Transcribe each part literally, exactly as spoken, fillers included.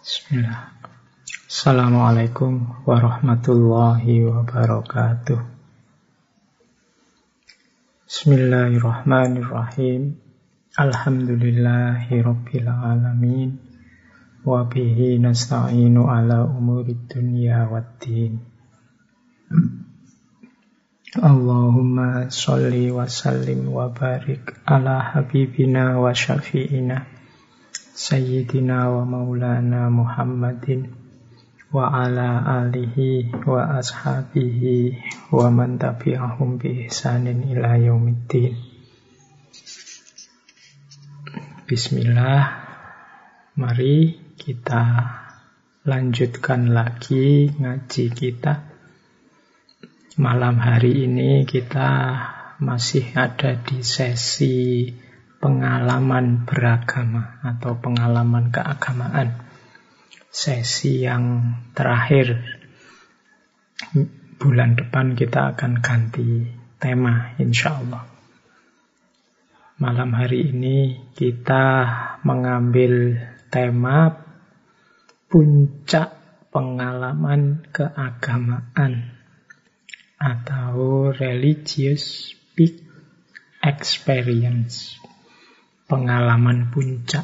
Bismillah. Assalamualaikum warahmatullahi wabarakatuh. Bismillahirrahmanirrahim. Alhamdulillahi rabbil alamin. Wa bihi nasta'inu ala umurid dunya waddin. Allahumma sholli wa sallim wa barik ala habibina wa syafi'ina Sayyidina wa maulana Muhammadin wa ala alihi wa ashabihi wa man tabi'ahum bi ihsanin ila yaumiddin. Bismillah. Mari kita lanjutkan lagi ngaji kita. Malam hari ini kita masih ada di sesi pengalaman beragama atau pengalaman keagamaan. Sesi yang terakhir. Bulan depan kita akan ganti tema, insya Allah. Malam hari ini kita mengambil tema puncak pengalaman keagamaan atau religious peak experience. Pengalaman puncak.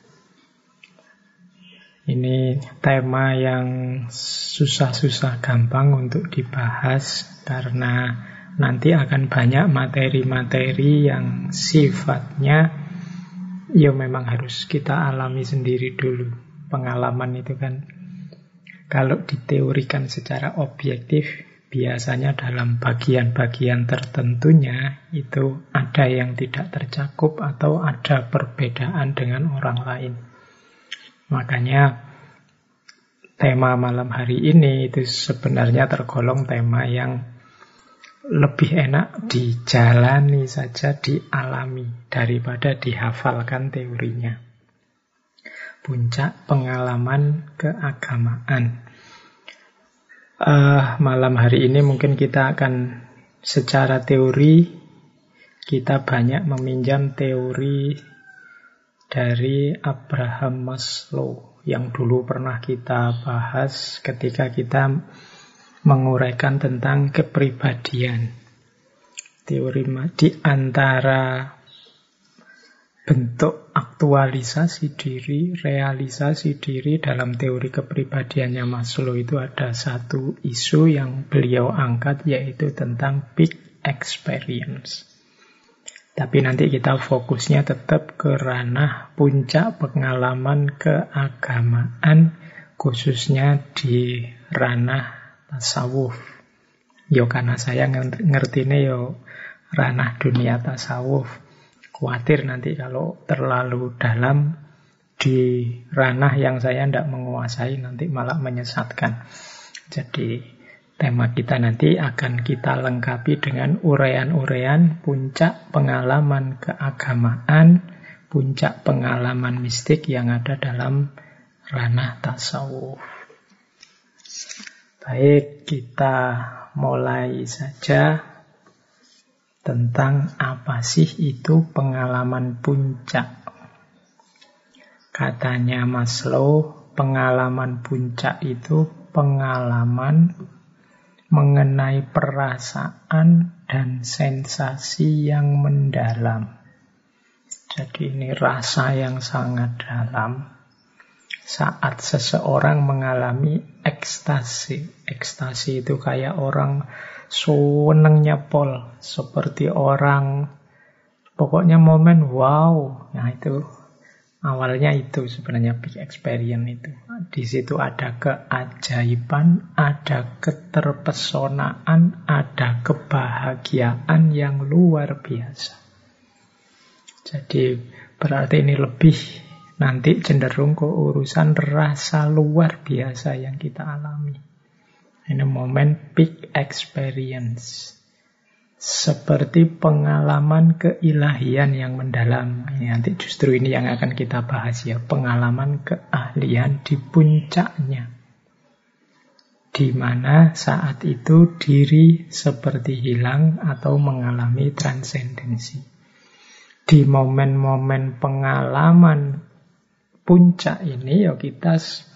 Ini tema yang susah-susah gampang untuk dibahas karena nanti akan banyak materi-materi yang sifatnya ya memang harus kita alami sendiri dulu. Pengalaman itu kan kalau diteorikan secara objektif biasanya dalam bagian-bagian tertentunya itu ada yang tidak tercakup atau ada perbedaan dengan orang lain. Makanya tema malam hari ini itu sebenarnya tergolong tema yang lebih enak dijalani saja, dialami daripada dihafalkan teorinya. Puncak pengalaman keagamaan. Uh, malam hari ini mungkin kita akan secara teori kita banyak meminjam teori dari Abraham Maslow yang dulu pernah kita bahas ketika kita menguraikan tentang kepribadian. Teori di antara bentuk aktualisasi diri, realisasi diri dalam teori kepribadiannya Maslow itu ada satu isu yang beliau angkat yaitu tentang peak experience. Tapi nanti kita fokusnya tetap ke ranah puncak pengalaman keagamaan khususnya di ranah tasawuf. Yo karena saya ngertinya yo ranah dunia tasawuf. Khawatir nanti kalau terlalu dalam di ranah yang saya tidak menguasai nanti malah menyesatkan. Jadi tema kita nanti akan kita lengkapi dengan uraian-uraian puncak pengalaman keagamaan, puncak pengalaman mistik yang ada dalam ranah tasawuf. Baik, kita mulai saja tentang apa sih itu pengalaman puncak. Katanya Maslow, pengalaman puncak itu pengalaman mengenai perasaan dan sensasi yang mendalam. Jadi ini rasa yang sangat dalam saat seseorang mengalami ekstasi. Ekstasi itu kayak orang senengnya pol, seperti orang pokoknya momen wow. Nah itu awalnya itu sebenarnya big experience itu. Di situ ada keajaiban, ada keterpesonaan, ada kebahagiaan yang luar biasa. Jadi berarti ini lebih nanti cenderung ke urusan rasa luar biasa yang kita alami. Ini momen peak experience. Seperti pengalaman keilahian yang mendalam. Ini nanti justru ini yang akan kita bahas ya. Pengalaman keahlian di puncaknya. Di mana saat itu diri seperti hilang atau mengalami transendensi. Di momen-momen pengalaman puncak ini ya kita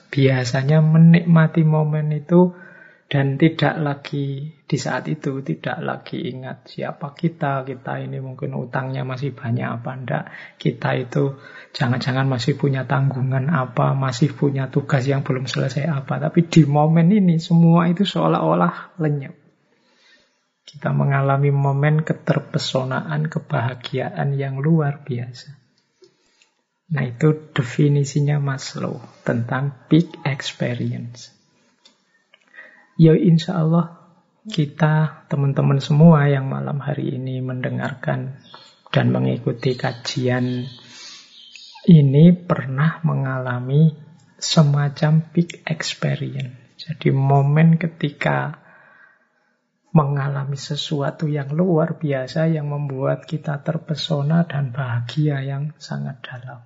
biasanya menikmati momen itu dan tidak lagi di saat itu, tidak lagi ingat siapa kita, kita ini mungkin utangnya masih banyak apa enggak, kita itu jangan-jangan masih punya tanggungan apa, masih punya tugas yang belum selesai apa. Tapi di momen ini semua itu seolah-olah lenyap. Kita mengalami momen keterpesonaan, kebahagiaan yang luar biasa. Nah, itu definisinya Maslow tentang peak experience. Ya insya Allah kita teman-teman semua yang malam hari ini mendengarkan dan mengikuti kajian ini pernah mengalami semacam peak experience. Jadi momen ketika mengalami sesuatu yang luar biasa yang membuat kita terpesona dan bahagia yang sangat dalam.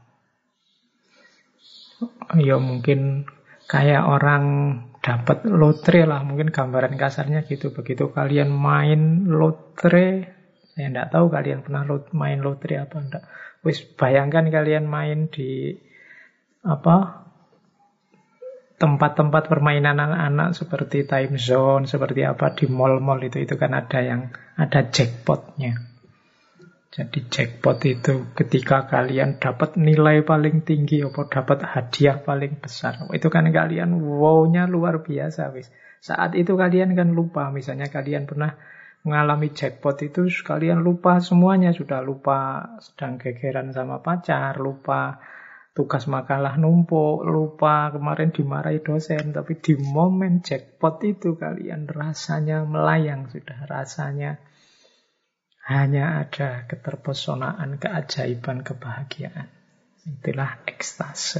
Ya mungkin kayak orang dapat lotre lah, mungkin gambaran kasarnya gitu. Begitu kalian main lotre, saya tidak tahu kalian pernah lot, main lotre apa enggak. Wis bayangkan kalian main di apa tempat-tempat permainan anak-anak seperti time zone, seperti apa di mall-mall itu, itu kan ada yang ada jackpotnya. Jadi jackpot itu ketika kalian dapat nilai paling tinggi atau dapat hadiah paling besar, itu kan kalian wow-nya luar biasa. Wis. Saat itu kalian kan lupa, misalnya kalian pernah mengalami jackpot itu, kalian lupa semuanya, sudah lupa sedang gegeran sama pacar, lupa tugas makalah numpuk, lupa kemarin dimarahi dosen, tapi di momen jackpot itu kalian rasanya melayang sudah, rasanya hanya ada keterpesonaan, keajaiban, kebahagiaan. Itulah ekstase.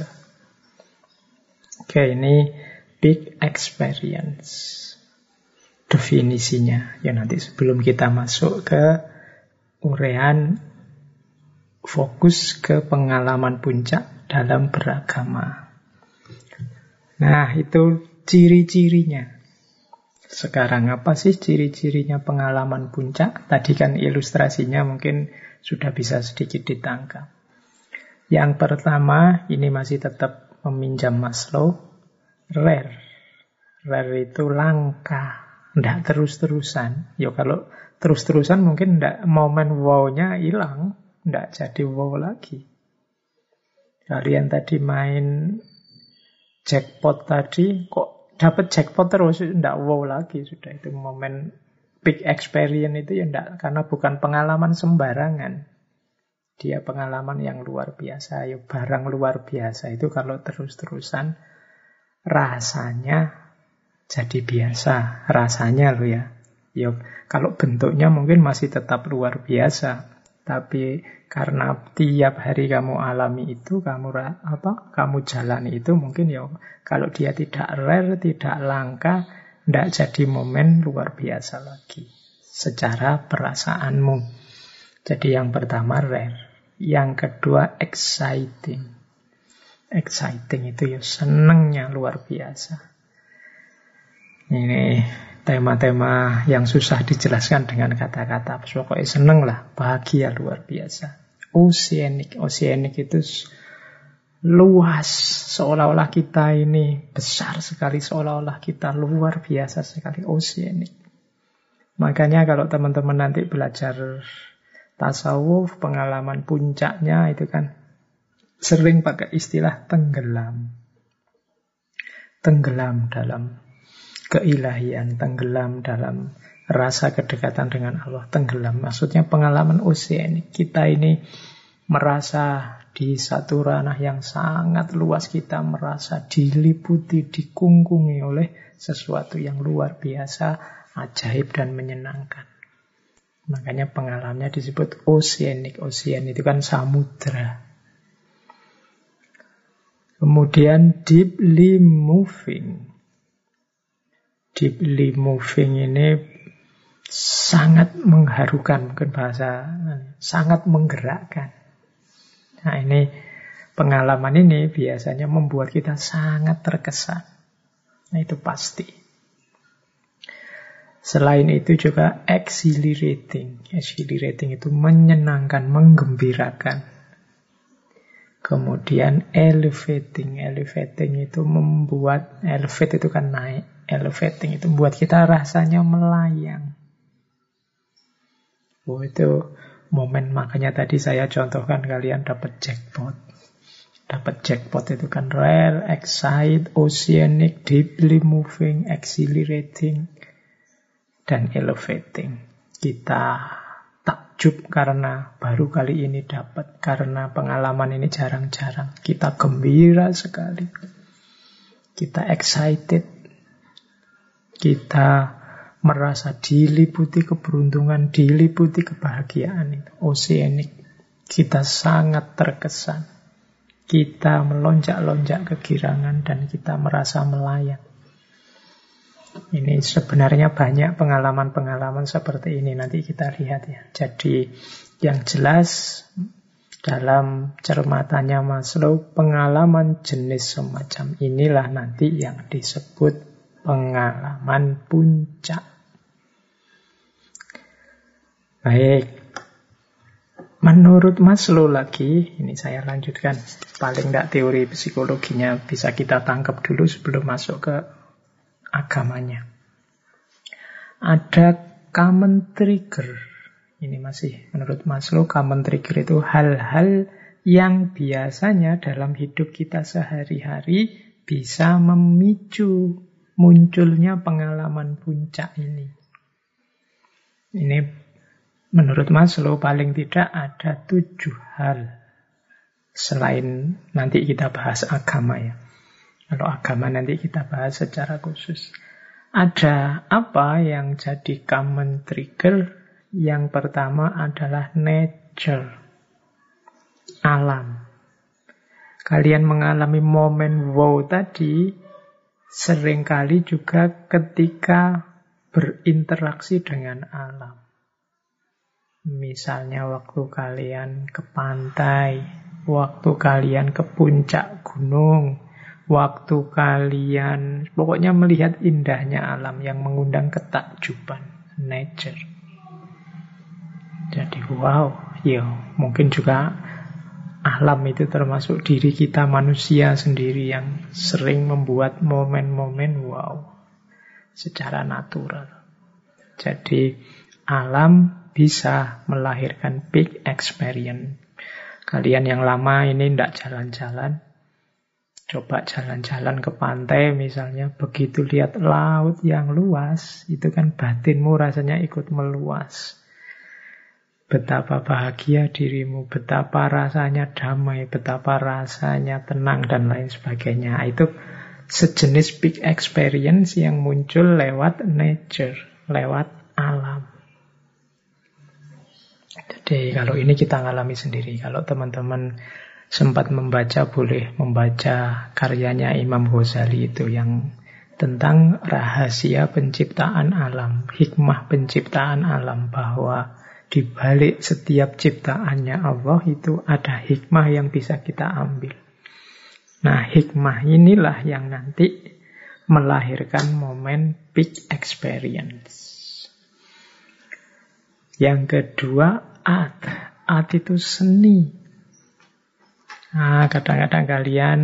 Oke, ini big experience. Definisinya. Ya nanti sebelum kita masuk ke uraian fokus ke pengalaman puncak dalam beragama. Nah, itu ciri-cirinya. Sekarang apa sih ciri-cirinya pengalaman puncak? Tadi kan ilustrasinya mungkin sudah bisa sedikit ditangkap. Yang pertama, ini masih tetap meminjam Maslow, rare. Rare itu langka, tidak terus-terusan. Ya kalau terus-terusan mungkin tidak, momen wow-nya hilang, tidak jadi wow lagi. Kalian tadi main jackpot tadi, kok dapat jackpot terus, tidak wow lagi. Sudah itu momen big experience itu ya tidak, karena bukan pengalaman sembarangan. Dia pengalaman yang luar biasa, ya barang luar biasa. Itu kalau terus-terusan rasanya jadi biasa. Rasanya loh ya. Ya kalau bentuknya mungkin masih tetap luar biasa. Tapi karena tiap hari kamu alami itu, kamu apa? Kamu jalani itu, mungkin ya kalau dia tidak rare, tidak langka, tidak jadi momen luar biasa lagi secara perasaanmu. Jadi yang pertama rare, yang kedua exciting. Exciting itu ya senengnya luar biasa. Ini tema-tema yang susah dijelaskan dengan kata-kata. Pokoknya seneng lah, bahagia luar biasa. Oceanic, oceanic itu luas, seolah-olah kita ini besar sekali, seolah-olah kita luar biasa sekali. Oceanic. Makanya kalau teman-teman nanti belajar tasawuf, pengalaman puncaknya itu kan sering pakai istilah tenggelam. Tenggelam dalam keilahian, tenggelam dalam rasa kedekatan dengan Allah, tenggelam. Maksudnya pengalaman oceanic. Kita ini merasa di satu ranah yang sangat luas, kita merasa diliputi, dikungkungi oleh sesuatu yang luar biasa, ajaib dan menyenangkan. Makanya pengalamannya disebut oceanic. Ocean itu kan samudra. Kemudian deeply moving. Deeply moving ini sangat mengharukan, mungkin bahasa, sangat menggerakkan. Nah ini pengalaman ini biasanya membuat kita sangat terkesan. Nah itu pasti. Selain itu juga exhilarating. Exhilarating itu menyenangkan, menggembirakan. Kemudian elevating. Elevating itu membuat, elevate itu kan naik. Elevating itu membuat kita rasanya melayang. Oh, itu momen, makanya tadi saya contohkan kalian dapat jackpot. Dapat jackpot itu kan rare, excite, oceanic, deeply moving, exhilarating, dan elevating. Kita takjub karena baru kali ini dapat, karena pengalaman ini jarang-jarang. Kita gembira sekali. Kita excited. Kita merasa diliputi keberuntungan, diliputi kebahagiaan itu. Oceanic. Kita sangat terkesan. Kita melonjak-lonjak kegirangan dan kita merasa melayang. Ini sebenarnya banyak pengalaman-pengalaman seperti ini. Nanti kita lihat ya. Jadi yang jelas dalam cermatannya Maslow, pengalaman jenis semacam inilah nanti yang disebut pengalaman puncak. Baik. Menurut Maslow lagi, ini saya lanjutkan. Paling tidak teori psikologinya bisa kita tangkap dulu sebelum masuk ke agamanya. Ada common trigger. Ini masih menurut Maslow, common trigger itu hal-hal yang biasanya dalam hidup kita sehari-hari bisa memicu munculnya pengalaman puncak ini. Ini menurut Maslow paling tidak ada tujuh hal. Selain nanti kita bahas agama ya. Kalau agama nanti kita bahas secara khusus. Ada apa yang jadi common trigger? Yang pertama adalah nature. Alam. Kalian mengalami momen wow tadi seringkali juga ketika berinteraksi dengan alam. Misalnya waktu kalian ke pantai, waktu kalian ke puncak gunung, waktu kalian pokoknya melihat indahnya alam yang mengundang ketakjuban, nature. Jadi wow, ya mungkin juga alam itu termasuk diri kita manusia sendiri yang sering membuat momen-momen wow secara natural. Jadi alam bisa melahirkan big experience. Kalian yang lama ini tidak jalan-jalan, coba jalan-jalan ke pantai misalnya, begitu lihat laut yang luas, itu kan batinmu rasanya ikut meluas. Betapa bahagia dirimu, betapa rasanya damai, betapa rasanya tenang, dan lain sebagainya. Itu sejenis big experience yang muncul lewat nature, lewat alam. Jadi kalau ini kita alami sendiri. Kalau teman-teman sempat membaca, boleh membaca karyanya Imam Ghazali itu yang tentang rahasia penciptaan alam, hikmah penciptaan alam, bahwa di balik setiap ciptaannya Allah itu ada hikmah yang bisa kita ambil. Nah, hikmah inilah yang nanti melahirkan momen big experience. Yang kedua, art. Art itu seni. Nah, kadang-kadang kalian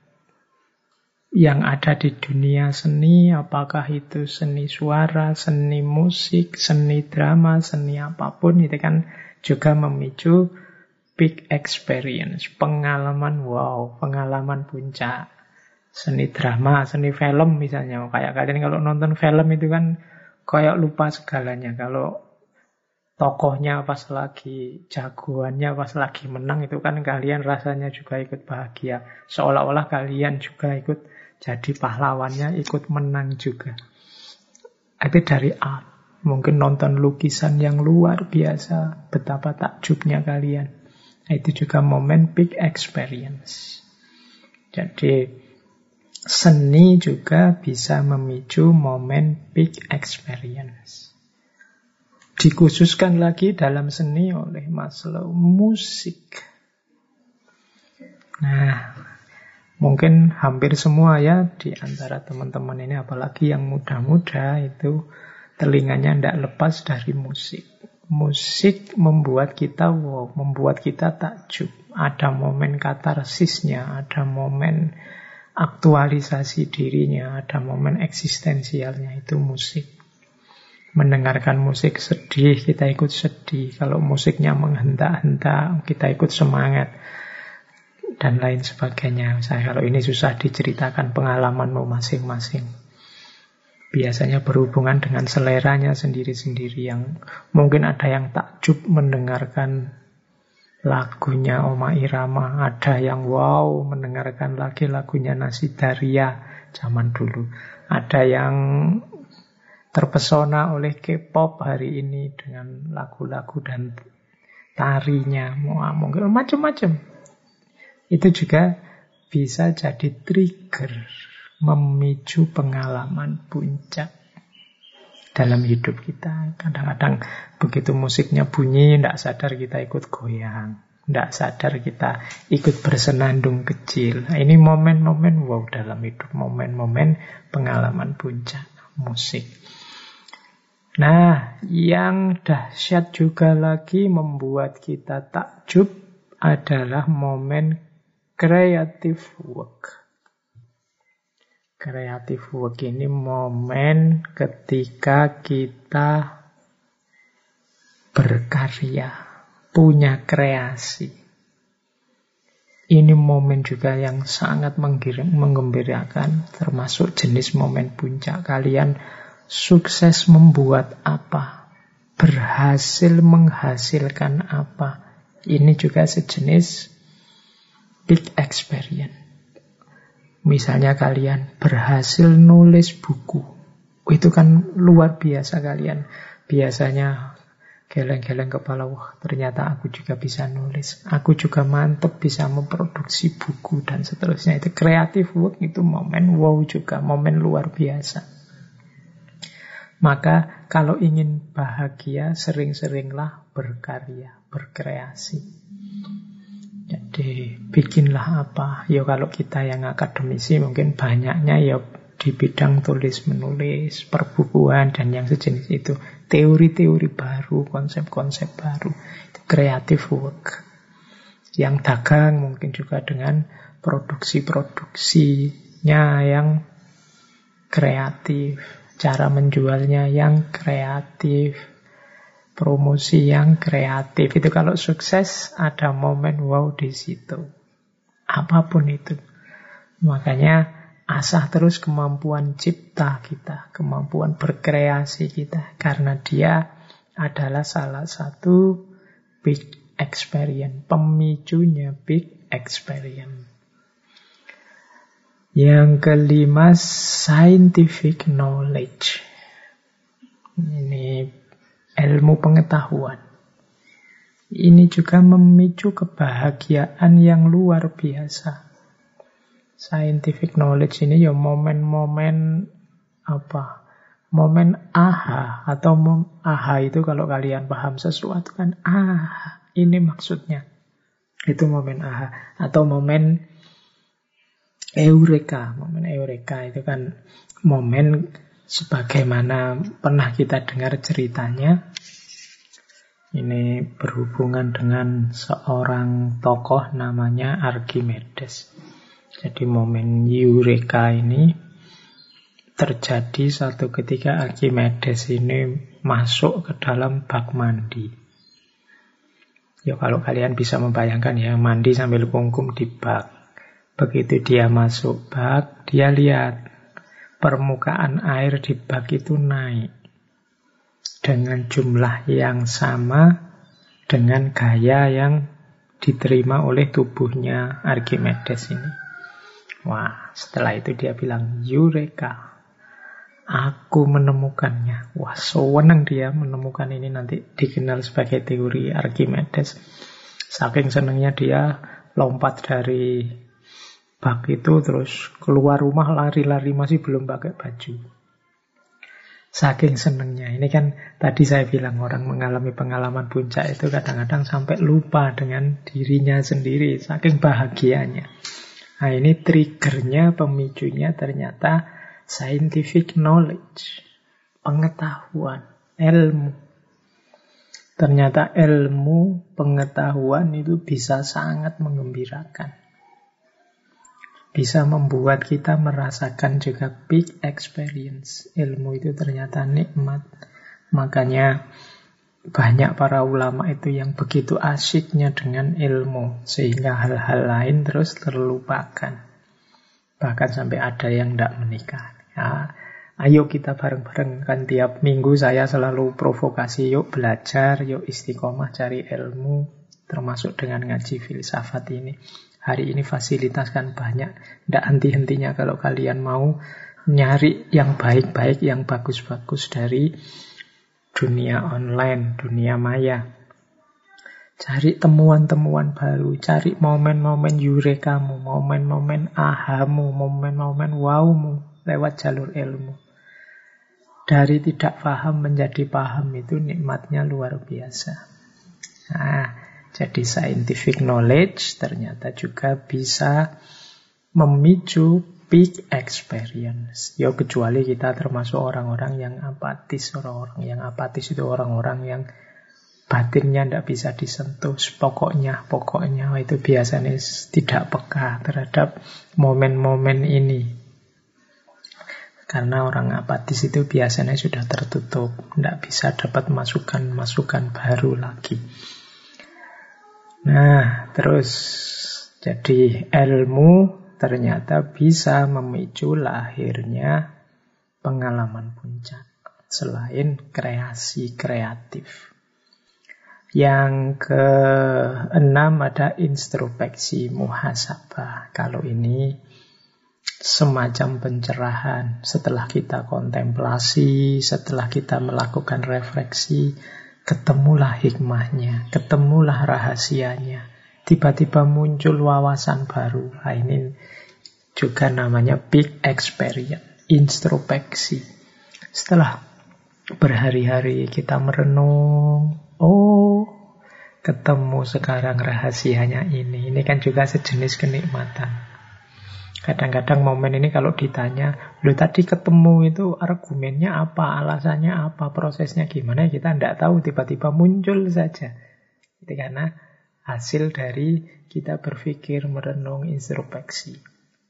yang ada di dunia seni, apakah itu seni suara, seni musik, seni drama, seni apapun, itu kan juga memicu big experience, pengalaman wow, pengalaman puncak. Seni drama, seni film misalnya, kayak kalian kalau nonton film itu kan kayak lupa segalanya. Kalau tokohnya pas lagi jagoannya, pas lagi menang, itu kan kalian rasanya juga ikut bahagia. Seolah-olah kalian juga ikut jadi pahlawannya, ikut menang juga. Itu dari art. Mungkin nonton lukisan yang luar biasa, betapa takjubnya kalian. Itu juga momen big experience. Jadi seni juga bisa memicu momen big experience. Dikhususkan lagi dalam seni oleh Maslow, musik. Nah, mungkin hampir semua ya di antara teman-teman ini, apalagi yang muda-muda, itu telinganya tidak lepas dari musik. Musik membuat kita wow, membuat kita takjub. ada momen katarsisnya, ada momen aktualisasi dirinya, ada momen eksistensialnya, itu musik. Mendengarkan musik sedih, kita ikut sedih. Kalau musiknya menghentak-hentak, kita ikut semangat. Dan lain sebagainya. Saya kalau ini susah diceritakan pengalamanmu masing-masing. Biasanya berhubungan dengan seleranya sendiri-sendiri, yang mungkin ada yang takjub mendengarkan lagunya Oma Irama, ada yang wow mendengarkan lagi lagunya Nasi Daria zaman dulu, ada yang terpesona oleh K-pop hari ini dengan lagu-lagu dan tarinya, mungkin macam-macam. Itu juga bisa jadi trigger, memicu pengalaman puncak dalam hidup kita. Kadang-kadang begitu musiknya bunyi, tidak sadar kita ikut goyang, tidak sadar kita ikut bersenandung kecil. Nah, ini momen-momen wow dalam hidup, momen-momen pengalaman puncak musik. Nah, yang dahsyat juga lagi membuat kita takjub adalah momen creative work. Creative work ini momen ketika kita berkarya, punya kreasi. Ini momen juga yang sangat menggembirakan, termasuk jenis momen puncak. Kalian sukses membuat apa? Berhasil menghasilkan apa? Ini juga sejenis big experience. Misalnya kalian berhasil nulis buku, itu kan luar biasa. Kalian biasanya geleng-geleng kepala, wah ternyata aku juga bisa nulis, aku juga mantep bisa memproduksi buku dan seterusnya. Itu creative work, itu momen wow juga, momen luar biasa. Maka kalau ingin bahagia, sering-seringlah berkarya, berkreasi. Jadi bikinlah apa? Ya kalau kita yang akademisi mungkin banyaknya ya di bidang tulis-menulis, perbukuan dan yang sejenis itu. Teori-teori baru, konsep-konsep baru. Itu creative work. Yang dagang mungkin juga dengan produksi-produksinya yang kreatif. Cara menjualnya yang kreatif. Promosi yang kreatif. Itu kalau sukses ada momen wow di situ. Apapun itu. Makanya asah terus kemampuan cipta kita, kemampuan berkreasi kita, karena dia adalah salah satu big experience, pemicunya big experience. Yang kelima, scientific knowledge. Ini ilmu pengetahuan. Ini juga memicu kebahagiaan yang luar biasa. Scientific knowledge ini ya momen-momen apa? Momen aha atau mom, aha itu kalau kalian paham sesuatu kan, ah, ini maksudnya. Itu momen aha atau momen eureka. Momen eureka itu kan momen sebagaimana pernah kita dengar ceritanya. Ini berhubungan dengan seorang tokoh namanya Archimedes. Jadi momen eureka ini terjadi suatu ketika Archimedes ini masuk ke dalam bak mandi. Ya kalau kalian bisa membayangkan ya, mandi sambil kungkum di bak. Begitu dia masuk bak, dia lihat permukaan air di bak itu naik dengan jumlah yang sama dengan gaya yang diterima oleh tubuhnya Archimedes ini. Wah, setelah itu dia bilang, Eureka, aku menemukannya. Wah, senang dia menemukan ini, nanti dikenal sebagai teori Archimedes. Saking senangnya dia lompat dari bak itu, terus keluar rumah lari-lari, masih belum pakai baju. Saking senangnya. Ini kan tadi saya bilang orang mengalami pengalaman puncak itu kadang-kadang sampai lupa dengan dirinya sendiri, saking bahagianya. Nah ini triggernya, pemicunya ternyata scientific knowledge, pengetahuan, ilmu. Ternyata ilmu pengetahuan itu bisa sangat menggembirakan. Bisa membuat kita merasakan juga big experience. Ilmu itu ternyata nikmat. Makanya banyak para ulama itu yang begitu asyiknya dengan ilmu, sehingga hal-hal lain terus terlupakan. Bahkan sampai ada yang tidak menikah. Ya, ayo kita bareng-bareng, kan tiap minggu saya selalu provokasi, yuk belajar, yuk istiqomah cari ilmu, termasuk dengan ngaji filsafat ini. Hari ini fasilitas kan banyak, tidak henti-hentinya kalau kalian mau nyari yang baik-baik, yang bagus-bagus dari dunia online, dunia maya. Cari temuan-temuan baru, cari momen-momen eurekamu, momen-momen ahamu, momen-momen wowmu lewat jalur ilmu. Dari tidak paham menjadi paham itu nikmatnya luar biasa. Nah, jadi scientific knowledge ternyata juga bisa memicu peak experience. Ya kecuali kita termasuk orang-orang yang apatis. Orang-orang yang apatis itu orang-orang yang batinnya tidak bisa disentuh. Pokoknya, pokoknya itu biasanya tidak peka terhadap momen-momen ini. Karena orang apatis itu biasanya sudah tertutup. Tidak bisa dapat masukan-masukan baru lagi. Nah, terus jadi ilmu ternyata bisa memicu lahirnya pengalaman puncak selain kreasi kreatif. Yang keenam ada introspeksi muhasabah. Kalau ini semacam pencerahan setelah kita kontemplasi, setelah kita melakukan refleksi, ketemulah hikmahnya, ketemulah rahasianya. Tiba-tiba muncul wawasan baru. Nah, ini juga namanya big experience, introspeksi. Setelah berhari-hari kita merenung, oh, ketemu sekarang rahasianya ini. Ini kan juga sejenis kenikmatan. Kadang-kadang momen ini kalau ditanya, loh tadi ketemu itu argumennya apa, alasannya apa, prosesnya gimana, kita tidak tahu, tiba-tiba muncul saja. Itu karena hasil dari kita berpikir, merenung, introspeksi.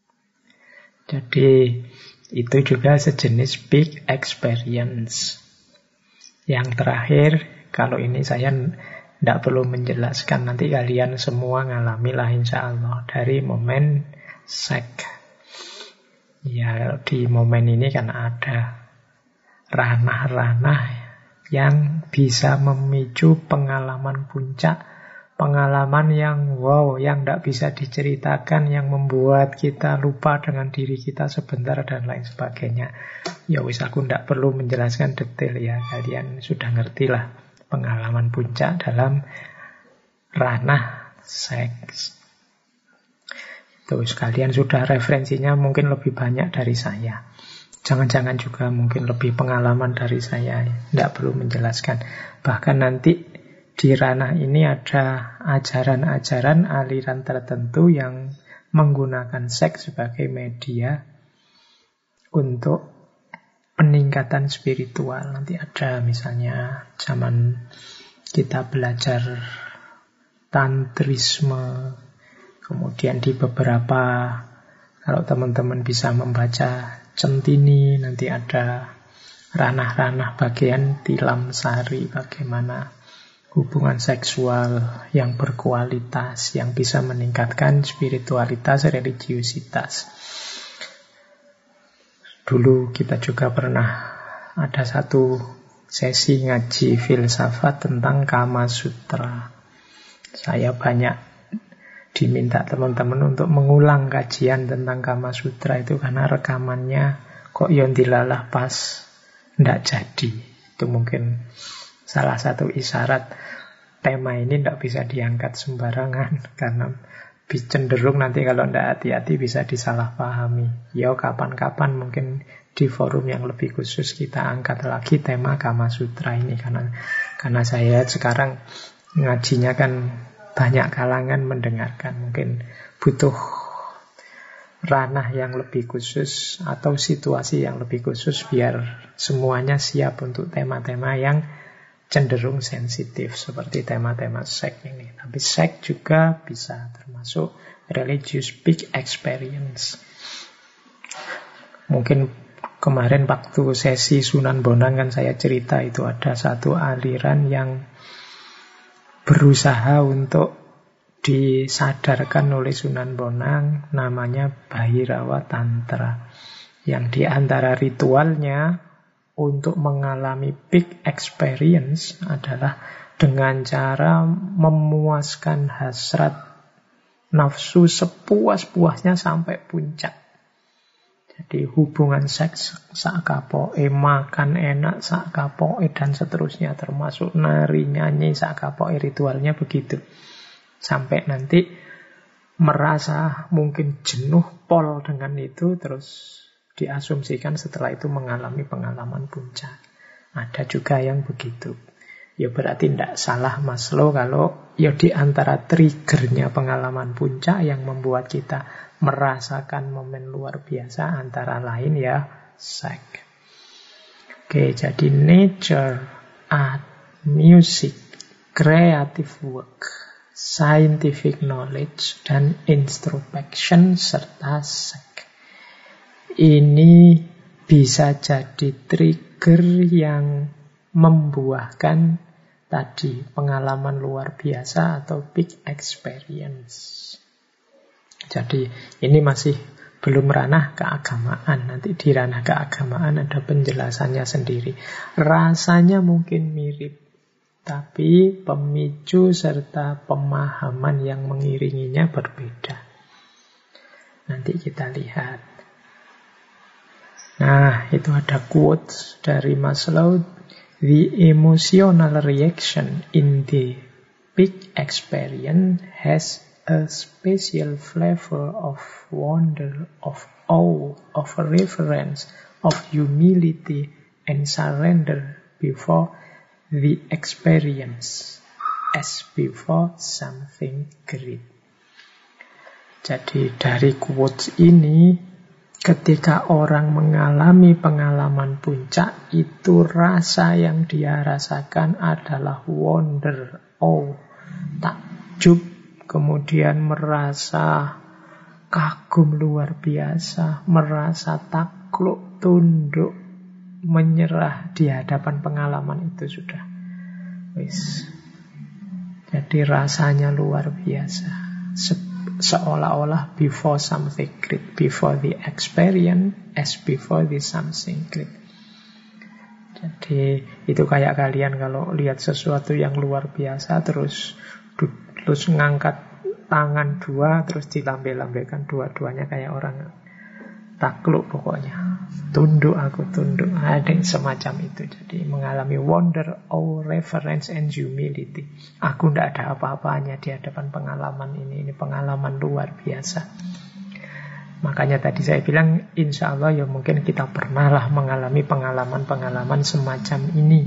Jadi itu juga sejenis big experience. Yang terakhir, kalau ini saya tidak perlu menjelaskan, nanti kalian semua ngalami lah insya Allah, dari momen seks. Ya, di momen ini kan ada ranah-ranah yang bisa memicu pengalaman puncak, pengalaman yang wow, yang tidak bisa diceritakan, yang membuat kita lupa dengan diri kita sebentar dan lain sebagainya. Ya wis, aku tidak perlu menjelaskan detail ya, kalian sudah ngerti lah pengalaman puncak dalam ranah seks. Terus kalian sudah referensinya mungkin lebih banyak dari saya. Jangan-jangan juga mungkin lebih pengalaman dari saya. Tidak perlu menjelaskan. Bahkan nanti di ranah ini ada ajaran-ajaran aliran tertentu yang menggunakan seks sebagai media untuk peningkatan spiritual. Nanti ada misalnya zaman kita belajar tantrisme. Kemudian di beberapa, kalau teman-teman bisa membaca Centini, nanti ada ranah-ranah bagian tilam sari, bagaimana hubungan seksual yang berkualitas, yang bisa meningkatkan spiritualitas, religiusitas. Dulu kita juga pernah ada satu sesi ngaji filsafat tentang Kama Sutra. Saya banyak diminta teman-teman untuk mengulang kajian tentang Kama Sutra itu karena rekamannya kok yang dilalah pas ndak jadi. Itu mungkin salah satu isyarat tema ini ndak bisa diangkat sembarangan karena cenderung nanti kalau ndak hati-hati bisa disalahpahami. Ya kapan-kapan mungkin di forum yang lebih khusus kita angkat lagi tema Kama Sutra ini karena karena saya sekarang ngajinya kan banyak kalangan mendengarkan, mungkin butuh ranah yang lebih khusus atau situasi yang lebih khusus biar semuanya siap untuk tema-tema yang cenderung sensitif seperti tema-tema seks ini. Tapi seks juga bisa termasuk religious peak experience. Mungkin kemarin waktu sesi Sunan Bonang kan saya cerita itu ada satu aliran yang berusaha untuk disadarkan oleh Sunan Bonang, namanya Bhairawa Tantra. Yang di antara ritualnya untuk mengalami peak experience adalah dengan cara memuaskan hasrat nafsu sepuas-puasnya sampai puncak. Jadi hubungan seks sak kapoke, makan enak sak kapoke, dan seterusnya, termasuk nari nyanyi sak kapoke, ritualnya begitu. Sampai nanti merasa mungkin jenuh pol dengan itu, terus diasumsikan setelah itu mengalami pengalaman puncak. Ada juga yang begitu. Ya berarti tidak salah Maslow kalau ya di antara triggernya pengalaman puncak yang membuat kita merasakan momen luar biasa antara lain ya seks. Oke, jadi nature, art, music, creative work, scientific knowledge, dan introspection serta seks. Ini bisa jadi trigger yang membuahkan tadi pengalaman luar biasa atau peak experience. Jadi ini masih belum ranah keagamaan. Nanti di ranah keagamaan ada penjelasannya sendiri. Rasanya mungkin mirip, tapi pemicu serta pemahaman yang mengiringinya berbeda. Nanti kita lihat. Nah, itu ada quotes dari Maslow. The emotional reaction in the peak experience has a special flavor of wonder, of awe, of reverence, of humility and surrender before the experience, as before something great. Jadi dari quotes ini, ketika orang mengalami pengalaman puncak, itu rasa yang dia rasakan adalah wonder, awe, takjub, kemudian merasa kagum luar biasa, merasa takluk, tunduk, menyerah di hadapan pengalaman itu sudah. Wis. Jadi rasanya luar biasa. Se- seolah-olah before something great, before the experience, as before the something great. Jadi itu kayak kalian kalau lihat sesuatu yang luar biasa terus terus ngangkat tangan dua terus dilambe-lambekan dua-duanya kayak orang takluk pokoknya. Tunduk aku tunduk. Ada semacam itu. Jadi mengalami wonder, awe, reverence, and humility. Aku tidak ada apa-apanya di hadapan pengalaman ini. Ini pengalaman luar biasa. Makanya tadi saya bilang, insya Allah ya mungkin kita pernah lah mengalami pengalaman-pengalaman semacam ini.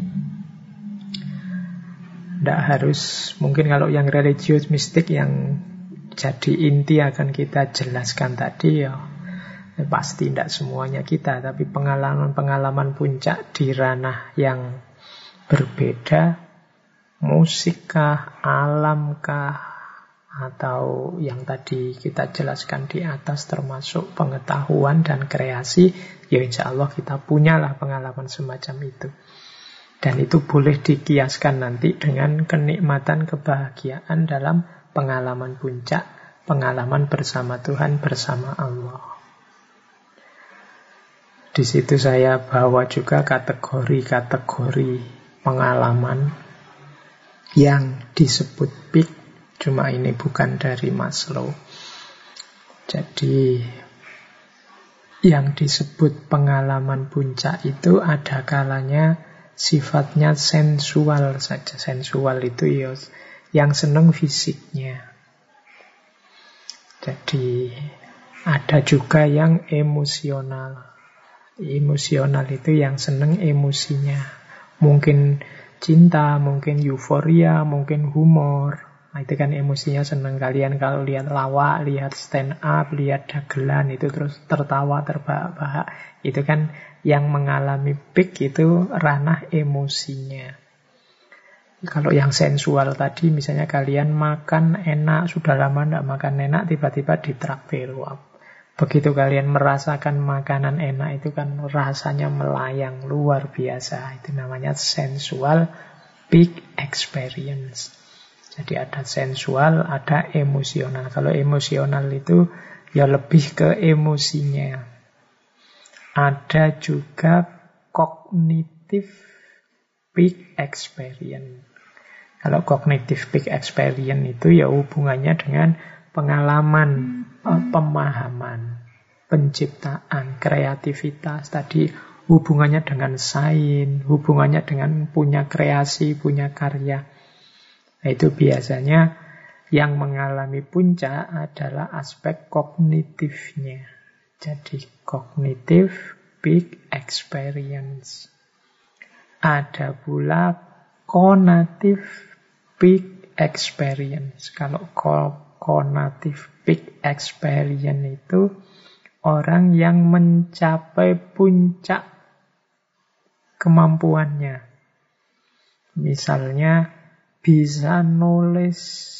Tidak harus, mungkin kalau yang religius mistik yang jadi inti akan kita jelaskan tadi ya, pasti tidak semuanya kita, tapi pengalaman-pengalaman puncak di ranah yang berbeda, musikkah, alamkah, atau yang tadi kita jelaskan di atas termasuk pengetahuan dan kreasi, ya insya Allah kita punyalah pengalaman semacam itu. Dan itu boleh dikiaskan nanti dengan kenikmatan kebahagiaan dalam pengalaman puncak, pengalaman bersama Tuhan, bersama Allah. Di situ saya bawa juga kategori-kategori pengalaman yang disebut peak, cuma ini bukan dari Maslow. Jadi yang disebut pengalaman puncak itu ada kalanya sifatnya sensual saja. Sensual itu ya yang seneng fisiknya. Jadi ada juga yang emosional. Emosional itu yang seneng emosinya. Mungkin cinta, mungkin euforia, mungkin humor. Nah, itu kan emosinya seneng. Kalian kalau lihat lawak, lihat stand up, lihat dagelan, itu terus tertawa, terbahak-bahak. Itu kan yang mengalami peak itu ranah emosinya. Kalau yang sensual tadi, misalnya kalian makan enak, sudah lama tidak makan enak, tiba-tiba ditraktir. Wah, begitu kalian merasakan makanan enak itu kan rasanya melayang luar biasa. Itu namanya sensual peak experience. Jadi ada sensual, ada emosional. Kalau emosional itu ya lebih ke emosinya. Ada juga cognitive peak experience. Kalau cognitive peak experience itu ya hubungannya dengan pengalaman, pemahaman, penciptaan, kreativitas. Tadi hubungannya dengan sains, hubungannya dengan punya kreasi, punya karya. Nah, itu biasanya yang mengalami puncak adalah aspek kognitifnya. Jadi cognitive peak experience. Ada pula conative peak experience. Kalau conative peak experience itu orang yang mencapai puncak kemampuannya. Misalnya bisa nulis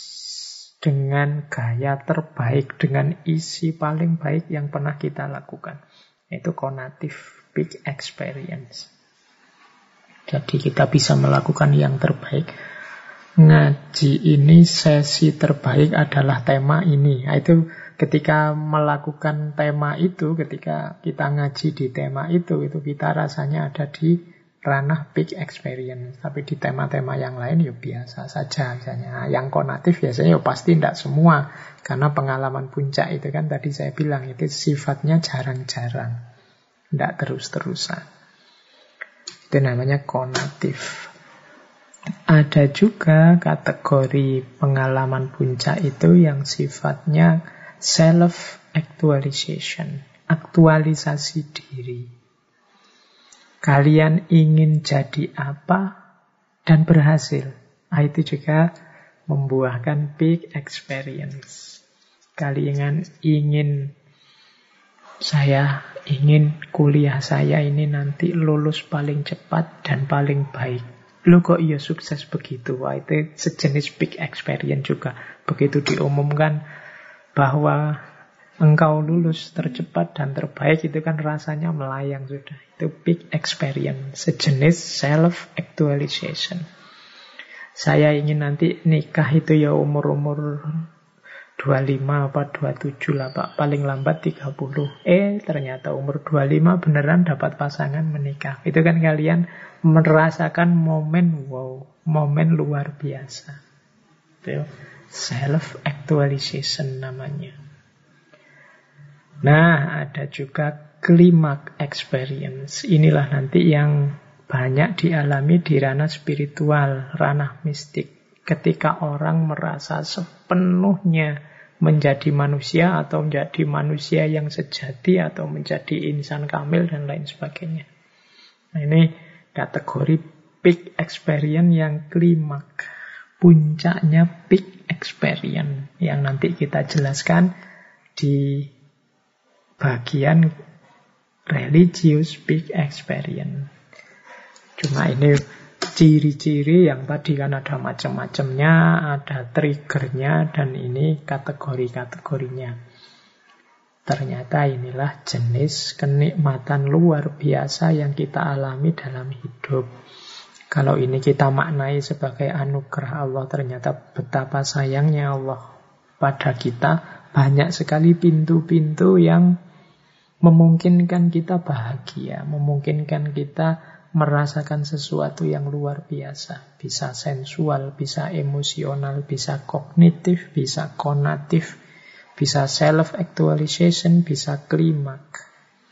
dengan gaya terbaik, dengan isi paling baik yang pernah kita lakukan. Itu conative peak experience. Jadi kita bisa melakukan yang terbaik. Ngaji ini sesi terbaik adalah tema ini. Nah, itu ketika melakukan tema itu, ketika kita ngaji di tema itu, itu kita rasanya ada di ranah peak experience. Tapi di tema-tema yang lain ya biasa saja. Misalnya yang konatif biasanya ya pasti tidak semua. Karena pengalaman puncak itu kan tadi saya bilang itu sifatnya jarang-jarang. Tidak terus-terusan. Itu namanya konatif. Ada juga kategori pengalaman puncak itu yang sifatnya self-actualization, aktualisasi diri. Kalian ingin jadi apa dan berhasil. Nah, itu juga membuahkan peak experience. Kalian ingin, saya ingin kuliah saya ini nanti lulus paling cepat dan paling baik. Lo kok iya sukses begitu? Wah, itu sejenis peak experience juga. Begitu diumumkan bahwa engkau lulus tercepat dan terbaik, itu kan rasanya melayang sudah. Itu peak experience, sejenis self-actualization. Saya ingin nanti nikah itu ya umur-umur dua puluh lima apa dua puluh tujuh lah Pak, paling lambat tiga puluh. Eh ternyata umur dua puluh lima beneran dapat pasangan menikah. Itu kan kalian merasakan momen wow, momen luar biasa. Itu self-actualization namanya. Nah, ada juga climax experience. Inilah nanti yang banyak dialami di ranah spiritual, ranah mistik. Ketika orang merasa sepenuhnya menjadi manusia atau menjadi manusia yang sejati atau menjadi insan kamil dan lain sebagainya. Nah, ini kategori peak experience yang klimaks. Puncaknya peak experience yang nanti kita jelaskan di bagian religious peak experience. Cuma ini ciri-ciri yang tadi kan ada macam-macamnya, ada triggernya, dan ini kategori-kategorinya. Ternyata inilah jenis kenikmatan luar biasa yang kita alami dalam hidup. Kalau ini kita maknai sebagai anugerah Allah, ternyata betapa sayangnya Allah pada kita. Banyak sekali pintu-pintu yang memungkinkan kita bahagia, memungkinkan kita merasakan sesuatu yang luar biasa. Bisa sensual, bisa emosional, bisa kognitif, bisa konatif, bisa self-actualization, bisa klimaks.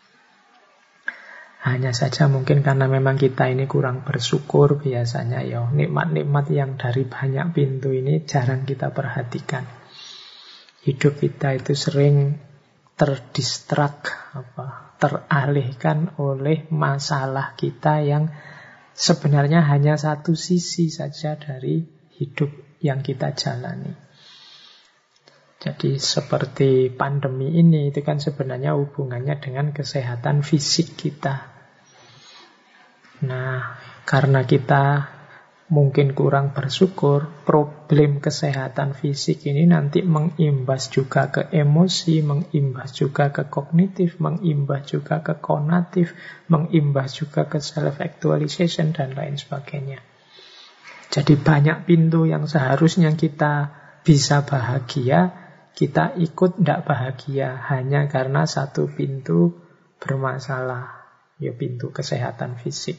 Hanya saja mungkin karena memang kita ini kurang bersyukur biasanya ya, nikmat-nikmat yang dari banyak pintu ini jarang kita perhatikan. Hidup kita itu sering terdistrak, apa, teralihkan oleh masalah kita yang sebenarnya hanya satu sisi saja dari hidup yang kita jalani. Jadi seperti pandemi ini, itu kan sebenarnya hubungannya dengan kesehatan fisik kita. Nah, karena kita mungkin kurang bersyukur, problem kesehatan fisik ini nanti mengimbas juga ke emosi, mengimbas juga ke kognitif, mengimbas juga ke konatif, mengimbas juga ke self-actualization, dan lain sebagainya. Jadi banyak pintu yang seharusnya kita bisa bahagia, kita ikut tidak bahagia hanya karena satu pintu bermasalah, ya pintu kesehatan fisik.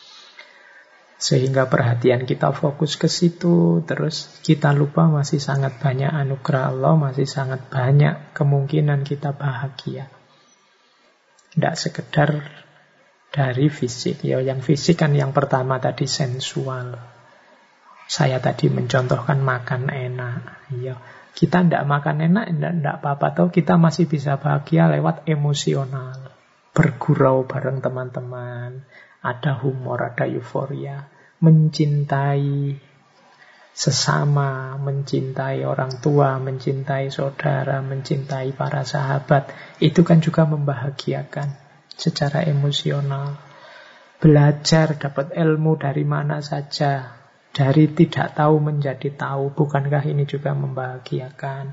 Sehingga perhatian kita fokus ke situ, terus kita lupa masih sangat banyak anugerah Allah, masih sangat banyak kemungkinan kita bahagia. Tidak sekedar dari fisik. Ya, yang fisik kan yang pertama tadi sensual. Saya tadi mencontohkan makan enak. Ya, kita tidak makan enak, tidak apa-apa. Tahu kita masih bisa bahagia lewat emosional. Bergurau bareng teman-teman, ada humor, ada euforia, mencintai sesama, mencintai orang tua, mencintai saudara, mencintai para sahabat. Itu kan juga membahagiakan secara emosional. Belajar, dapat ilmu dari mana saja, dari tidak tahu menjadi tahu, bukankah ini juga membahagiakan?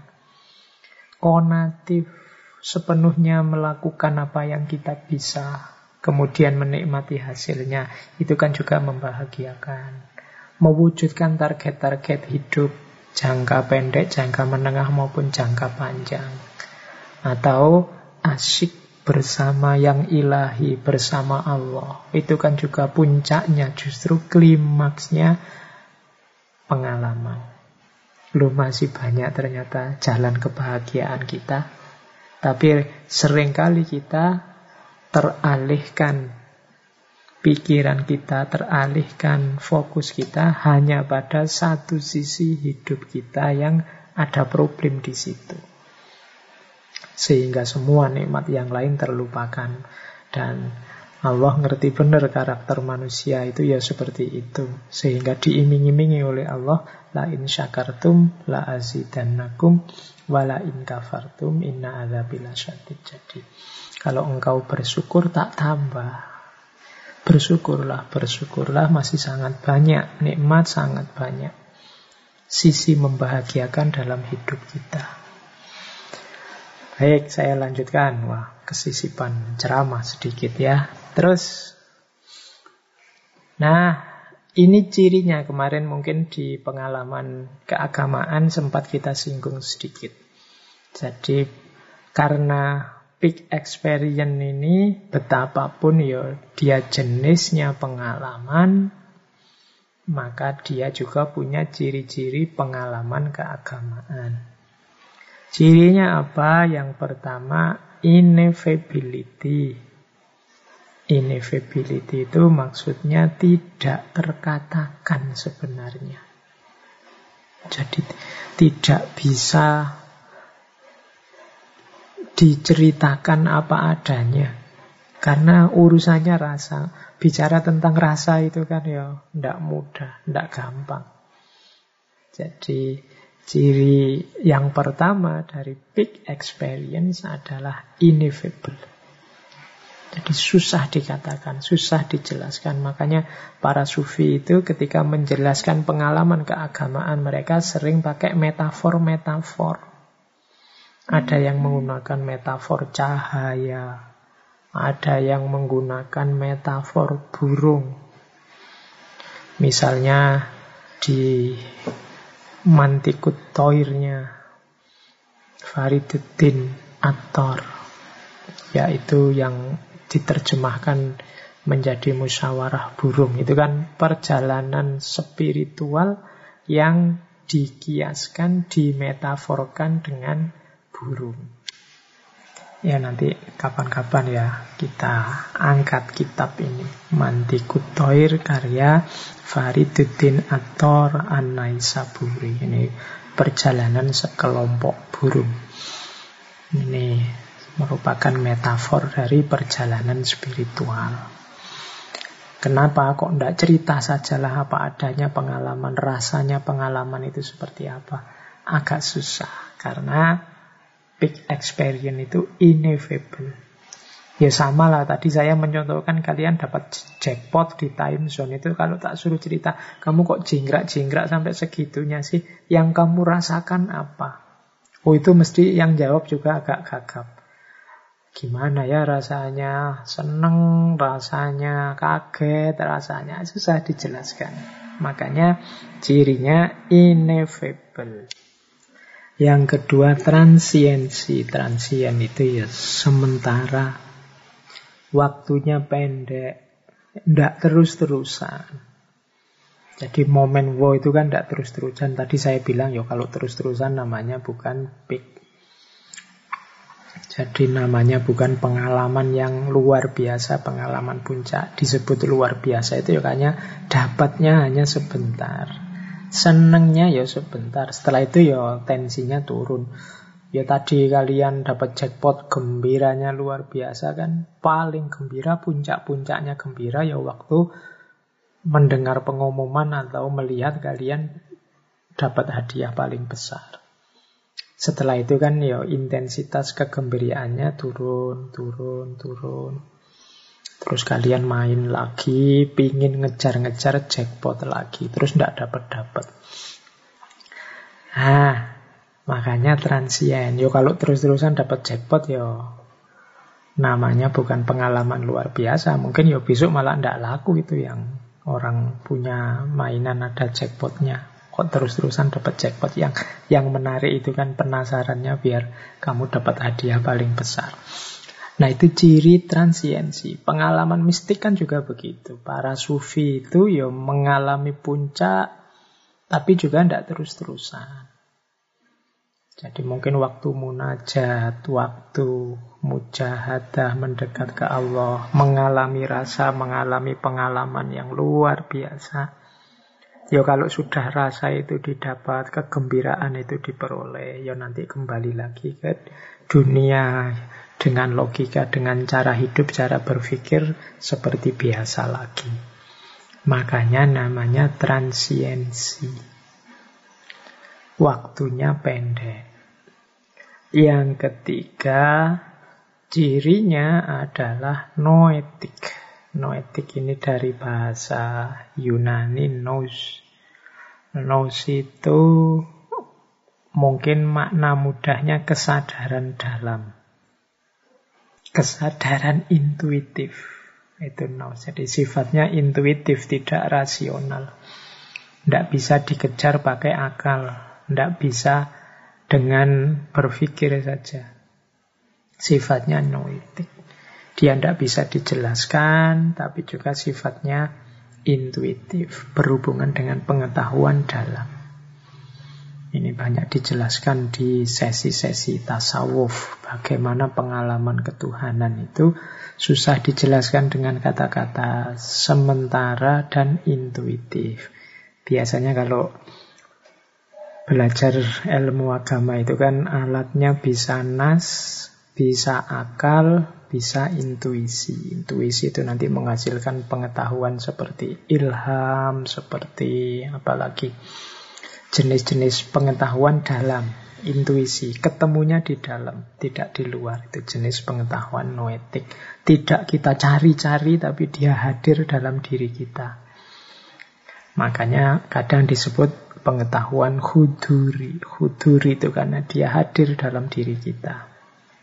Konatif, sepenuhnya melakukan apa yang kita bisa, kemudian menikmati hasilnya, itu kan juga membahagiakan. Mewujudkan target-target hidup, jangka pendek, jangka menengah maupun jangka panjang. Atau asyik bersama yang ilahi, bersama Allah, itu kan juga puncaknya, justru klimaksnya pengalaman. Belum masih banyak ternyata jalan kebahagiaan kita, tapi seringkali kita teralihkan pikiran kita, teralihkan fokus kita hanya pada satu sisi hidup kita yang ada problem di situ. Sehingga semua nikmat yang lain terlupakan. Dan Allah ngerti benar karakter manusia itu ya seperti itu. Sehingga diiming-imingi oleh Allah, la in syakartum la azidannakum wa la in kafartum inna adzabi lasyadid. Jadi kalau engkau bersyukur tak tambah. Bersyukurlah, bersyukurlah, masih sangat banyak nikmat, sangat banyak sisi membahagiakan dalam hidup kita. Baik, saya lanjutkan. Wah, kesisipan ceramah sedikit ya. Terus, nah ini cirinya. Kemarin mungkin di pengalaman keagamaan sempat kita singgung sedikit. Jadi karena peak experience ini betapapun ya dia jenisnya pengalaman, maka dia juga punya ciri-ciri pengalaman keagamaan. Cirinya apa? Yang pertama, ineffability. Ineffability itu maksudnya tidak terkatakan sebenarnya. Jadi tidak bisa diceritakan apa adanya. Karena urusannya rasa. Bicara tentang rasa itu kan ya tidak mudah, tidak gampang. Jadi ciri yang pertama dari peak experience adalah ineffable. Jadi susah dikatakan, susah dijelaskan. Makanya para sufi itu ketika menjelaskan pengalaman keagamaan mereka sering pakai metafor-metafor. Ada yang menggunakan metafor cahaya, ada yang menggunakan metafor burung. Misalnya di Mantikut Toirnya Fariduddin Attar, yaitu yang diterjemahkan menjadi musyawarah burung. Itu kan perjalanan spiritual yang dikiaskan, dimetaforkan dengan burung. Ya nanti kapan-kapan ya kita angkat kitab ini, Mantikut Toir karya Fariduddin Attar An-Naisaburi. Ini perjalanan sekelompok burung. Ini merupakan metafor dari perjalanan spiritual. Kenapa kok tidak cerita sajalah apa adanya pengalaman, rasanya pengalaman itu seperti apa? Agak susah karena peak experience itu ineffable. Ya sama lah, tadi saya mencontohkan kalian dapat jackpot di time zone itu, kalau tak suruh cerita, kamu kok jingkrak-jingkrak sampai segitunya sih, yang kamu rasakan apa? Oh itu mesti yang jawab juga agak gagap. Gimana ya rasanya, seneng, rasanya kaget, rasanya susah dijelaskan. Makanya cirinya ineffable. Yang kedua transiensi. Transien itu ya sementara, waktunya pendek, tidak terus-terusan. Jadi momen wow itu kan tidak terus-terusan. Tadi saya bilang ya kalau terus-terusan namanya bukan peak. Jadi namanya bukan pengalaman yang luar biasa, pengalaman puncak. Disebut luar biasa itu ya kayaknya dapatnya hanya sebentar. Senengnya ya sebentar. Setelah itu ya tensinya turun. Ya tadi kalian dapat jackpot, gembiranya luar biasa kan. Paling gembira, puncak-puncaknya gembira ya waktu mendengar pengumuman atau melihat kalian dapat hadiah paling besar. Setelah itu kan ya intensitas kegembiraannya turun, turun, turun. Terus kalian main lagi, pingin ngejar-ngejar jackpot lagi. Terus tidak dapat-dapat. Nah, makanya transien. Yo kalau terus-terusan dapat jackpot yo namanya bukan pengalaman luar biasa. Mungkin yo besok malah tidak laku itu yang orang punya mainan ada jackpotnya. Kok terus-terusan dapat jackpot? Yang yang menarik itu kan penasarannya biar kamu dapat hadiah paling besar. Nah itu ciri transiensi. Pengalaman mistik kan juga begitu. Para sufi itu ya mengalami puncak, tapi juga tidak terus-terusan. Jadi mungkin waktu munajat, waktu mujahadah, mendekat ke Allah, mengalami rasa, mengalami pengalaman yang luar biasa. Ya kalau sudah rasa itu didapat, kegembiraan itu diperoleh, ya nanti kembali lagi ke dunia dengan logika, dengan cara hidup, cara berpikir seperti biasa lagi. Makanya namanya transiensi. Waktunya pendek. Yang ketiga, cirinya adalah noetik. Noetik ini dari bahasa Yunani nous. Nous itu mungkin makna mudahnya kesadaran dalam. Kesadaran intuitif. Itu nous. Jadi sifatnya intuitif, tidak rasional. Tidak bisa dikejar pakai akal. Tidak bisa dengan berpikir saja. Sifatnya noetik. Dia tidak bisa dijelaskan, tapi juga sifatnya intuitif, berhubungan dengan pengetahuan dalam. Ini banyak dijelaskan di sesi-sesi tasawuf. Bagaimana pengalaman ketuhanan itu susah dijelaskan dengan kata-kata, sementara dan intuitif. Biasanya kalau belajar ilmu agama itu kan alatnya bisa nas, bisa akal, bisa intuisi. Intuisi itu nanti menghasilkan pengetahuan seperti ilham, seperti apalagi jenis-jenis pengetahuan dalam. Intuisi, ketemunya di dalam, tidak di luar. Itu jenis pengetahuan noetik. Tidak kita cari-cari, tapi dia hadir dalam diri kita. Makanya kadang disebut pengetahuan huduri. Huduri itu karena dia hadir dalam diri kita.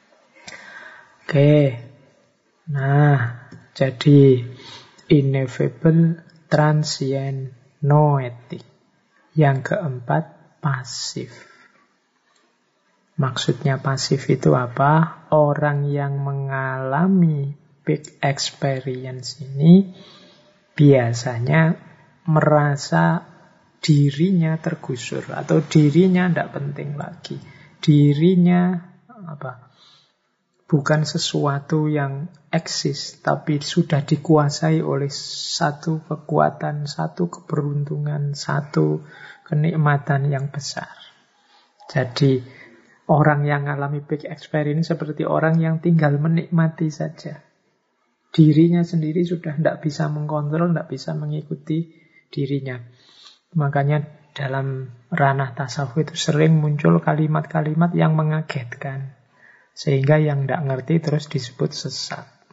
Oke, nah jadi ineffable, transient, noetic. Yang keempat, pasif. Maksudnya pasif itu apa? Orang yang mengalami big experience ini biasanya merasa dirinya tergusur atau dirinya tidak penting lagi. Dirinya apa? Bukan sesuatu yang eksis, tapi sudah dikuasai oleh satu kekuatan, satu keberuntungan, satu kenikmatan yang besar. Jadi orang yang mengalami big experience seperti orang yang tinggal menikmati saja. Dirinya sendiri sudah tidak bisa mengkontrol, tidak bisa mengikuti dirinya. Makanya dalam ranah tasawuf itu sering muncul kalimat-kalimat yang mengagetkan. Sehingga yang tidak ngerti terus disebut sesat.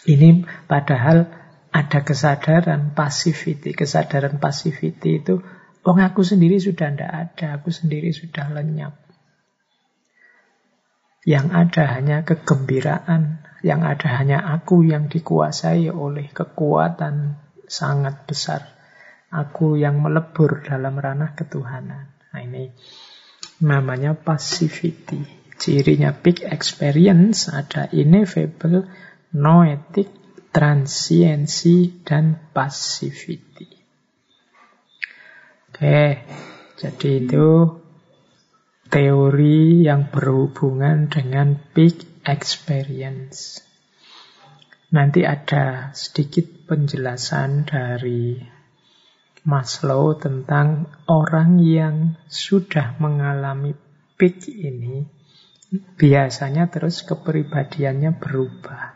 Ini padahal ada kesadaran passivity. Kesadaran passivity itu, oh aku sendiri sudah tidak ada, aku sendiri sudah lenyap. Yang ada hanya kegembiraan, yang ada hanya aku yang dikuasai oleh kekuatan sangat besar. Aku yang melebur dalam ranah ketuhanan. Nah ini namanya passivity. Cirinya peak experience ada ineffable, noetic, transiency, dan passivity. Oke, jadi itu teori yang berhubungan dengan peak experience. Nanti ada sedikit penjelasan dari Maslow tentang orang yang sudah mengalami peak ini, biasanya terus kepribadiannya berubah.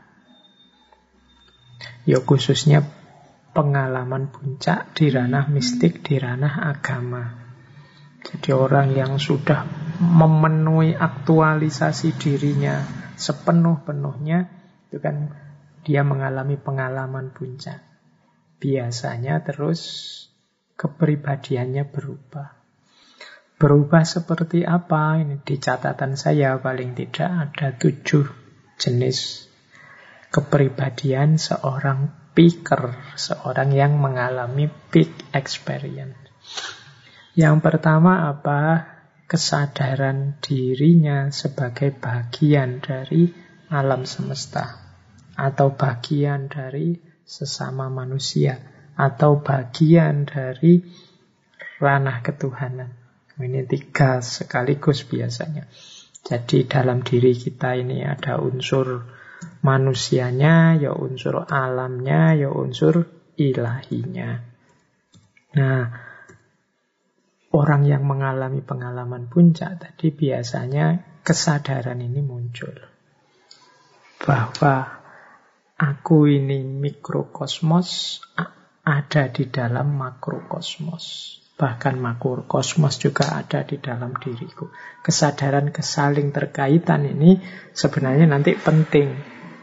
Ya khususnya pengalaman puncak di ranah mistik, di ranah agama. Jadi orang yang sudah memenuhi aktualisasi dirinya sepenuh-penuhnya, itu kan dia mengalami pengalaman puncak. Biasanya terus kepribadiannya berubah. Berubah seperti apa? Ini di catatan saya paling tidak ada tujuh jenis kepribadian seorang peaker, seorang yang mengalami peak experience. Yang pertama apa? Kesadaran dirinya sebagai bagian dari alam semesta, atau bagian dari sesama manusia, atau bagian dari ranah ketuhanan. Ini tiga sekaligus biasanya. Jadi dalam diri kita ini ada unsur manusianya, ya unsur alamnya, ya unsur ilahinya. Nah, orang yang mengalami pengalaman puncak tadi biasanya kesadaran ini muncul. Bahwa aku ini mikrokosmos ada di dalam makrokosmos. Bahkan makrokosmos juga ada di dalam diriku. Kesadaran kesaling terkaitan ini sebenarnya nanti penting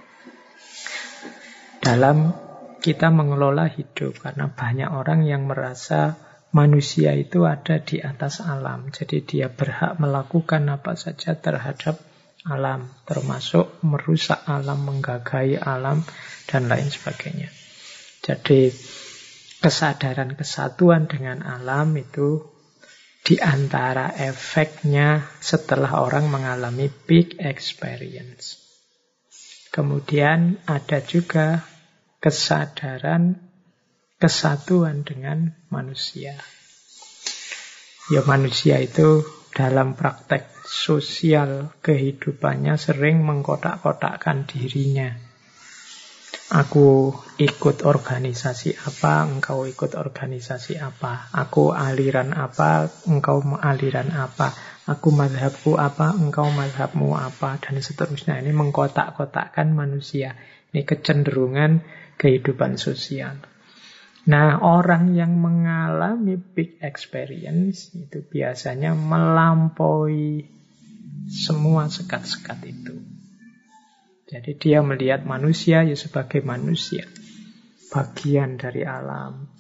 dalam kita mengelola hidup. Karena banyak orang yang merasa manusia itu ada di atas alam. Jadi dia berhak melakukan apa saja terhadap alam. Termasuk merusak alam, menggagahi alam, dan lain sebagainya. Jadi kesadaran kesatuan dengan alam itu diantara efeknya setelah orang mengalami peak experience. Kemudian ada juga kesadaran kesatuan dengan manusia. Ya manusia itu dalam praktek sosial kehidupannya sering mengkotak-kotakkan dirinya. Aku ikut organisasi apa, engkau ikut organisasi apa. Aku aliran apa, engkau aliran apa. Aku mazhabku apa, engkau mazhabmu apa, dan seterusnya. Ini mengkotak-kotakkan manusia. Ini kecenderungan kehidupan sosial. Nah, orang yang mengalami peak experience itu biasanya melampaui semua sekat-sekat itu. Jadi dia melihat manusia ya sebagai manusia, bagian dari alam,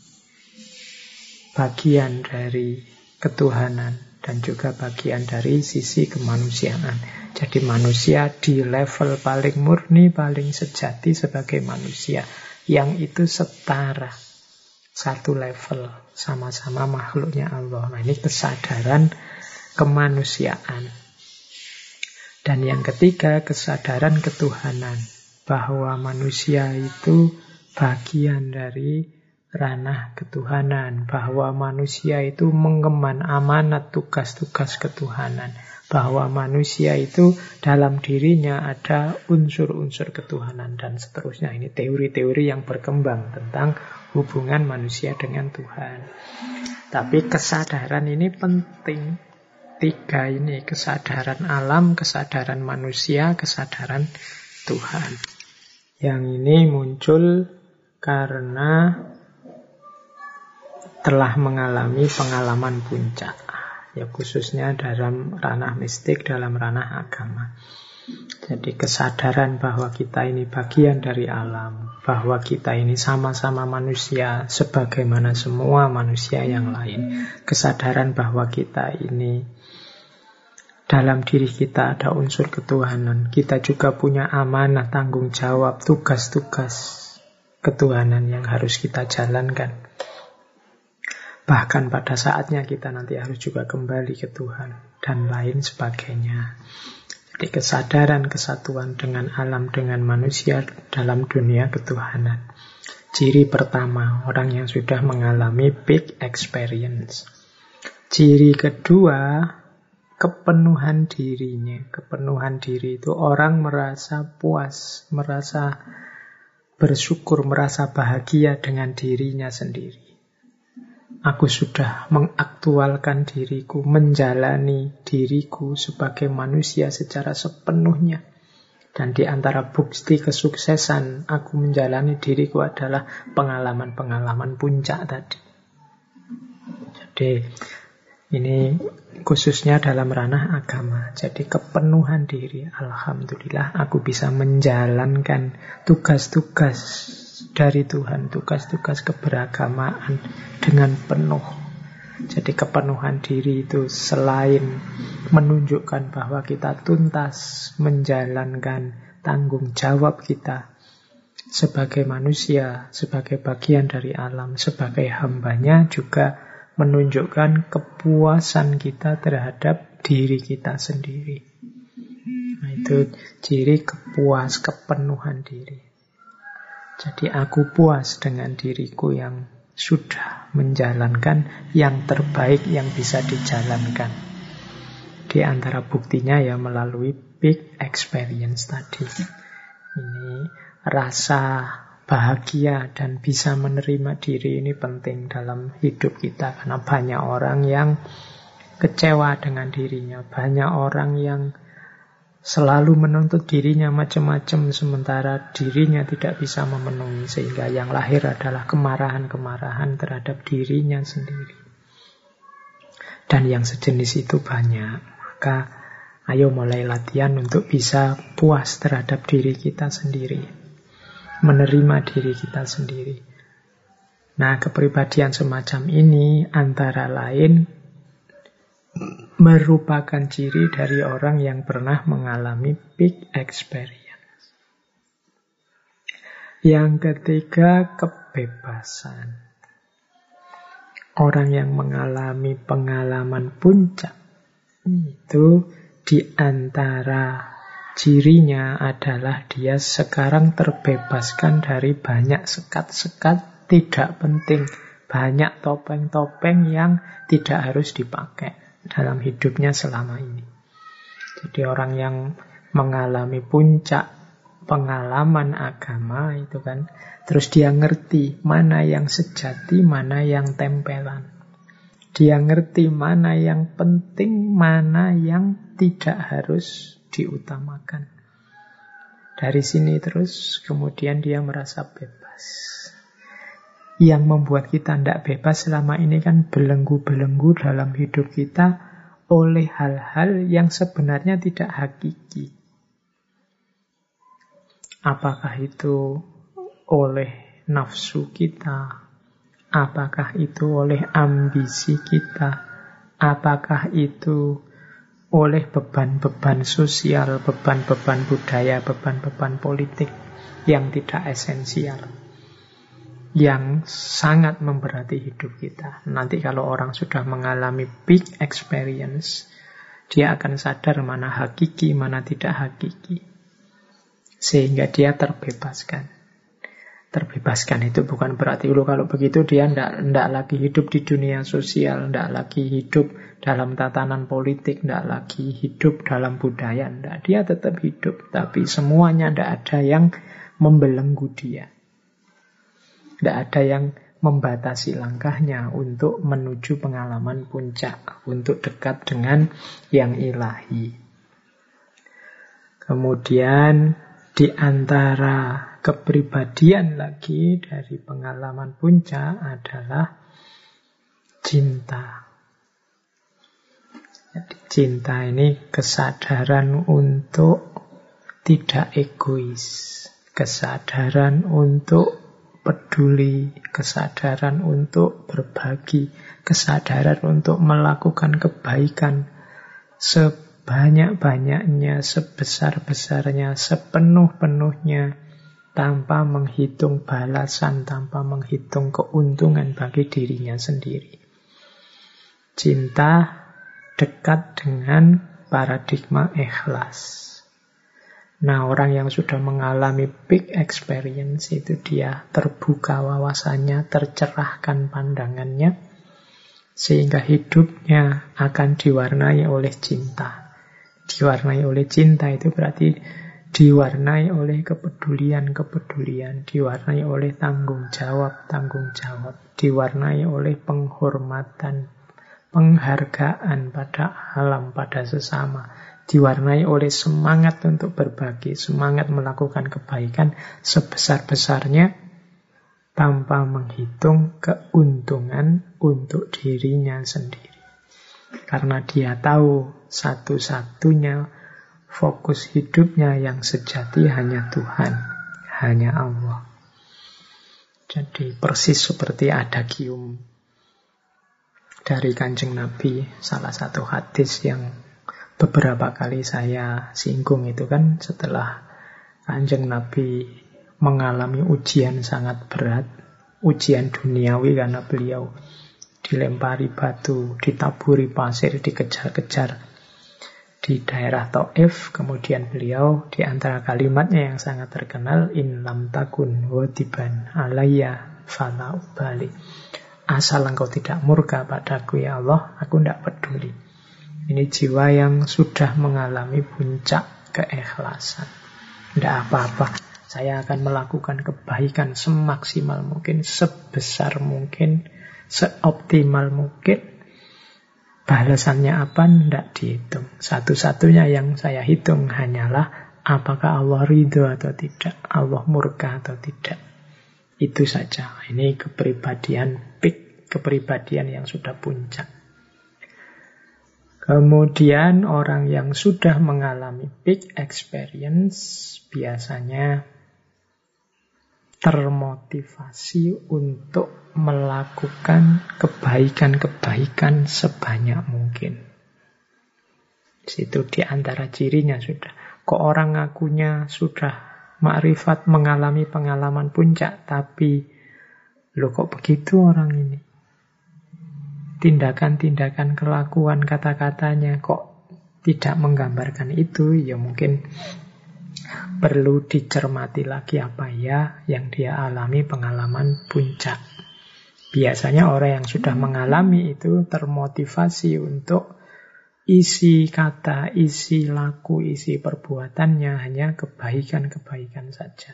bagian dari ketuhanan, dan juga bagian dari sisi kemanusiaan. Jadi manusia di level paling murni, paling sejati sebagai manusia, yang itu setara, satu level, sama-sama makhluknya Allah. Nah ini kesadaran kemanusiaan. Dan yang ketiga, kesadaran ketuhanan. Bahwa manusia itu bagian dari ranah ketuhanan. Bahwa manusia itu mengemban amanat tugas-tugas ketuhanan. Bahwa manusia itu dalam dirinya ada unsur-unsur ketuhanan. Dan seterusnya. Ini teori-teori yang berkembang tentang hubungan manusia dengan Tuhan. Tapi kesadaran ini penting. Tiga ini, kesadaran alam, kesadaran manusia, kesadaran Tuhan. Yang ini muncul karena telah mengalami pengalaman puncak. Ya khususnya dalam ranah mistik, dalam ranah agama. Jadi kesadaran bahwa kita ini bagian dari alam, bahwa kita ini sama-sama manusia sebagaimana semua manusia yang lain. Kesadaran bahwa kita ini dalam diri kita ada unsur ketuhanan. Kita juga punya amanah, tanggung jawab, tugas-tugas ketuhanan yang harus kita jalankan. Bahkan pada saatnya kita nanti harus juga kembali ke Tuhan dan lain sebagainya. Jadi kesadaran kesatuan dengan alam, dengan manusia dalam dunia ketuhanan. Ciri pertama, orang yang sudah mengalami peak experience. Ciri kedua, kepenuhan dirinya. Kepenuhan diri itu orang merasa puas, merasa bersyukur, merasa bahagia dengan dirinya sendiri. Aku sudah mengaktualkan diriku, menjalani diriku sebagai manusia secara sepenuhnya. Dan di antara bukti kesuksesan aku menjalani diriku adalah pengalaman-pengalaman puncak tadi. Jadi ini khususnya dalam ranah agama. Jadi kepenuhan diri. Alhamdulillah aku bisa menjalankan tugas-tugas dari Tuhan, tugas-tugas keberagamaan dengan penuh. Jadi kepenuhan diri itu selain menunjukkan bahwa kita tuntas menjalankan tanggung jawab kita sebagai manusia, sebagai bagian dari alam, sebagai hambanya, juga menunjukkan kepuasan kita terhadap diri kita sendiri. Nah, itu ciri kepuas, kepenuhan diri. Jadi aku puas dengan diriku yang sudah menjalankan yang terbaik yang bisa dijalankan. Di antara buktinya ya melalui peak experience tadi. Ini rasa bahagia dan bisa menerima diri ini penting dalam hidup kita. Karena banyak orang yang kecewa dengan dirinya. Banyak orang yang selalu menuntut dirinya macam-macam sementara dirinya tidak bisa memenuhi, sehingga yang lahir adalah kemarahan-kemarahan terhadap dirinya sendiri. Dan yang sejenis itu banyak. Maka ayo mulai latihan untuk bisa puas terhadap diri kita sendiri, menerima diri kita sendiri. Nah, kepribadian semacam ini antara lain merupakan ciri dari orang yang pernah mengalami peak experience. Yang ketiga, kebebasan. Orang yang mengalami pengalaman puncak itu di antara cirinya adalah dia sekarang terbebaskan dari banyak sekat-sekat tidak penting, banyak topeng-topeng yang tidak harus dipakai dalam hidupnya selama ini. Jadi orang yang mengalami puncak pengalaman agama itu kan, terus dia ngerti mana yang sejati, mana yang tempelan. Dia ngerti mana yang penting, mana yang tidak harus diutamakan. Dari sini terus kemudian dia merasa bebas. Yang membuat kita tidak bebas selama ini kan belenggu-belenggu dalam hidup kita oleh hal-hal yang sebenarnya tidak hakiki. Apakah itu oleh nafsu kita? Apakah itu oleh ambisi kita? Apakah itu oleh beban-beban sosial, beban-beban budaya, beban-beban politik yang tidak esensial, yang sangat memberati hidup kita? Nanti kalau orang sudah mengalami peak experience, dia akan sadar mana hakiki, mana tidak hakiki. Sehingga dia terbebaskan. Terbebaskan itu bukan berarti loh kalau begitu dia tidak lagi hidup di dunia sosial, tidak lagi hidup dalam tatanan politik, tidak lagi hidup dalam budaya. Tidak, dia tetap hidup, tapi semuanya tidak ada yang membelenggu dia. Tidak ada yang membatasi langkahnya untuk menuju pengalaman puncak, untuk dekat dengan yang ilahi. Kemudian di antara kepribadian lagi dari pengalaman puncak adalah cinta. Jadi cinta ini kesadaran untuk tidak egois, kesadaran untuk peduli, kesadaran untuk berbagi, kesadaran untuk melakukan kebaikan sebanyak-banyaknya, sebesar-besarnya, sepenuh-penuhnya, tanpa menghitung balasan, tanpa menghitung keuntungan bagi dirinya sendiri. Cinta dekat dengan paradigma ikhlas. Nah, orang yang sudah mengalami big experience itu dia terbuka wawasannya, tercerahkan pandangannya, sehingga hidupnya akan diwarnai oleh cinta. Diwarnai oleh cinta itu berarti diwarnai oleh kepedulian-kepedulian, diwarnai oleh tanggung jawab-tanggung jawab, diwarnai oleh penghormatan, penghargaan pada alam, pada sesama, diwarnai oleh semangat untuk berbagi, semangat melakukan kebaikan sebesar-besarnya tanpa menghitung keuntungan untuk dirinya sendiri. Karena dia tahu satu-satunya fokus hidupnya yang sejati hanya Tuhan, hanya Allah. Jadi persis seperti adagium dari Kanjeng Nabi, salah satu hadis yang beberapa kali saya singgung itu kan setelah Kanjeng Nabi mengalami ujian sangat berat, ujian duniawi karena beliau dilempari batu, ditaburi pasir, dikejar-kejar di daerah Taif. Kemudian beliau di antara kalimatnya yang sangat terkenal, in lam takun wadiban alayya fala ubali. Asal engkau tidak murka padaku ya Allah, aku tidak peduli. Ini jiwa yang sudah mengalami puncak keikhlasan. Tidak apa-apa, saya akan melakukan kebaikan semaksimal mungkin, sebesar mungkin, seoptimal mungkin. Balasannya apa? Tidak dihitung. Satu-satunya yang saya hitung hanyalah apakah Allah ridho atau tidak, Allah murka atau tidak. Itu saja. Ini kepribadian peak, kepribadian yang sudah puncak. Kemudian orang yang sudah mengalami big experience biasanya termotivasi untuk melakukan kebaikan-kebaikan sebanyak mungkin. Situ di antara cirinya sudah. Kok orang ngakunya sudah makrifat, mengalami pengalaman puncak, tapi loh kok begitu orang ini? Tindakan-tindakan, kelakuan, kata-katanya kok tidak menggambarkan itu, ya mungkin perlu dicermati lagi apa ya yang dia alami pengalaman puncak. Biasanya orang yang sudah mengalami itu termotivasi untuk isi kata, isi laku, isi perbuatannya hanya kebaikan-kebaikan saja.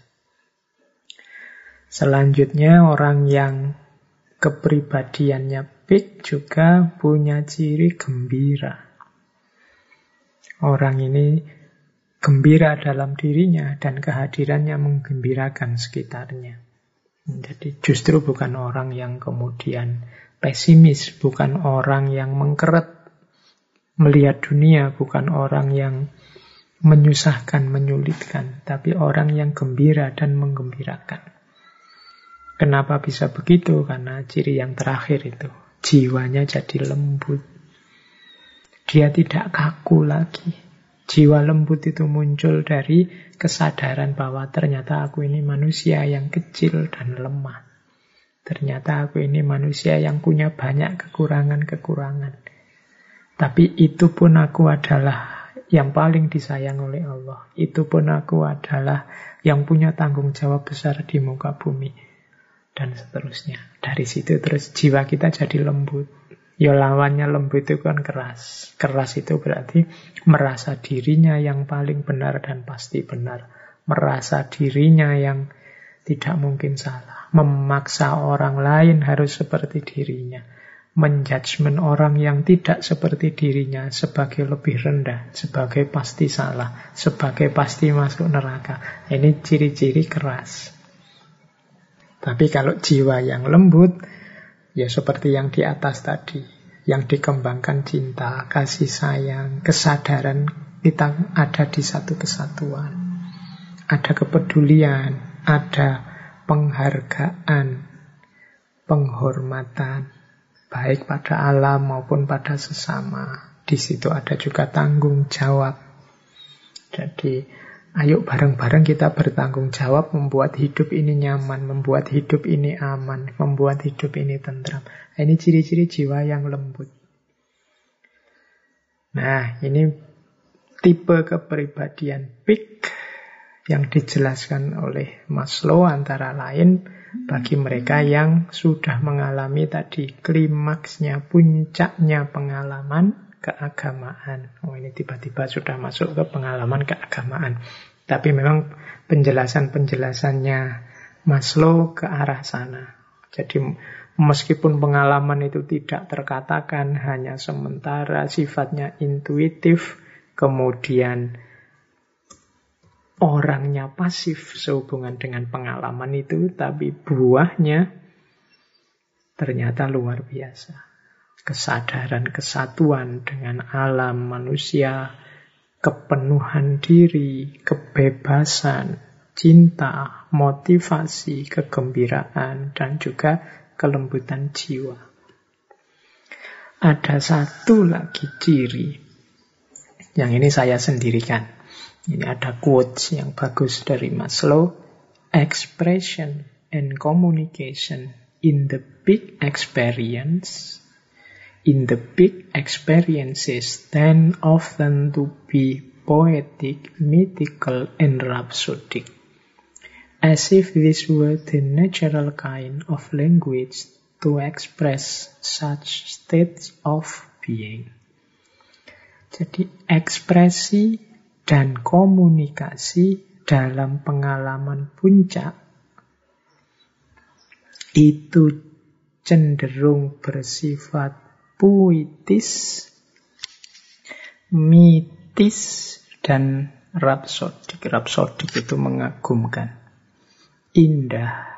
Selanjutnya orang yang kepribadiannya big juga punya ciri gembira. Orang ini gembira dalam dirinya dan kehadirannya menggembirakan sekitarnya. Jadi justru bukan orang yang kemudian pesimis, bukan orang yang mengkeret melihat dunia, bukan orang yang menyusahkan, menyulitkan, tapi orang yang gembira dan menggembirakan. Kenapa bisa begitu? Karena ciri yang terakhir itu, jiwanya jadi lembut. Dia tidak kaku lagi. Jiwa lembut itu muncul dari kesadaran bahwa ternyata aku ini manusia yang kecil dan lemah. Ternyata aku ini manusia yang punya banyak kekurangan-kekurangan. Tapi itu pun aku adalah yang paling disayang oleh Allah. Itu pun aku adalah yang punya tanggung jawab besar di muka bumi. Dan seterusnya. Dari situ terus jiwa kita jadi lembut. Ya lawannya lembut itu kan keras. Keras itu berarti merasa dirinya yang paling benar dan pasti benar. Merasa dirinya yang tidak mungkin salah. Memaksa orang lain harus seperti dirinya. Menjudgment orang yang tidak seperti dirinya sebagai lebih rendah, sebagai pasti salah, sebagai pasti masuk neraka. Ini ciri-ciri keras. Tapi kalau jiwa yang lembut, ya seperti yang di atas tadi, yang dikembangkan cinta, kasih sayang, kesadaran kita ada di satu kesatuan. ada kepedulian, ada penghargaan, penghormatan, baik pada alam maupun pada sesama. Di situ ada juga tanggung jawab. Jadi, ayo bareng-bareng kita bertanggung jawab membuat hidup ini nyaman, membuat hidup ini aman, membuat hidup ini tentram. Nah, ini ciri-ciri jiwa yang lembut. Nah, ini tipe kepribadian peak yang dijelaskan oleh Maslow antara lain bagi mereka yang sudah mengalami tadi klimaksnya, puncaknya pengalaman keagamaan. Oh, ini tiba-tiba sudah masuk ke pengalaman keagamaan. Tapi memang penjelasan-penjelasannya Maslow ke arah sana. Jadi meskipun pengalaman itu tidak terkatakan, hanya sementara, sifatnya intuitif, kemudian orangnya pasif sehubungan dengan pengalaman itu, tapi buahnya ternyata luar biasa. Kesadaran kesatuan dengan alam manusia, kepenuhan diri, kebebasan, cinta, motivasi, kegembiraan, dan juga kelembutan jiwa. Ada satu lagi ciri yang ini saya sendirikan. Ini ada quotes yang bagus dari Maslow. Expression and communication in the big experience, in the big experiences tend often to be poetic, mythical, and rhapsodic, as if this were the natural kind of language to express such states of being. Jadi ekspresi dan komunikasi dalam pengalaman puncak itu cenderung bersifat puitis, mitis, dan rapsodik. Rapsodik itu mengagumkan, indah.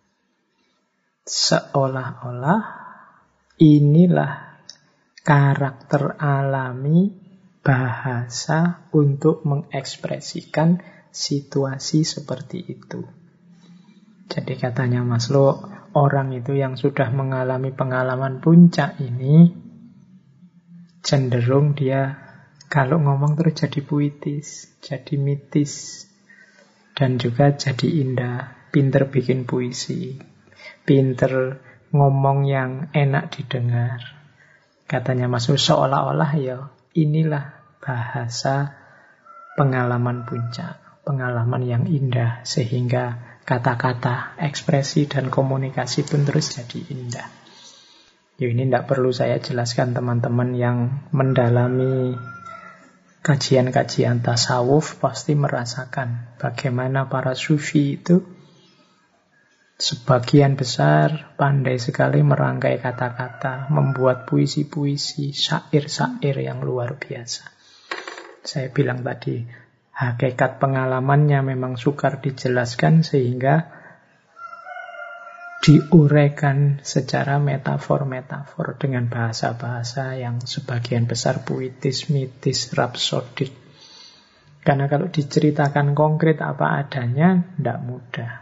Seolah-olah inilah karakter alami bahasa untuk mengekspresikan situasi seperti itu. Jadi katanya Maslow, orang itu yang sudah mengalami pengalaman puncak ini cenderung dia kalau ngomong terus jadi puitis, jadi mitis, dan juga jadi indah, pinter bikin puisi, pinter ngomong yang enak didengar. Katanya Maslow, seolah-olah ya inilah bahasa pengalaman puncak, pengalaman yang indah, sehingga kata-kata, ekspresi, dan komunikasi pun terus jadi indah. Ya, ini tidak perlu saya jelaskan, teman-teman yang mendalami kajian-kajian tasawuf pasti merasakan bagaimana para sufi itu sebagian besar pandai sekali merangkai kata-kata, membuat puisi-puisi, syair-syair yang luar biasa. Saya bilang tadi, hakikat pengalamannya memang sukar dijelaskan sehingga diuraikan secara metafor-metafor dengan bahasa-bahasa yang sebagian besar puitis, mitis, rapsodik. Karena kalau diceritakan konkret apa adanya, tidak mudah.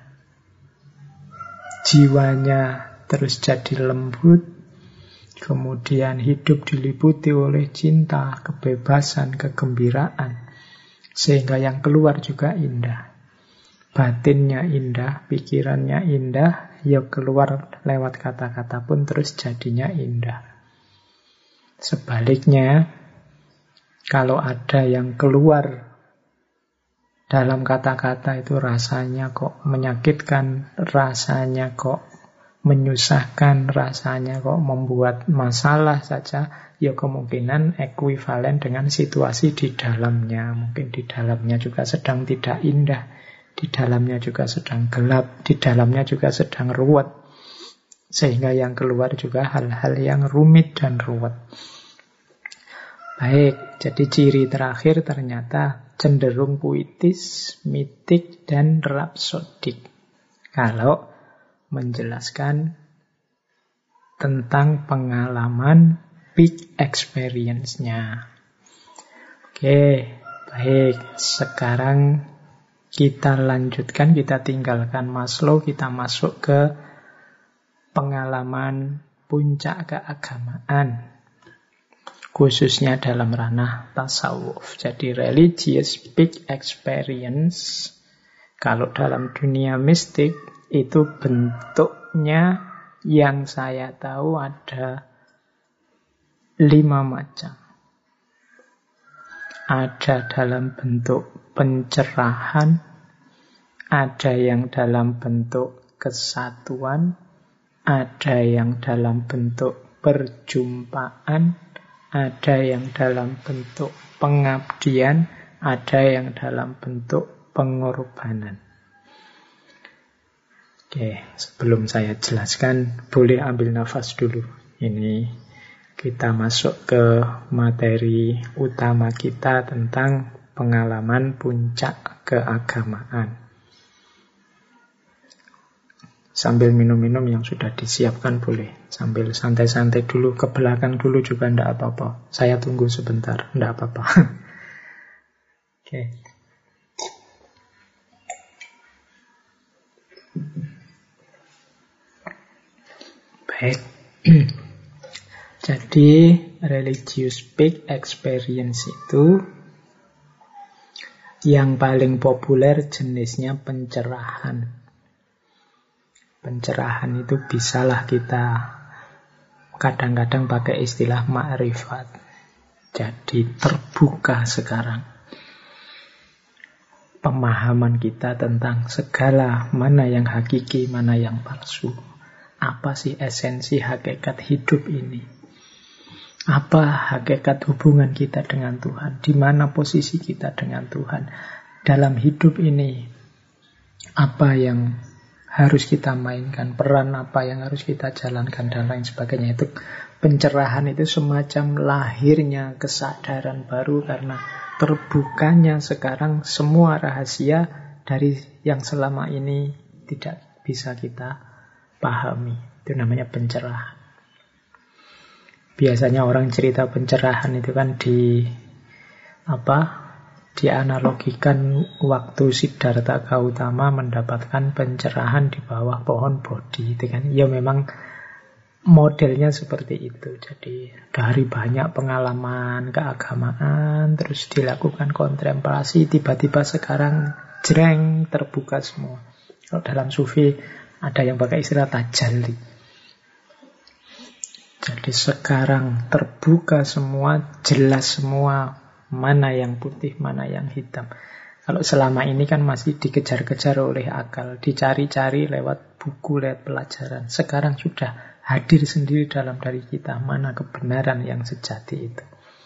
Jiwanya terus jadi lembut, kemudian hidup diliputi oleh cinta, kebebasan, kegembiraan, sehingga yang keluar juga indah. Batinnya indah, pikirannya indah, ya keluar lewat kata-kata pun terus jadinya indah. Sebaliknya, kalau ada yang keluar dalam kata-kata itu rasanya kok menyakitkan, rasanya kok menyusahkan, rasanya kok membuat masalah saja, ya kemungkinan ekuivalen dengan situasi di dalamnya. Mungkin di dalamnya juga sedang tidak indah, di dalamnya juga sedang gelap, di dalamnya juga sedang ruwet. Sehingga yang keluar juga hal-hal yang rumit dan ruwet. Baik, jadi ciri terakhir ternyata cenderung puitis, mitik, dan rapsodik. Kalau menjelaskan tentang pengalaman peak experience-nya. Oke, baik. Sekarang Kita lanjutkan, kita tinggalkan Maslow, kita masuk ke pengalaman puncak keagamaan, khususnya dalam ranah tasawuf. Jadi religious peak experience, kalau dalam dunia mistik, itu bentuknya yang saya tahu ada lima macam. Ada dalam bentuk pencerahan, ada yang dalam bentuk kesatuan, ada yang dalam bentuk perjumpaan, ada yang dalam bentuk pengabdian, ada yang dalam bentuk pengorbanan. Oke, sebelum saya jelaskan, boleh ambil nafas dulu. Ini kita masuk ke materi utama kita tentang pengalaman puncak keagamaan. Sambil minum-minum yang sudah disiapkan boleh. Sambil santai-santai dulu, ke belakang dulu juga tidak apa-apa. Saya tunggu sebentar, tidak apa-apa. Oke. Baik. Jadi, religious peak experience itu yang paling populer jenisnya pencerahan. Pencerahan itu bisalah kita kadang-kadang pakai istilah ma'rifat. Jadi terbuka sekarang pemahaman kita tentang segala mana yang hakiki, mana yang palsu. Apa sih esensi hakikat hidup ini? Apa hakikat hubungan kita dengan Tuhan? Di mana posisi kita dengan Tuhan? Dalam hidup ini, apa yang harus kita mainkan? Peran apa yang harus kita jalankan? Dan lain sebagainya. Itu pencerahan itu semacam lahirnya kesadaran baru karena terbukanya sekarang semua rahasia dari yang selama ini tidak bisa kita pahami. Itu namanya pencerahan. Biasanya orang cerita pencerahan itu kan di apa? Dianalogikan waktu Siddhartha Gautama mendapatkan pencerahan di bawah pohon Bodhi, itu kan? Ya memang modelnya seperti itu. Jadi dari banyak pengalaman keagamaan terus dilakukan kontemplasi, tiba-tiba sekarang jreng terbuka semua. Kalau dalam sufi ada yang pakai istilah tajalli. Jadi sekarang terbuka semua, jelas semua mana yang putih, mana yang hitam. Kalau selama ini kan masih dikejar-kejar oleh akal, dicari-cari lewat buku, lewat pelajaran. Sekarang sudah hadir sendiri dalam diri kita mana kebenaran yang sejati itu.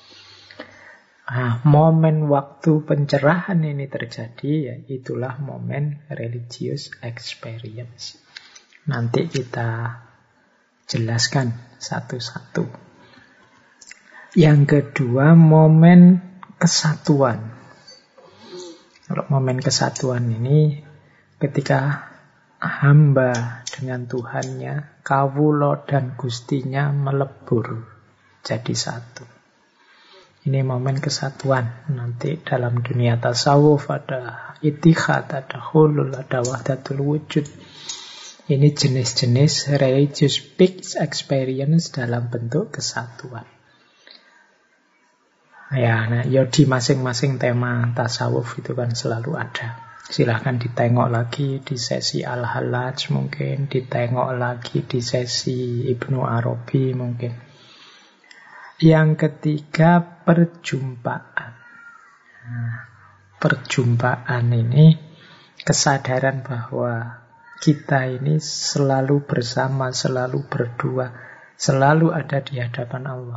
Nah, momen waktu pencerahan ini terjadi, ya itulah momen religious experience. Nanti kita jelaskan satu-satu. Yang kedua, momen kesatuan. Kalau momen kesatuan ini ketika hamba dengan Tuhannya, kawula dan gustinya melebur jadi satu. Ini momen kesatuan. Nanti dalam dunia tasawuf ada ittihad, ada hulul, ada wahdatul wujud. Ini jenis-jenis religious peak experience dalam bentuk kesatuan. Ya, nah, ya di masing-masing tema tasawuf itu kan selalu ada. Silahkan ditengok lagi di sesi Al-Hallaj mungkin, ditengok lagi di sesi Ibnu Arabi mungkin. Yang ketiga, perjumpaan. Nah, perjumpaan ini kesadaran bahwa kita ini selalu bersama, selalu berdua, selalu ada di hadapan Allah.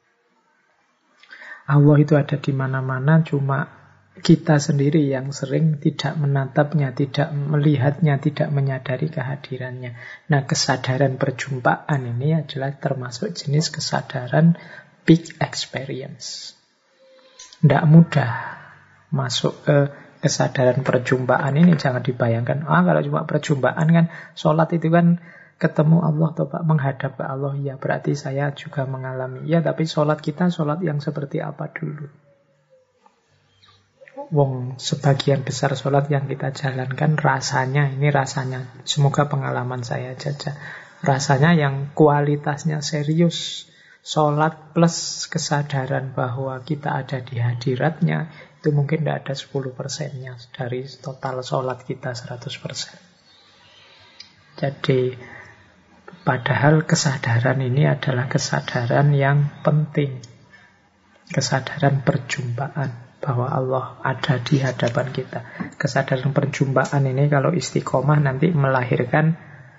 Allah itu ada di mana-mana, cuma kita sendiri yang sering tidak menatapnya, tidak melihatnya, tidak menyadari kehadirannya. Nah, kesadaran perjumpaan ini adalah termasuk jenis kesadaran peak experience. Tidak mudah masuk ke kesadaran perjumpaan ini. Jangan dibayangkan, ah kalau cuma perjumpaan kan, sholat itu kan ketemu Allah atau Pak, menghadap ke Allah. Ya berarti saya juga mengalami. Ya tapi sholat kita sholat yang seperti apa dulu? Wong sebagian besar sholat yang kita jalankan rasanya, ini rasanya, semoga pengalaman saya saja, rasanya yang kualitasnya serius, sholat plus kesadaran bahwa kita ada di hadiratnya, itu mungkin tidak ada sepuluh persennya dari total sholat kita seratus persen. Jadi padahal kesadaran ini adalah kesadaran yang penting, kesadaran perjumpaan bahwa Allah ada di hadapan kita. Kesadaran perjumpaan ini kalau istiqomah nanti melahirkan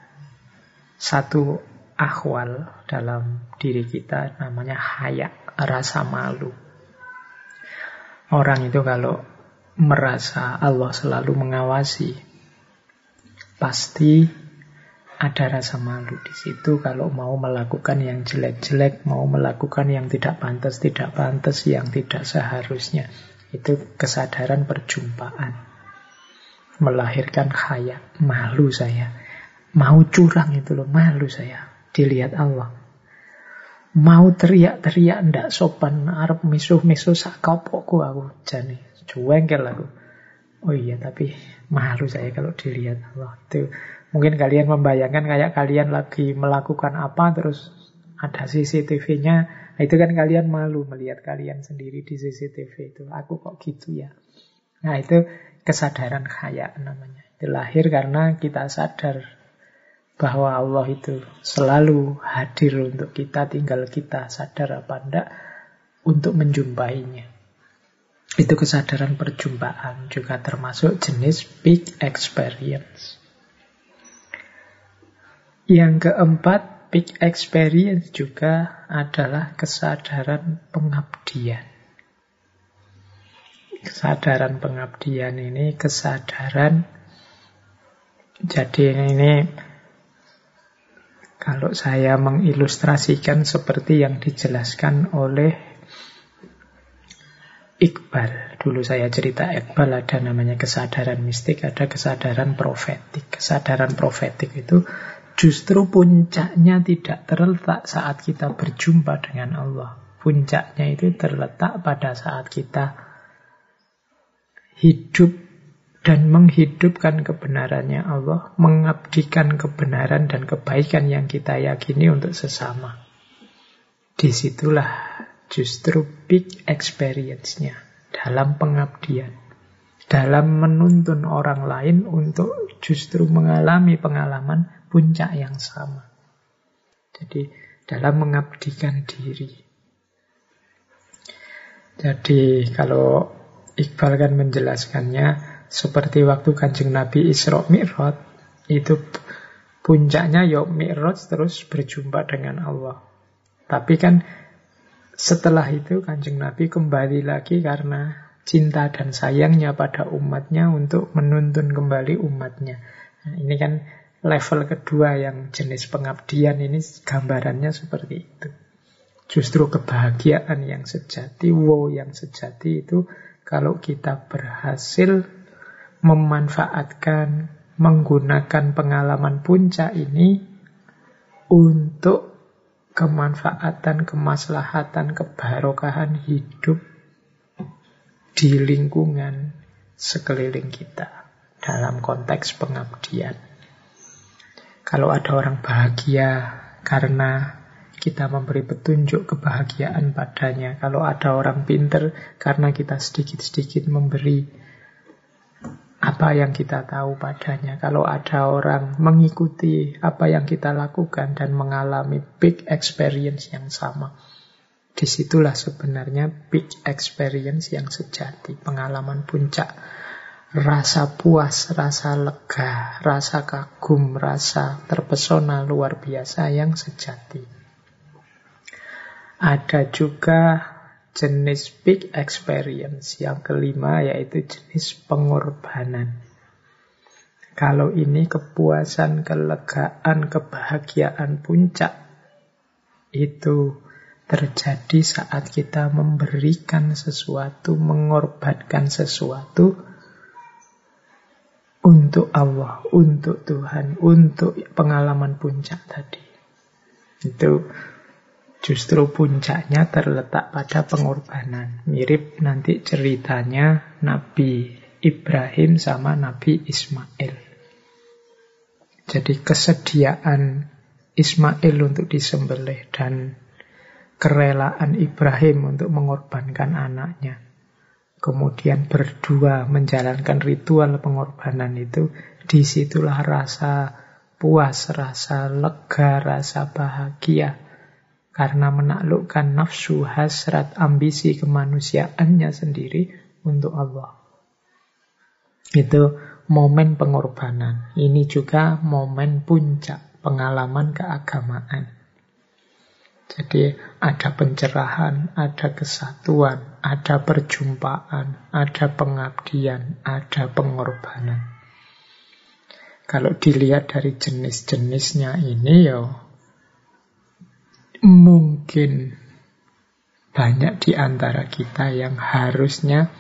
satu akhwal dalam diri kita, namanya haya, rasa malu. Orang itu kalau merasa Allah selalu mengawasi, pasti ada rasa malu di situ kalau mau melakukan yang jelek-jelek, mau melakukan yang tidak pantas, tidak pantas, yang tidak seharusnya. Itu kesadaran perjumpaan. Melahirkan haya, malu saya. Mau curang itu loh, malu saya. Dilihat Allah. Mau teriak-teriak, ndak sopan, arep misuh-misuh sak kopokku aku jane. Juwengkel aku. Oh iya, tapi malu saya kalau dilihat Allah. Itu mungkin kalian membayangkan kayak kalian lagi melakukan apa, terus ada C C T V-nya. Nah, itu kan kalian malu melihat kalian sendiri di C C T V itu. Aku kok gitu ya. Nah, itu kesadaran haya namanya. Itu lahir karena kita sadar bahwa Allah itu selalu hadir untuk kita, tinggal kita sadar apa enggak untuk menjumpainya. Itu kesadaran perjumpaan, juga termasuk jenis big experience. Yang keempat, big experience juga adalah kesadaran pengabdian. Kesadaran pengabdian ini kesadaran, jadi ini kalau saya mengilustrasikan seperti yang dijelaskan oleh Iqbal. Dulu saya cerita Iqbal ada namanya kesadaran mistik, ada kesadaran profetik. Kesadaran profetik itu justru puncaknya tidak terletak saat kita berjumpa dengan Allah. Puncaknya itu terletak pada saat kita hidup dan menghidupkan kebenarannya Allah, mengabdikan kebenaran dan kebaikan yang kita yakini untuk sesama. Disitulah justru big experience-nya dalam pengabdian, dalam menuntun orang lain untuk justru mengalami pengalaman puncak yang sama. Jadi dalam mengabdikan diri. Jadi kalau Iqbal kan menjelaskannya seperti waktu Kanjeng Nabi Isra Mi'raj, itu puncaknya ya Mi'raj terus berjumpa dengan Allah. Tapi kan setelah itu Kanjeng Nabi kembali lagi karena cinta dan sayangnya pada umatnya untuk menuntun kembali umatnya. Nah, ini kan level kedua yang jenis pengabdian ini gambarannya seperti itu. Justru kebahagiaan yang sejati, wow yang sejati itu kalau kita berhasil memanfaatkan, menggunakan pengalaman puncak ini untuk kemanfaatan, kemaslahatan, kebarokahan hidup di lingkungan sekeliling kita dalam konteks pengabdian. Kalau ada orang bahagia karena kita memberi petunjuk kebahagiaan padanya, kalau ada orang pinter karena kita sedikit-sedikit memberi apa yang kita tahu padanya, kalau ada orang mengikuti apa yang kita lakukan dan mengalami big experience yang sama, disitulah sebenarnya big experience yang sejati, pengalaman puncak, rasa puas, rasa lega, rasa kagum, rasa terpesona luar biasa yang sejati. Ada juga jenis big experience yang kelima, yaitu jenis pengorbanan. Kalau ini kepuasan, kelegaan, kebahagiaan puncak itu terjadi saat kita memberikan sesuatu, mengorbankan sesuatu untuk Allah, untuk Tuhan, untuk pengalaman puncak tadi. Itu Justru puncaknya terletak pada pengorbanan. Mirip nanti ceritanya Nabi Ibrahim sama Nabi Ismail. Jadi kesediaan Ismail untuk disembelih dan kerelaan Ibrahim untuk mengorbankan anaknya. Kemudian berdua menjalankan ritual pengorbanan itu, disitulah rasa puas, rasa lega, rasa bahagia. Karena menaklukkan nafsu, hasrat, ambisi kemanusiaannya sendiri untuk Allah. Itu momen pengorbanan. Ini juga momen puncak pengalaman keagamaan. Jadi ada pencerahan, ada kesatuan, ada perjumpaan, ada pengabdian, ada pengorbanan. Kalau dilihat dari jenis-jenisnya ini ya mungkin banyak di antara kita yang harusnya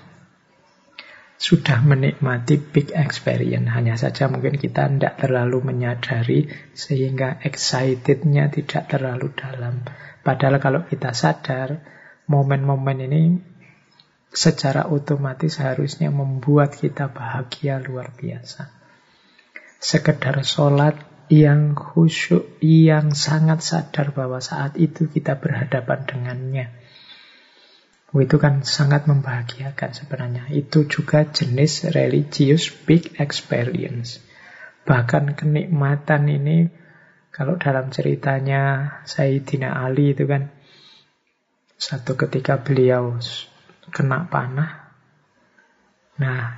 sudah menikmati big experience. Hanya saja mungkin kita tidak terlalu menyadari sehingga excitednya tidak terlalu dalam. Padahal kalau kita sadar, momen-momen ini secara otomatis harusnya membuat kita bahagia luar biasa. Sekedar sholat yang khusyuk, yang sangat sadar bahwa saat itu kita berhadapan dengannya. Itu kan sangat membahagiakan sebenarnya. Itu juga jenis religious big experience. Bahkan kenikmatan ini, kalau dalam ceritanya Sayyidina Ali itu kan, satu ketika beliau kena panah. Nah,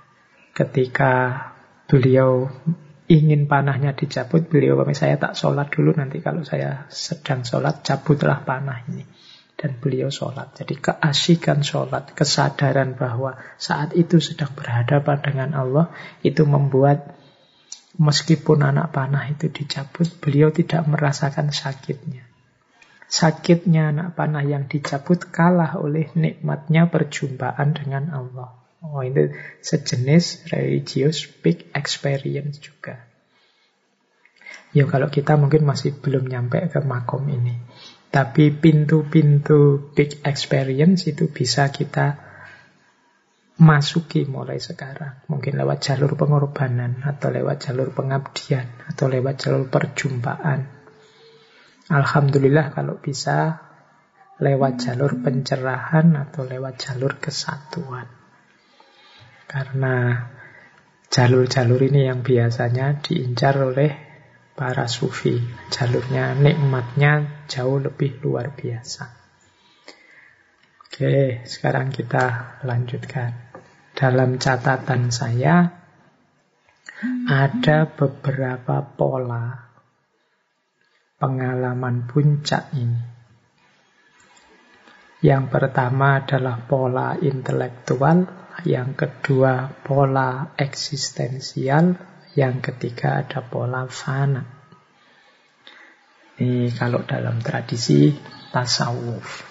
ketika beliau ingin panahnya dicabut, beliau bilang, saya tak sholat dulu, nanti kalau saya sedang sholat, cabutlah panah ini. Dan beliau sholat. Jadi keasikan sholat, kesadaran bahwa saat itu sedang berhadapan dengan Allah, itu membuat meskipun anak panah itu dicabut, beliau tidak merasakan sakitnya. Sakitnya anak panah yang dicabut kalah oleh nikmatnya perjumpaan dengan Allah. Oh, itu sejenis religious big experience juga. Ya kalau kita mungkin masih belum nyampe ke makom ini. Tapi pintu-pintu big experience itu bisa kita masuki mulai sekarang. Mungkin lewat jalur pengorbanan, atau lewat jalur pengabdian, atau lewat jalur perjumpaan. Alhamdulillah kalau bisa lewat jalur pencerahan atau lewat jalur kesatuan. Karena jalur-jalur ini yang biasanya diincar oleh para sufi. Jalurnya, nikmatnya jauh lebih luar biasa. Oke, sekarang kita lanjutkan. Dalam catatan saya, ada beberapa pola pengalaman puncak ini. Yang pertama adalah pola intelektual, yang kedua pola eksistensial, yang ketiga ada pola fana. Ini kalau dalam tradisi tasawuf.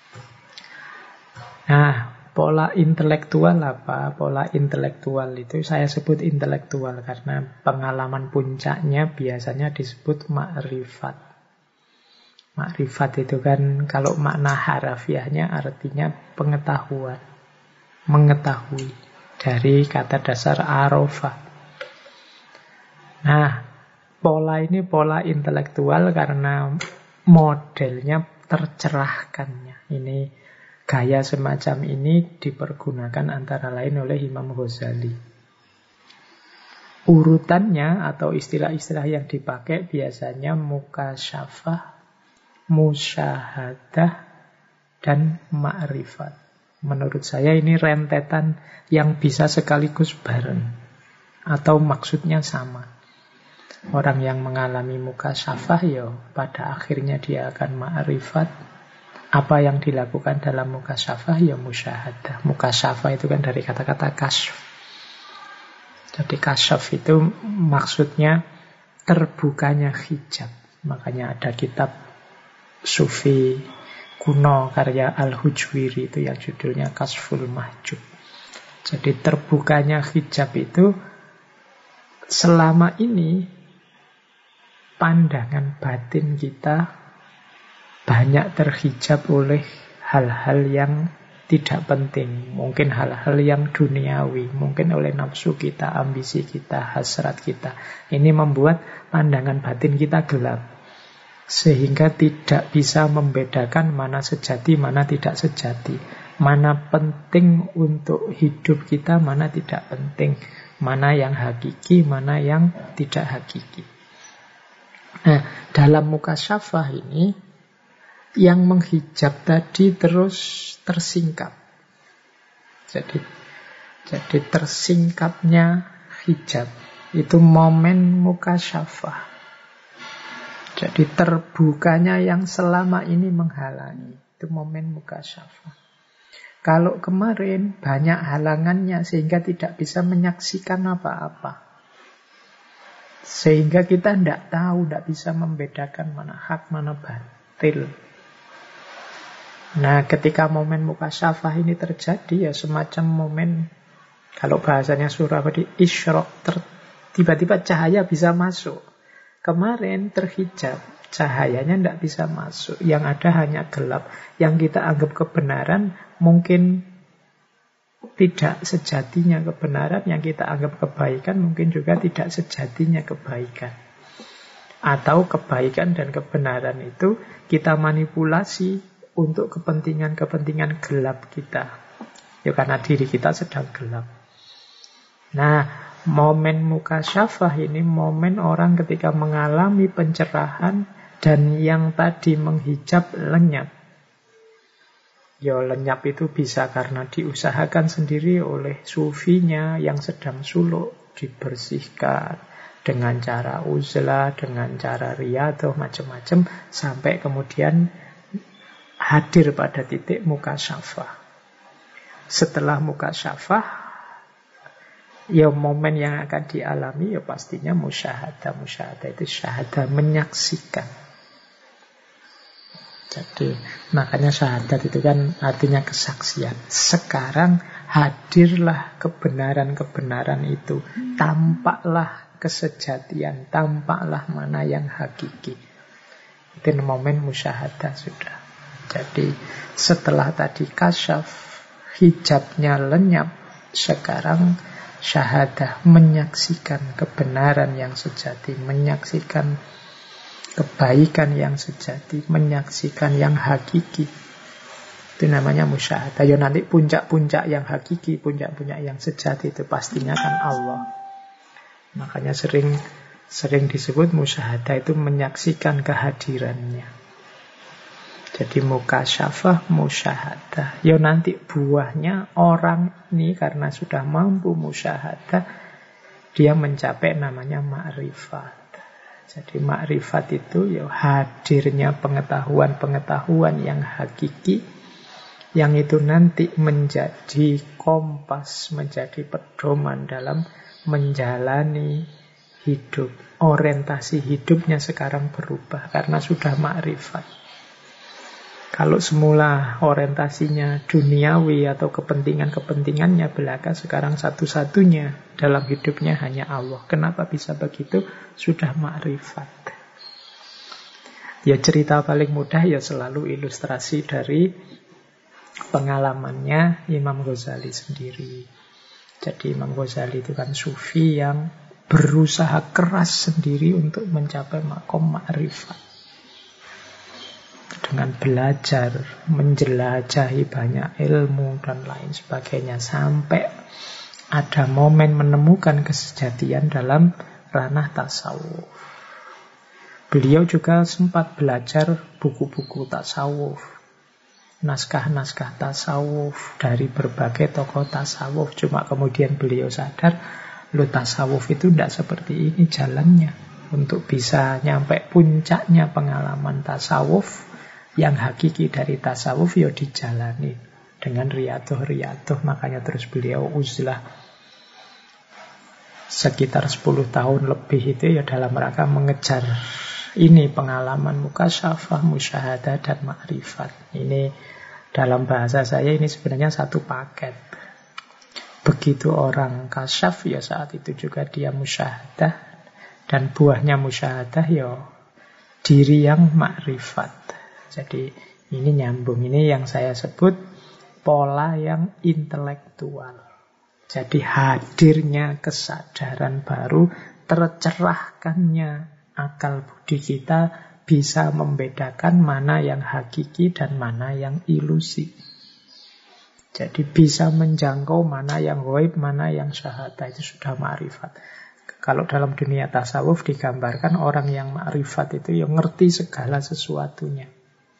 Nah, pola intelektual apa? Pola intelektual itu saya sebut intelektual karena pengalaman puncaknya biasanya disebut ma'rifat. Ma'rifat itu kan kalau makna harafiahnya artinya pengetahuan. Mengetahui dari kata dasar arafah. Nah, pola ini pola intelektual karena modelnya tercerahkannya. Ini gaya semacam ini dipergunakan antara lain oleh Imam Ghazali. Urutannya atau istilah-istilah yang dipakai biasanya mukasyafah, musyahadah, dan ma'rifat. Menurut saya ini rentetan yang bisa sekaligus bareng. Atau maksudnya sama. Orang yang mengalami mukasyafah ya pada akhirnya dia akan ma'rifat. Apa yang dilakukan dalam mukasyafah ya musyahadah. Mukasyafah itu kan dari kata-kata kasyf. Jadi kasyf itu maksudnya terbukanya hijab. Makanya ada kitab sufi kuno karya Al-Hujwiri itu yang judulnya Kasful Mahjub. Jadi terbukanya hijab itu selama ini pandangan batin kita banyak terhijab oleh hal-hal yang tidak penting, mungkin hal-hal yang duniawi, mungkin oleh nafsu kita, ambisi kita, hasrat kita. Ini membuat pandangan batin kita gelap, sehingga tidak bisa membedakan mana sejati, mana tidak sejati, mana penting untuk hidup kita, mana tidak penting, mana yang hakiki, mana yang tidak hakiki. Nah, dalam mukasyafah ini, yang menghijab tadi terus tersingkap. Jadi, jadi tersingkapnya hijab itu momen mukasyafah. Jadi terbukanya yang selama ini menghalangi, itu momen mukasyafah. Kalau kemarin banyak halangannya sehingga tidak bisa menyaksikan apa-apa, sehingga kita tidak tahu, tidak bisa membedakan mana hak, mana batil. Nah, ketika momen mukasyafah ini terjadi, ya semacam momen, kalau bahasanya surah tadi, isyraq, tiba-tiba cahaya bisa masuk. Kemarin terhijab, cahayanya tidak bisa masuk. Yang ada hanya gelap. Yang kita anggap kebenaran mungkin tidak sejatinya kebenaran. Yang kita anggap kebaikan mungkin juga tidak sejatinya kebaikan. Atau kebaikan dan kebenaran itu kita manipulasi untuk kepentingan-kepentingan gelap kita. Ya karena diri kita sedang gelap. Nah, momen mukasyafah ini momen orang ketika mengalami pencerahan dan yang tadi menghijab lenyap. Ya lenyap itu bisa karena diusahakan sendiri oleh sufinya yang sedang suluk, dibersihkan dengan cara uzlah, dengan cara riyadhah, macam-macam, sampai kemudian hadir pada titik mukasyafah. Setelah mukasyafah, ya momen yang akan dialami ya pastinya musyahadah. Musyahadah itu syahadah, menyaksikan. Jadi makanya syahadat itu kan artinya kesaksian. Sekarang hadirlah kebenaran-kebenaran itu. Tampaklah kesejatian, tampaklah mana yang hakiki. Itu momen musyahadah sudah. Jadi setelah tadi kasyaf, hijabnya lenyap, sekarang syahadah, menyaksikan kebenaran yang sejati, menyaksikan kebaikan yang sejati, menyaksikan yang hakiki. Itu namanya musyahadah. Ya nanti puncak-puncak yang hakiki, puncak-puncak yang sejati itu pastinya kan Allah. Makanya sering sering disebut musyahadah itu menyaksikan kehadirannya. Jadi mukasyafah, musyahadah. Ya nanti buahnya orang ini karena sudah mampu musyahadah, dia mencapai namanya ma'rifat. Jadi ma'rifat itu ya hadirnya pengetahuan-pengetahuan yang hakiki, yang itu nanti menjadi kompas, menjadi pedoman dalam menjalani hidup. Orientasi hidupnya sekarang berubah karena sudah ma'rifat. Kalau semula orientasinya duniawi atau kepentingan-kepentingannya belaka, sekarang satu-satunya dalam hidupnya hanya Allah. Kenapa bisa begitu? Sudah ma'rifat. Ya cerita paling mudah ya selalu ilustrasi dari pengalamannya Imam Ghazali sendiri. Jadi Imam Ghazali itu kan sufi yang berusaha keras sendiri untuk mencapai makom ma'rifat. Dengan belajar, menjelajahi banyak ilmu dan lain sebagainya, sampai ada momen menemukan kesejatian dalam ranah tasawuf. Beliau juga sempat belajar buku-buku tasawuf, naskah-naskah tasawuf dari berbagai tokoh tasawuf. Cuma kemudian beliau sadar, lo tasawuf itu tidak seperti ini jalannya. Untuk bisa nyampe puncaknya pengalaman tasawuf, yang hakiki dari tasawuf ya dijalani dengan riyadhah-riyadhah. Makanya terus beliau uzlah sekitar sepuluh tahun lebih itu ya dalam rangka mengejar ini pengalaman mukasyafah, musyahadah dan ma'rifat. Ini dalam bahasa saya ini sebenarnya satu paket. Begitu orang kasyaf ya saat itu juga dia musyahadah, dan buahnya musyahadah ya diri yang ma'rifat. Jadi ini nyambung, ini yang saya sebut pola yang intelektual. Jadi hadirnya kesadaran baru, tercerahkannya akal budi kita bisa membedakan mana yang hakiki dan mana yang ilusi. Jadi bisa menjangkau mana yang ghaib, mana yang syahada, itu sudah ma'rifat. Kalau dalam dunia tasawuf digambarkan orang yang ma'rifat itu yang ngerti segala sesuatunya.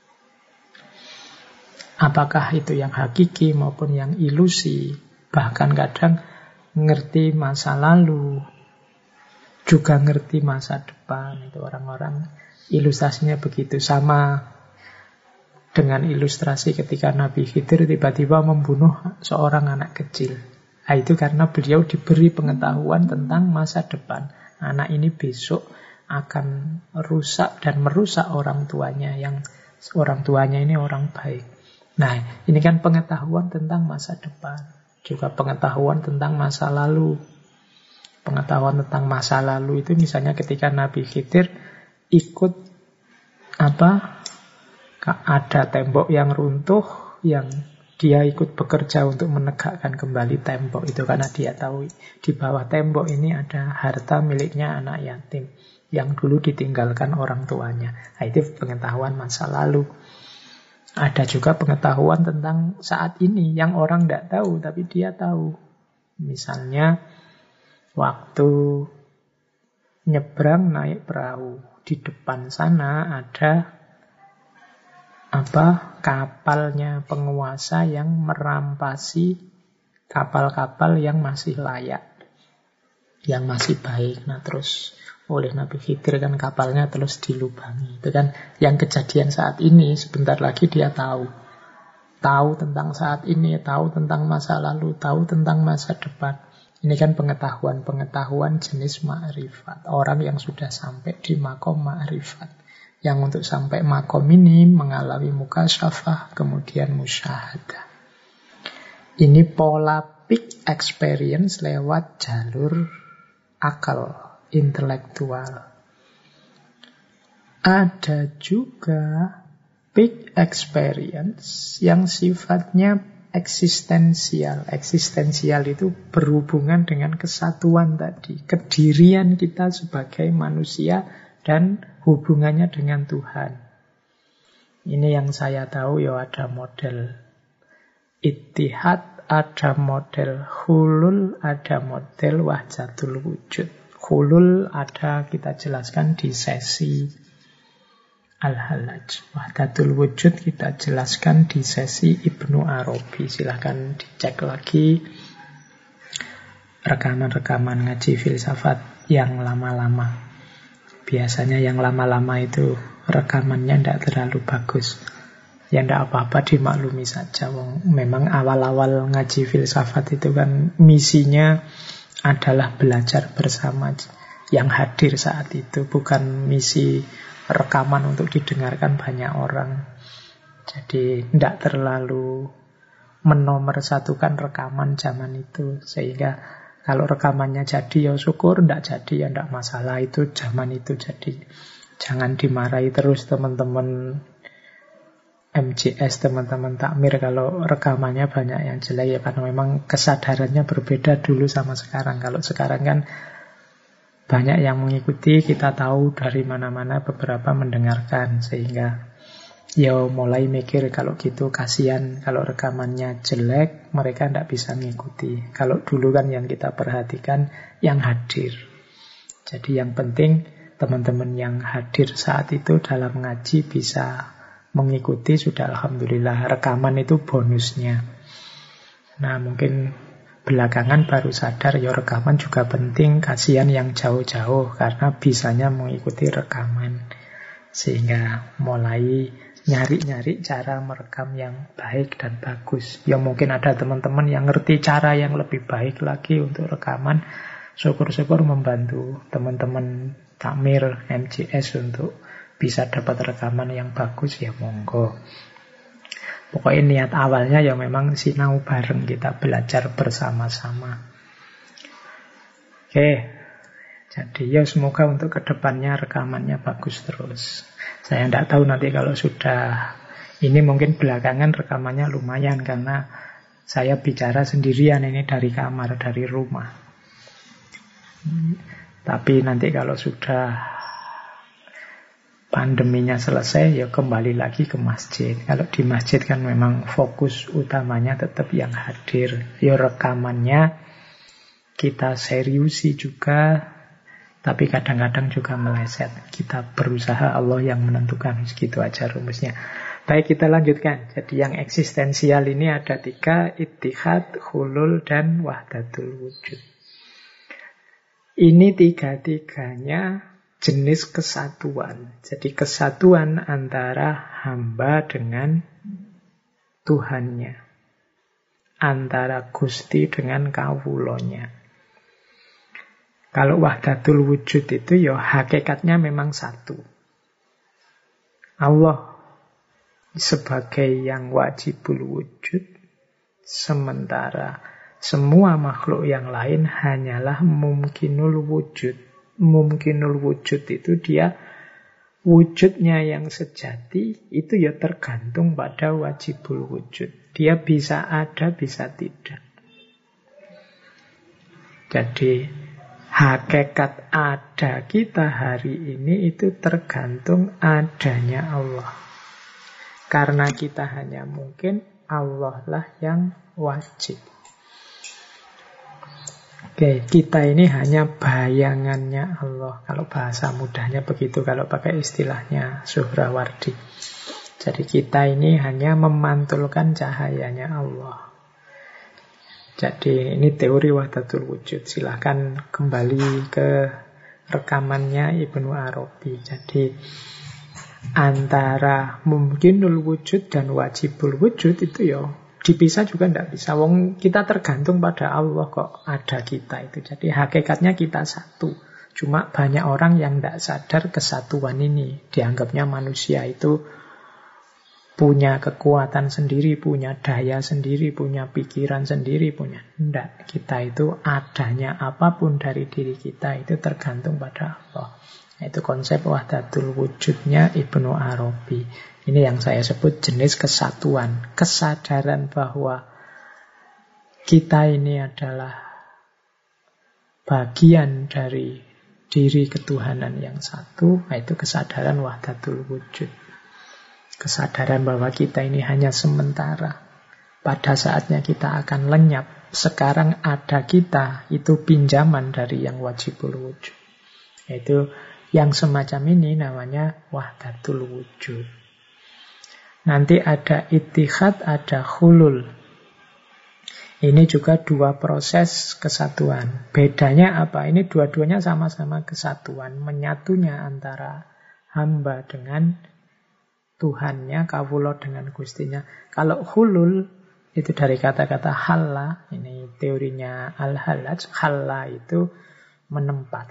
Apakah itu yang hakiki maupun yang ilusi. Bahkan kadang ngerti masa lalu, juga ngerti masa depan. Itu orang-orang ilustrasinya begitu. Sama dengan ilustrasi ketika Nabi Khidir tiba-tiba membunuh seorang anak kecil. Nah, itu karena beliau diberi pengetahuan tentang masa depan. Anak ini besok akan rusak dan merusak orang tuanya, yang orang tuanya ini orang baik. Nah, ini kan pengetahuan tentang masa depan. Juga pengetahuan tentang masa lalu. Pengetahuan tentang masa lalu itu misalnya ketika Nabi Khidir ikut apa? Ada tembok yang runtuh, yang dia ikut bekerja untuk menegakkan kembali tembok itu, karena dia tahu di bawah tembok ini ada harta miliknya anak yatim yang dulu ditinggalkan orang tuanya. Nah, itu pengetahuan masa lalu. Ada juga pengetahuan tentang saat ini yang orang tidak tahu, tapi dia tahu. Misalnya waktu nyebrang naik perahu, di depan sana ada apa kapalnya penguasa yang merampasi kapal-kapal yang masih layak, yang masih baik. Nah, terus oleh Nabi Khidir kan kapalnya terus dilubangi. Itu kan yang kejadian saat ini. Sebentar lagi dia tahu. Tahu tentang saat ini, tahu tentang masa lalu, tahu tentang masa depan. Ini kan pengetahuan-pengetahuan jenis ma'rifat. Orang yang sudah sampai di makom ma'rifat. Yang untuk sampai makom ini mengalami mukasyafah, kemudian musyahadah. Ini pola peak experience lewat jalur akal, intelektual. Ada juga peak experience yang sifatnya eksistensial. Eksistensial itu berhubungan dengan kesatuan tadi, kedirian kita sebagai manusia dan hubungannya dengan Tuhan. Ini yang saya tahu, ya ada model ittihad, ada model hulul, ada model wahdatul wujud. Hulul ada kita jelaskan di sesi Al-Halaj. Wahdatul wujud kita jelaskan di sesi Ibnu Arabi. Silahkan dicek lagi rekaman-rekaman ngaji filsafat yang lama-lama. Biasanya yang lama-lama itu rekamannya tidak terlalu bagus. Ya tidak apa-apa, dimaklumi saja. Memang awal-awal ngaji filsafat itu kan misinya adalah belajar bersama yang hadir saat itu. Bukan misi rekaman untuk didengarkan banyak orang. Jadi tidak terlalu menomorsatukan rekaman zaman itu. Sehingga kalau rekamannya jadi ya syukur, tidak jadi ya tidak masalah. Itu zaman itu. Jadi jangan dimarahi terus teman-teman M J S, teman-teman takmir kalau rekamannya banyak yang jelek ya, karena memang kesadarannya berbeda dulu sama sekarang. Kalau sekarang kan banyak yang mengikuti, kita tahu dari mana-mana, beberapa mendengarkan, sehingga ya mulai mikir kalau gitu kasihan kalau rekamannya jelek, mereka tidak bisa mengikuti. Kalau dulu kan yang kita perhatikan yang hadir. Jadi yang penting teman-teman yang hadir saat itu dalam ngaji bisa mengikuti, sudah alhamdulillah. Rekaman itu bonusnya. Nah, mungkin belakangan baru sadar ya rekaman juga penting. Kasihan yang jauh-jauh karena bisanya mengikuti rekaman, sehingga mulai nyari-nyari cara merekam yang baik dan bagus. Ya mungkin ada teman-teman yang ngerti cara yang lebih baik lagi untuk rekaman. Syukur-syukur membantu teman-teman takmir M J S untuk bisa dapat rekaman yang bagus, ya monggo. Pokoknya niat awalnya ya memang sinau bareng, kita belajar bersama-sama. Oke, Jadi ya semoga untuk kedepannya rekamannya bagus terus. Saya tidak tahu nanti kalau sudah ini mungkin belakangan rekamannya lumayan karena saya bicara sendirian ini dari kamar, dari rumah. Tapi nanti kalau sudah pandeminya selesai, ya kembali lagi ke masjid. Kalau di masjid kan memang fokus utamanya tetap yang hadir. Ya rekamannya kita seriusi juga, tapi kadang-kadang juga meleset. Kita berusaha, Allah yang menentukan. Segitu aja rumusnya. Baik, kita lanjutkan. Jadi yang eksistensial ini ada tiga: ittihad, hulul, dan wahdatul wujud. Ini tiga-tiganya jenis kesatuan. Jadi kesatuan antara hamba dengan Tuhannya, antara Gusti dengan kawulonya. Kalau wahdatul wujud itu ya hakikatnya memang satu. Allah sebagai yang wajibul wujud, sementara semua makhluk yang lain hanyalah mumkinul wujud. Mumkinul wujud itu dia wujudnya yang sejati, itu ya tergantung pada wajibul wujud. Dia bisa ada, bisa tidak. Jadi hakikat ada kita hari ini itu tergantung adanya Allah. Karena kita hanya mungkin, Allah lah yang wajib. Oke, kita ini hanya bayangannya Allah. Kalau bahasa mudahnya begitu, kalau pakai istilahnya Suhrawardi. Jadi kita ini hanya memantulkan cahayanya Allah. Jadi ini teori wahdatul wujud. Silahkan kembali ke rekamannya Ibnu Arabi. Jadi antara mungkinul wujud dan wajibul wujud itu ya dipisah juga tidak bisa. Wong kita tergantung pada Allah kok ada kita itu. Jadi hakikatnya kita satu. Cuma banyak orang yang tidak sadar kesatuan ini. Dianggapnya manusia itu punya kekuatan sendiri, punya daya sendiri, punya pikiran sendiri, punya. Tidak. Kita itu adanya apapun dari diri kita itu tergantung pada Allah. Itu konsep wahdatul wujudnya Ibnu Arabi. Ini yang saya sebut jenis kesatuan. Kesadaran bahwa kita ini adalah bagian dari diri ketuhanan yang satu. Itu kesadaran wahdatul wujud. Kesadaran bahwa kita ini hanya sementara. Pada saatnya kita akan lenyap. Sekarang ada kita, itu pinjaman dari yang wajibul wujud. Itu yang semacam ini namanya wahdatul wujud. Nanti ada ittihad, ada hulul. Ini juga dua proses kesatuan. Bedanya apa? Ini dua-duanya sama-sama kesatuan. Menyatunya antara hamba dengan Tuhannya, kawula dengan Gustinya. Kalau hulul, itu dari kata-kata halla. Ini teorinya Al-Hallaj. Halla itu menempat.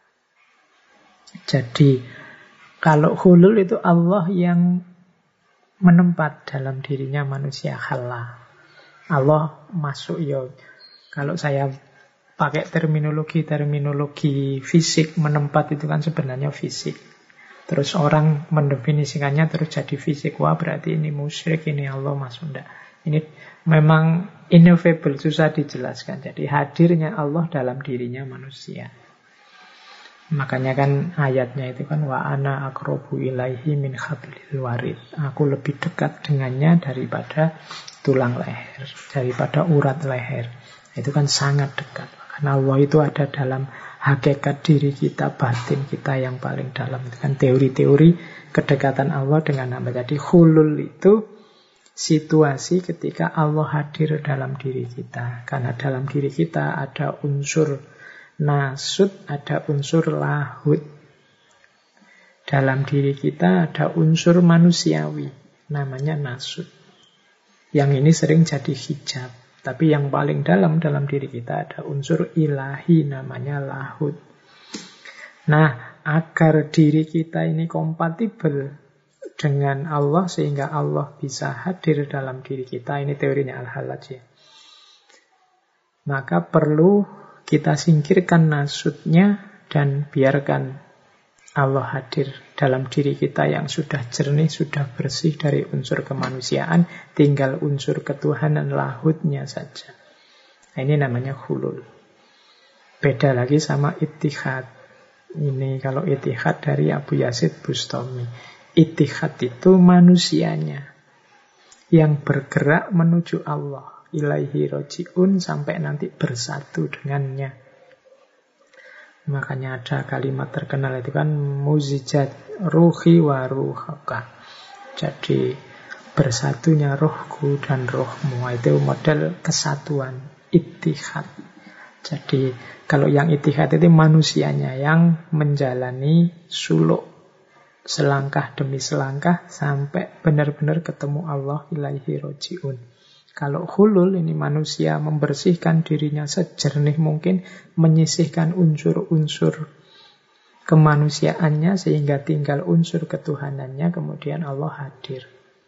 Jadi, kalau hulul itu Allah yang menempat dalam dirinya manusia, halla. Allah masuk ya. Kalau saya pakai terminologi-terminologi fisik, menempat itu kan sebenarnya fisik. Terus orang mendefinisikannya terus jadi fisik. Wah berarti ini musyrik, ini Allah masuk. Enggak. Ini memang ineffable, susah dijelaskan. Jadi hadirnya Allah dalam dirinya manusia. Makanya kan ayatnya itu kan wa ana aqrabu ilaihi min hablil warid. Aku lebih dekat dengannya daripada tulang leher, daripada urat leher. Itu kan sangat dekat. Karena Allah itu ada dalam hakikat diri kita, batin kita yang paling dalam. Itu kan teori-teori kedekatan Allah dengan hamba. Jadi hulul itu situasi ketika Allah hadir dalam diri kita. Karena dalam diri kita ada unsur nasut, ada unsur lahut. Dalam diri kita ada unsur manusiawi, namanya nasut. Yang ini sering jadi hijab. Tapi yang paling dalam dalam diri kita ada unsur ilahi, namanya lahut. Nah, agar diri kita ini kompatibel dengan Allah, sehingga Allah bisa hadir dalam diri kita, ini teorinya Al-Hallaj ya. Maka perlu kita singkirkan nasutnya dan biarkan Allah hadir dalam diri kita yang sudah jernih, sudah bersih dari unsur kemanusiaan, tinggal unsur ketuhanan lahutnya saja. Nah, ini namanya hulul. Beda lagi sama ittihad. Ini kalau ittihad dari Abu Yazid Bustami. Ittihad itu manusianya yang bergerak menuju Allah, ilaihi roji'un, sampai nanti bersatu dengannya. Makanya ada kalimat terkenal itu kan, muzijat ruhi wa ruhaka. Jadi bersatunya rohku dan rohmu. Itu model kesatuan, ittihad. Jadi kalau yang ittihad itu manusianya yang menjalani suluk selangkah demi selangkah sampai benar-benar ketemu Allah, ilaihi roji'un. Kalau hulul ini manusia membersihkan dirinya sejernih mungkin, menyisihkan unsur-unsur kemanusiaannya sehingga tinggal unsur ketuhanannya, kemudian Allah hadir.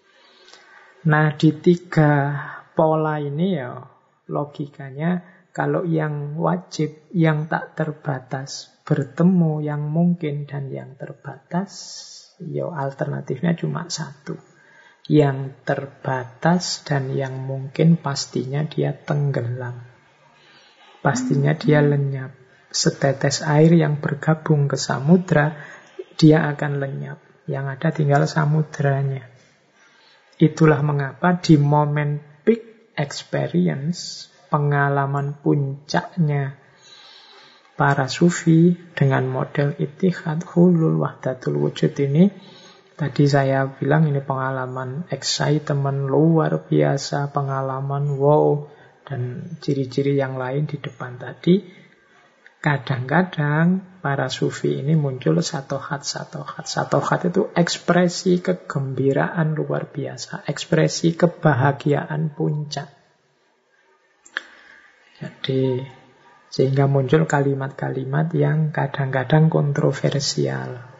Nah, di tiga pola ini ya logikanya, kalau yang wajib, yang tak terbatas, bertemu yang mungkin dan yang terbatas, ya alternatifnya cuma satu. Yang terbatas dan yang mungkin pastinya dia tenggelam. Pastinya dia lenyap. Setetes air yang bergabung ke samudra, dia akan lenyap. Yang ada tinggal samudranya. Itulah mengapa di momen peak experience, pengalaman puncaknya para sufi dengan model ittihad, hulul, wahdatul wujud ini, tadi saya bilang ini pengalaman excitement luar biasa, pengalaman wow, dan ciri-ciri yang lain di depan tadi. Kadang-kadang para sufi ini muncul satohat-satohat. Satohat itu ekspresi kegembiraan luar biasa, ekspresi kebahagiaan puncak. Jadi sehingga muncul kalimat-kalimat yang kadang-kadang kontroversial.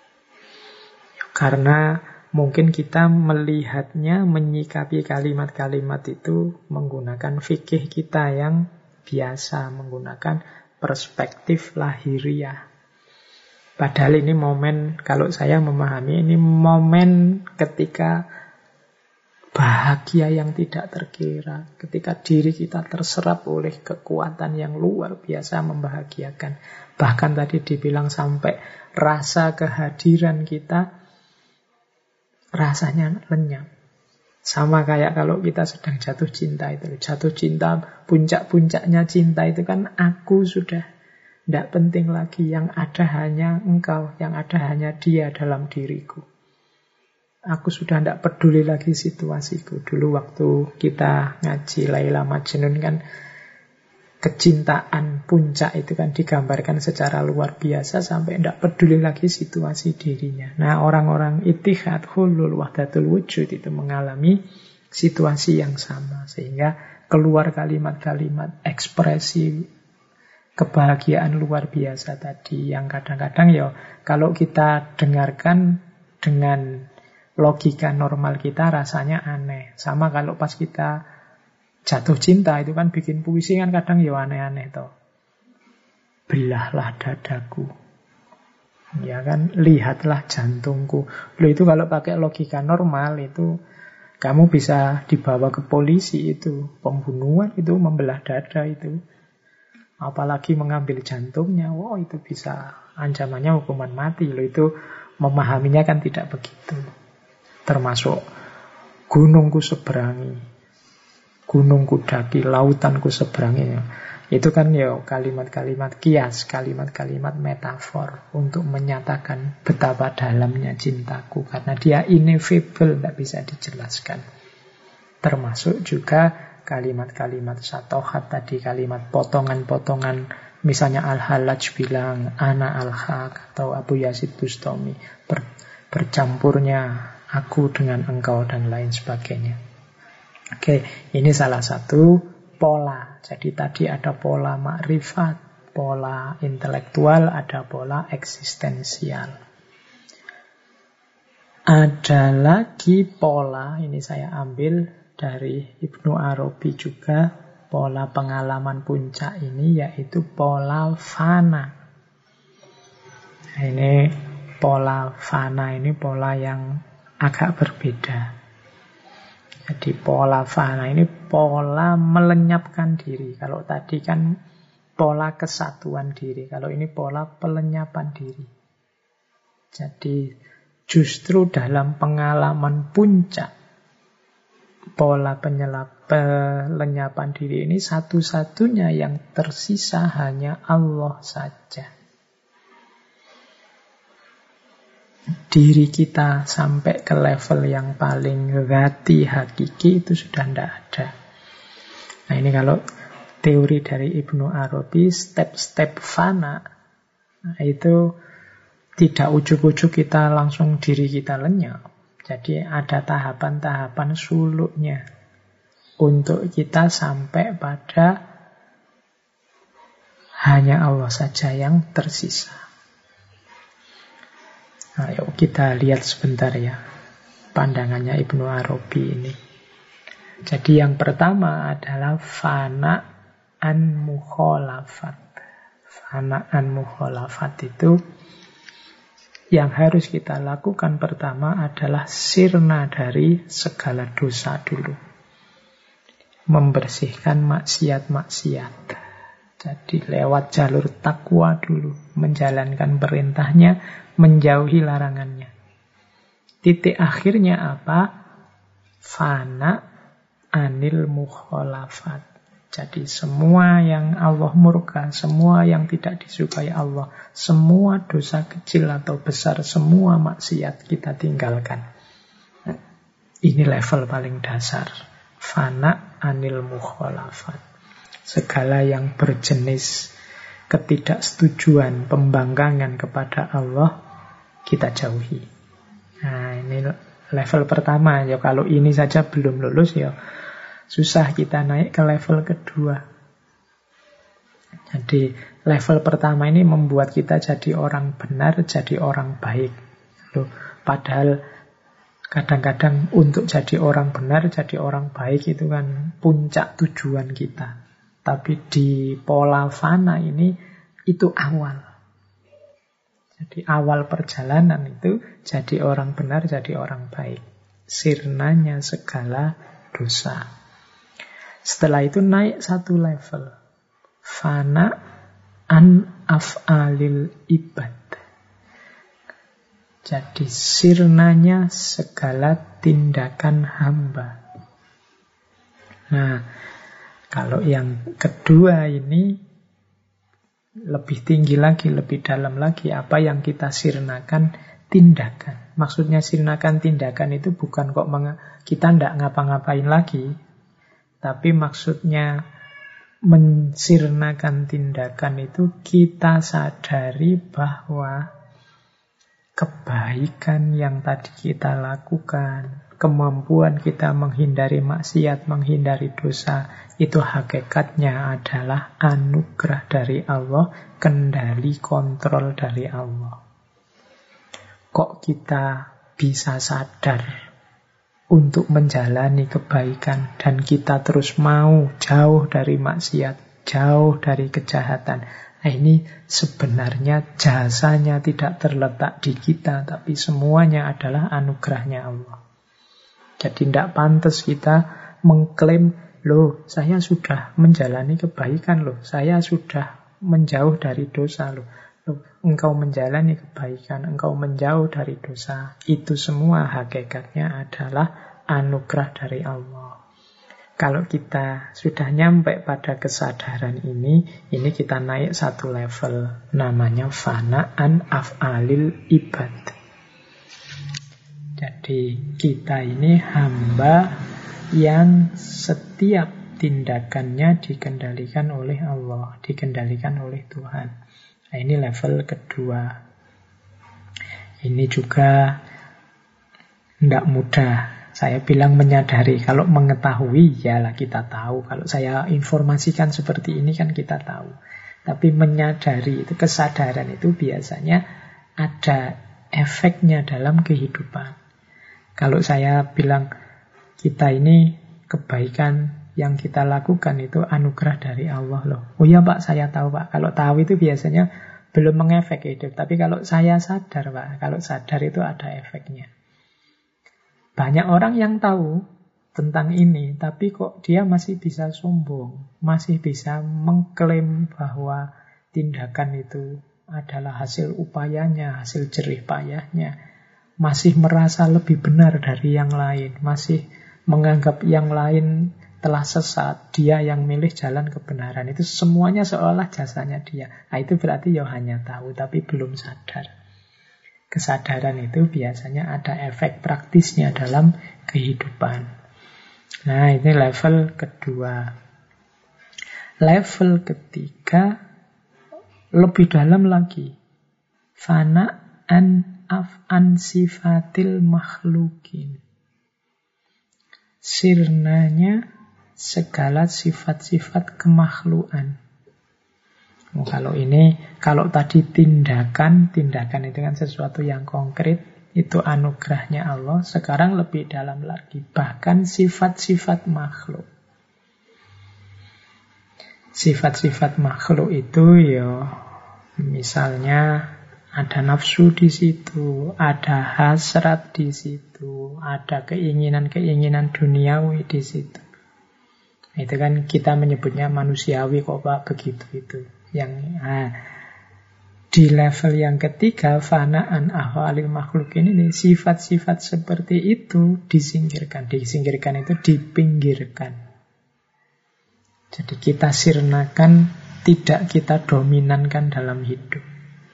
Karena mungkin kita melihatnya, menyikapi kalimat-kalimat itu menggunakan fikih kita yang biasa, menggunakan perspektif lahiriah. Padahal ini momen, kalau saya memahami, ini momen ketika bahagia yang tidak terkira, ketika diri kita terserap oleh kekuatan yang luar biasa membahagiakan. Bahkan tadi dibilang sampai rasa kehadiran kita rasanya lenyap. Sama kayak kalau kita sedang jatuh cinta itu. Jatuh cinta, puncak-puncaknya cinta itu kan aku sudah tidak penting lagi. Yang ada hanya engkau, yang ada hanya dia dalam diriku. Aku sudah tidak peduli lagi situasiku. Dulu waktu kita ngaji Laila Majnun kan, kecintaan puncak itu kan digambarkan secara luar biasa sampai tidak peduli lagi situasi dirinya. Nah, orang-orang ittihad, hulul, wahdatul wujud itu mengalami situasi yang sama. Sehingga keluar kalimat-kalimat ekspresi kebahagiaan luar biasa tadi. Yang kadang-kadang ya kalau kita dengarkan dengan logika normal kita rasanya aneh. Sama kalau pas kita jatuh cinta itu kan bikin puisi kan kadang ya aneh-aneh toh. Belahlah dadaku. Ya kan, lihatlah jantungku. Loh, itu kalau pakai logika normal itu kamu bisa dibawa ke polisi itu. Pembunuhan itu, membelah dada itu. Apalagi mengambil jantungnya. Wow, itu bisa ancamannya hukuman mati. Loh, itu memahaminya kan tidak begitu. Termasuk gunungku seberangi, gunungku daki, lautanku seberangi. Itu kan ya kalimat-kalimat kias, kalimat-kalimat metafor untuk menyatakan betapa dalamnya cintaku. Karena dia ineffable, tidak bisa dijelaskan. Termasuk juga kalimat-kalimat satohat tadi, kalimat potongan-potongan. Misalnya Al-Hallaj bilang, Ana al-Haq, atau Abu Yazid Bustami, ber, bercampurnya aku dengan engkau, dan lain sebagainya. Oke, ini salah satu pola. Jadi tadi ada pola makrifat, pola intelektual, ada pola eksistensial. Ada lagi pola, ini saya ambil dari Ibnu Arabi juga, pola pengalaman puncak ini yaitu pola fana. Nah, ini pola fana, ini pola yang agak berbeda. Jadi pola fana ini pola melenyapkan diri. Kalau tadi kan pola kesatuan diri. Kalau ini pola pelenyapan diri. Jadi justru dalam pengalaman puncak pola penyelap, pelenyapan diri ini satu-satunya yang tersisa hanya Allah saja. Diri kita sampai ke level yang paling ghati, hakiki itu sudah tidak ada. Nah ini kalau teori dari Ibnu Arabi, step-step fana, nah itu tidak ujuk-ujuk kita langsung diri kita lenyap. Jadi ada tahapan-tahapan suluknya untuk kita sampai pada hanya Allah saja yang tersisa. Ayo kita lihat sebentar ya pandangannya Ibnu Arabi ini. Jadi yang pertama adalah fana an mukhalafat. Fana an mukhalafat itu yang harus kita lakukan pertama adalah sirna dari segala dosa dulu. Membersihkan maksiat-maksiat. Jadi lewat jalur takwa dulu, menjalankan perintahnya, menjauhi larangannya. Titik akhirnya apa? Fana anil mukhalafat. Jadi semua yang Allah murka, semua yang tidak disukai Allah, semua dosa kecil atau besar, semua maksiat kita tinggalkan. Ini level paling dasar. Fana anil mukhalafat. Segala yang berjenis ketidaksetujuan, pembangkangan kepada Allah, kita jauhi. Nah, ini level pertama. Ya, kalau ini saja belum lulus, ya susah kita naik ke level kedua. Jadi level pertama ini membuat kita jadi orang benar, jadi orang baik. Loh, padahal kadang-kadang untuk jadi orang benar, jadi orang baik itu kan puncak tujuan kita. Tapi di pola fana ini, itu awal. Jadi awal perjalanan itu jadi orang benar, jadi orang baik. Sirnanya segala dosa. Setelah itu naik satu level. Fana an af'alil ibad. Jadi sirnanya segala tindakan hamba. Nah, kalau yang kedua ini lebih tinggi lagi, lebih dalam lagi. Apa yang kita sirnakan? Tindakan. Maksudnya sirnakan tindakan itu bukan kok meng- kita tidak ngapa-ngapain lagi. Tapi maksudnya mensirnakan tindakan itu kita sadari bahwa kebaikan yang tadi kita lakukan, kemampuan kita menghindari maksiat, menghindari dosa, itu hakikatnya adalah anugerah dari Allah, kendali kontrol dari Allah. Kok kita bisa sadar untuk menjalani kebaikan dan kita terus mau jauh dari maksiat, jauh dari kejahatan. Nah, ini sebenarnya jasanya tidak terletak di kita, tapi semuanya adalah anugerahnya Allah. Jadi tidak pantas kita mengklaim, loh saya sudah menjalani kebaikan, loh saya sudah menjauh dari dosa, loh. Loh, engkau menjalani kebaikan, engkau menjauh dari dosa. Itu semua hakikatnya adalah anugerah dari Allah. Kalau kita sudah nyampe pada kesadaran ini, ini kita naik satu level. Namanya fana'an af'alil ibad. Jadi kita ini hamba yang setiap tindakannya dikendalikan oleh Allah, dikendalikan oleh Tuhan. Nah, ini level kedua. Ini juga tidak mudah. Saya bilang menyadari. Kalau mengetahui, yalah kita tahu. Kalau saya informasikan seperti ini kan kita tahu. Tapi menyadari itu, kesadaran itu biasanya ada efeknya dalam kehidupan. Kalau saya bilang kita ini kebaikan yang kita lakukan itu anugerah dari Allah loh. Oh ya Pak, saya tahu Pak. Kalau tahu itu biasanya belum mengefek hidup. Tapi kalau saya sadar, Pak, kalau sadar itu ada efeknya. Banyak orang yang tahu tentang ini, tapi kok dia masih bisa sombong, masih bisa mengklaim bahwa tindakan itu adalah hasil upayanya, hasil jerih payahnya, masih merasa lebih benar dari yang lain, masih menganggap yang lain telah sesat, dia yang milih jalan kebenaran. Itu semuanya seolah jasanya dia. Nah, itu berarti ya hanya tahu, tapi belum sadar. Kesadaran itu biasanya ada efek praktisnya dalam kehidupan. Nah, ini level kedua. Level ketiga lebih dalam lagi. Fana'an af'an sifatil makhlukin. Sirnanya segala sifat-sifat kemakhlukan. Oh, kalau ini, kalau tadi tindakan, tindakan itu kan sesuatu yang konkret, itu anugerahnya Allah. Sekarang lebih dalam lagi, bahkan sifat-sifat makhluk. Sifat-sifat makhluk itu ya, misalnya ada nafsu di situ, ada hasrat di situ, ada keinginan-keinginan duniawi di situ. Itu kan kita menyebutnya manusiawi kok Pak, begitu itu. Yang nah, di level yang ketiga, fana'an ahwalil makhlukin ini, sifat-sifat seperti itu disingkirkan. Disingkirkan itu dipinggirkan. Jadi kita sirnakan, tidak kita dominankan dalam hidup.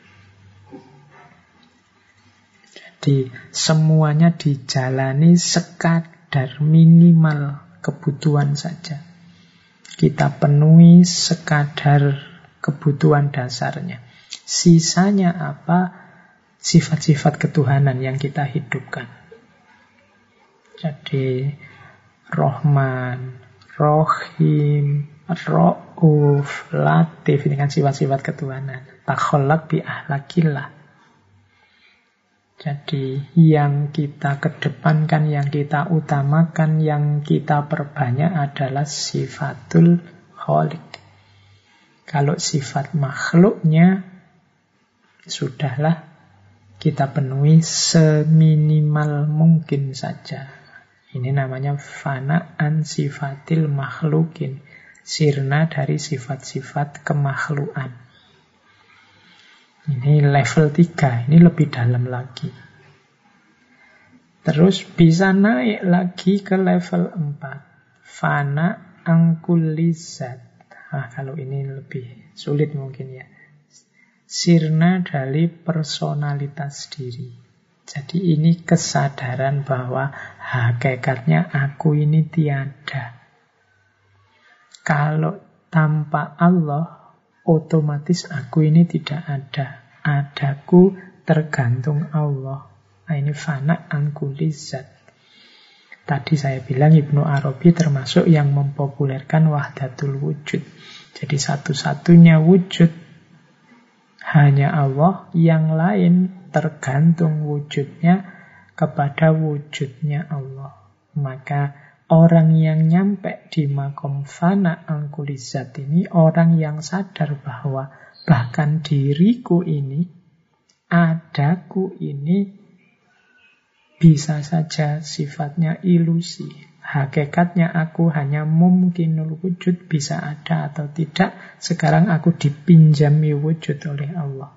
Jadi semuanya dijalani sekadar minimal kebutuhan saja. Kita penuhi sekadar kebutuhan dasarnya. Sisanya apa? Sifat-sifat ketuhanan yang kita hidupkan. Jadi Rahman, Rahim, Ra'uf, Latif, ini kan sifat-sifat ketuhanan. Takholak bi ahlakillah. Jadi yang kita kedepankan, yang kita utamakan, yang kita perbanyak adalah sifatul khaliq. Kalau sifat makhluknya, sudahlah kita penuhi seminimal mungkin saja. Ini namanya fana'an sifatil makhlukin. Sirna dari sifat-sifat kemakhlukan. Ini level tiga, ini lebih dalam lagi. Terus bisa naik lagi ke level empat. Fana angkulizat. Nah, kalau ini lebih sulit mungkin ya. Sirna dari personalitas diri. Jadi ini kesadaran bahwa hakikatnya aku ini tiada. Kalau tanpa Allah, otomatis aku ini tidak ada. Adaku tergantung Allah. Nah, ini fana angkulizat. Tadi saya bilang Ibnu Arabi termasuk yang mempopulerkan wahdatul wujud. Jadi satu-satunya wujud hanya Allah, yang lain tergantung wujudnya kepada wujudnya Allah. Maka orang yang nyampe di makom fana angkulizat ini, orang yang sadar bahwa bahkan diriku ini, adaku ini, bisa saja sifatnya ilusi. Hakikatnya aku hanya mungkinul wujud, bisa ada atau tidak. Sekarang aku dipinjami wujud oleh Allah.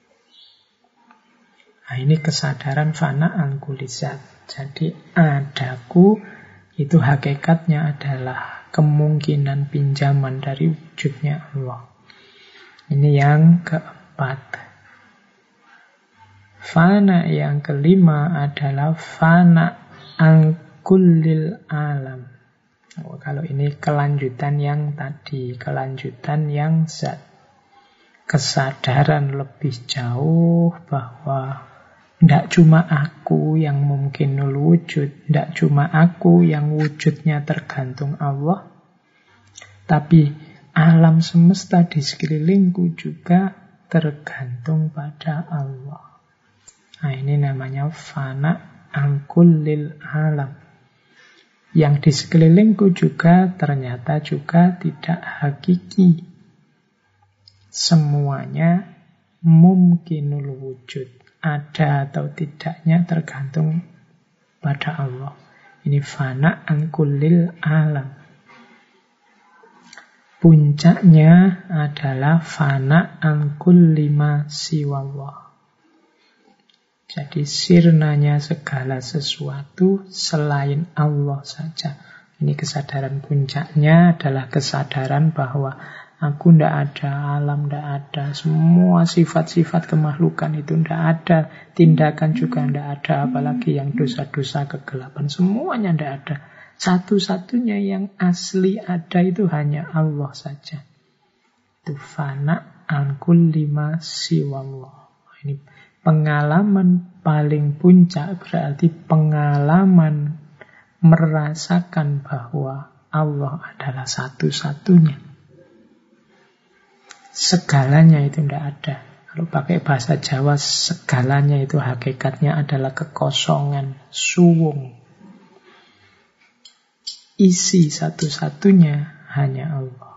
Nah, ini kesadaran fana angkulizat. Jadi adaku itu hakikatnya adalah kemungkinan pinjaman dari wujudnya Allah. Ini yang keempat. Fana yang kelima adalah fana angkullil alam. Oh, kalau ini kelanjutan yang tadi, kelanjutan yang zat. Kesadaran lebih jauh bahwa tidak cuma aku yang mungkinul wujud, tidak cuma aku yang wujudnya tergantung Allah, tapi alam semesta di sekelilingku juga tergantung pada Allah. Nah, ini namanya fana angkullil alam. Yang di sekelilingku juga ternyata juga tidak hakiki. Semuanya mumkinul wujud. Ada atau tidaknya tergantung pada Allah. Ini fana an kullil alam. Puncaknya adalah fana an kulli ma siwallah. Jadi sirnanya segala sesuatu selain Allah saja. Ini kesadaran puncaknya adalah kesadaran bahwa aku tidak ada, alam tidak ada, semua sifat-sifat kemakhlukan itu tidak ada, tindakan juga tidak ada, apalagi yang dosa-dosa kegelapan, semuanya tidak ada. Satu-satunya yang asli ada itu hanya Allah saja. Itu fana an kulli ma siwallah. Ini pengalaman paling puncak, berarti pengalaman merasakan bahwa Allah adalah satu-satunya. Segalanya itu tidak ada. Kalau pakai bahasa Jawa, segalanya itu hakikatnya adalah kekosongan, suwung. Isi satu-satunya hanya Allah.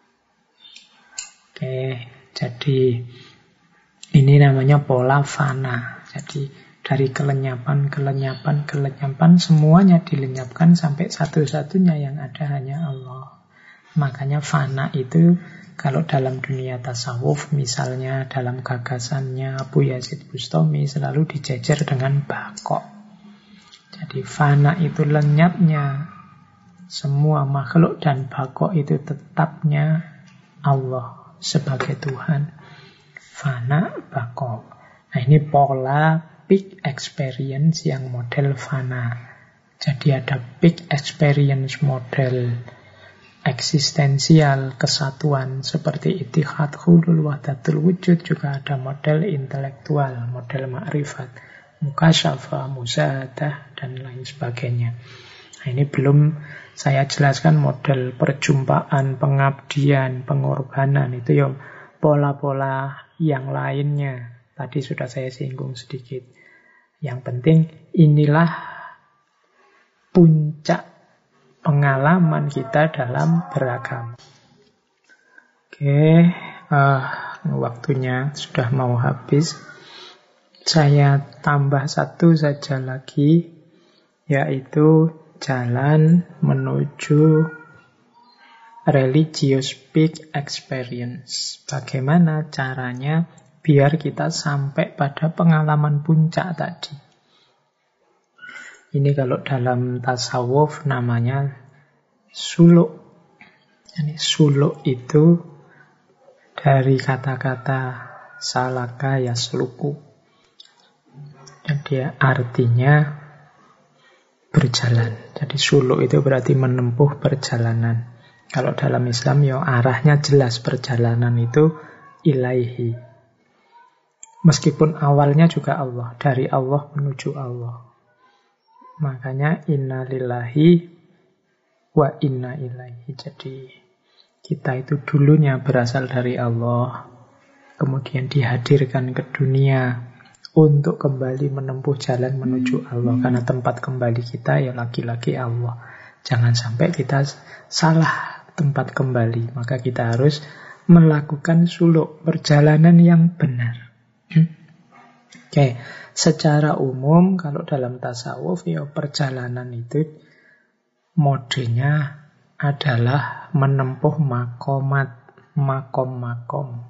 Oke, jadi ini namanya pola fana. Jadi dari kelenyapan, kelenyapan, kelenyapan, semuanya dilenyapkan sampai satu-satunya yang ada hanya Allah. Makanya fana itu kalau dalam dunia tasawuf, misalnya dalam gagasannya Abu Yazid Bustami selalu dijejer dengan baqo. Jadi fana itu lenyapnya semua makhluk dan baqo itu tetapnya Allah sebagai Tuhan. Fana, baqo. Nah ini pola peak experience yang model fana. Jadi ada peak experience model eksistensial, kesatuan seperti ittihad, hulul, wahdatul wujud. Juga ada model intelektual, model ma'rifat, mukasyafah, musahadah, dan lain sebagainya. Nah ini belum saya jelaskan model perjumpaan, pengabdian, pengorbanan. Itu ya pola-pola yang lainnya. Tadi sudah saya singgung sedikit. Yang penting inilah puncak pengalaman kita dalam beragama. Oke, uh, waktunya sudah mau habis. Saya tambah satu saja lagi, yaitu jalan menuju religious peak experience. Bagaimana caranya biar kita sampai pada pengalaman puncak tadi. Ini kalau dalam tasawuf namanya suluk. Jadi suluk itu dari kata-kata salaka yasluku. Jadi artinya berjalan. Jadi suluk itu berarti menempuh perjalanan. Kalau dalam Islam ya arahnya jelas, perjalanan itu ilaihi. Meskipun awalnya juga Allah, dari Allah menuju Allah. Makanya inna lillahi wa inna ilaihi. Jadi kita itu dulunya berasal dari Allah, kemudian dihadirkan ke dunia untuk kembali menempuh jalan menuju Allah. Karena tempat kembali kita ya lagi-lagi Allah. Jangan sampai kita salah tempat kembali. Maka kita harus melakukan suluk, perjalanan yang benar. Oke, secara umum kalau dalam tasawuf ya perjalanan itu modenya adalah menempuh makomat, makom-makom.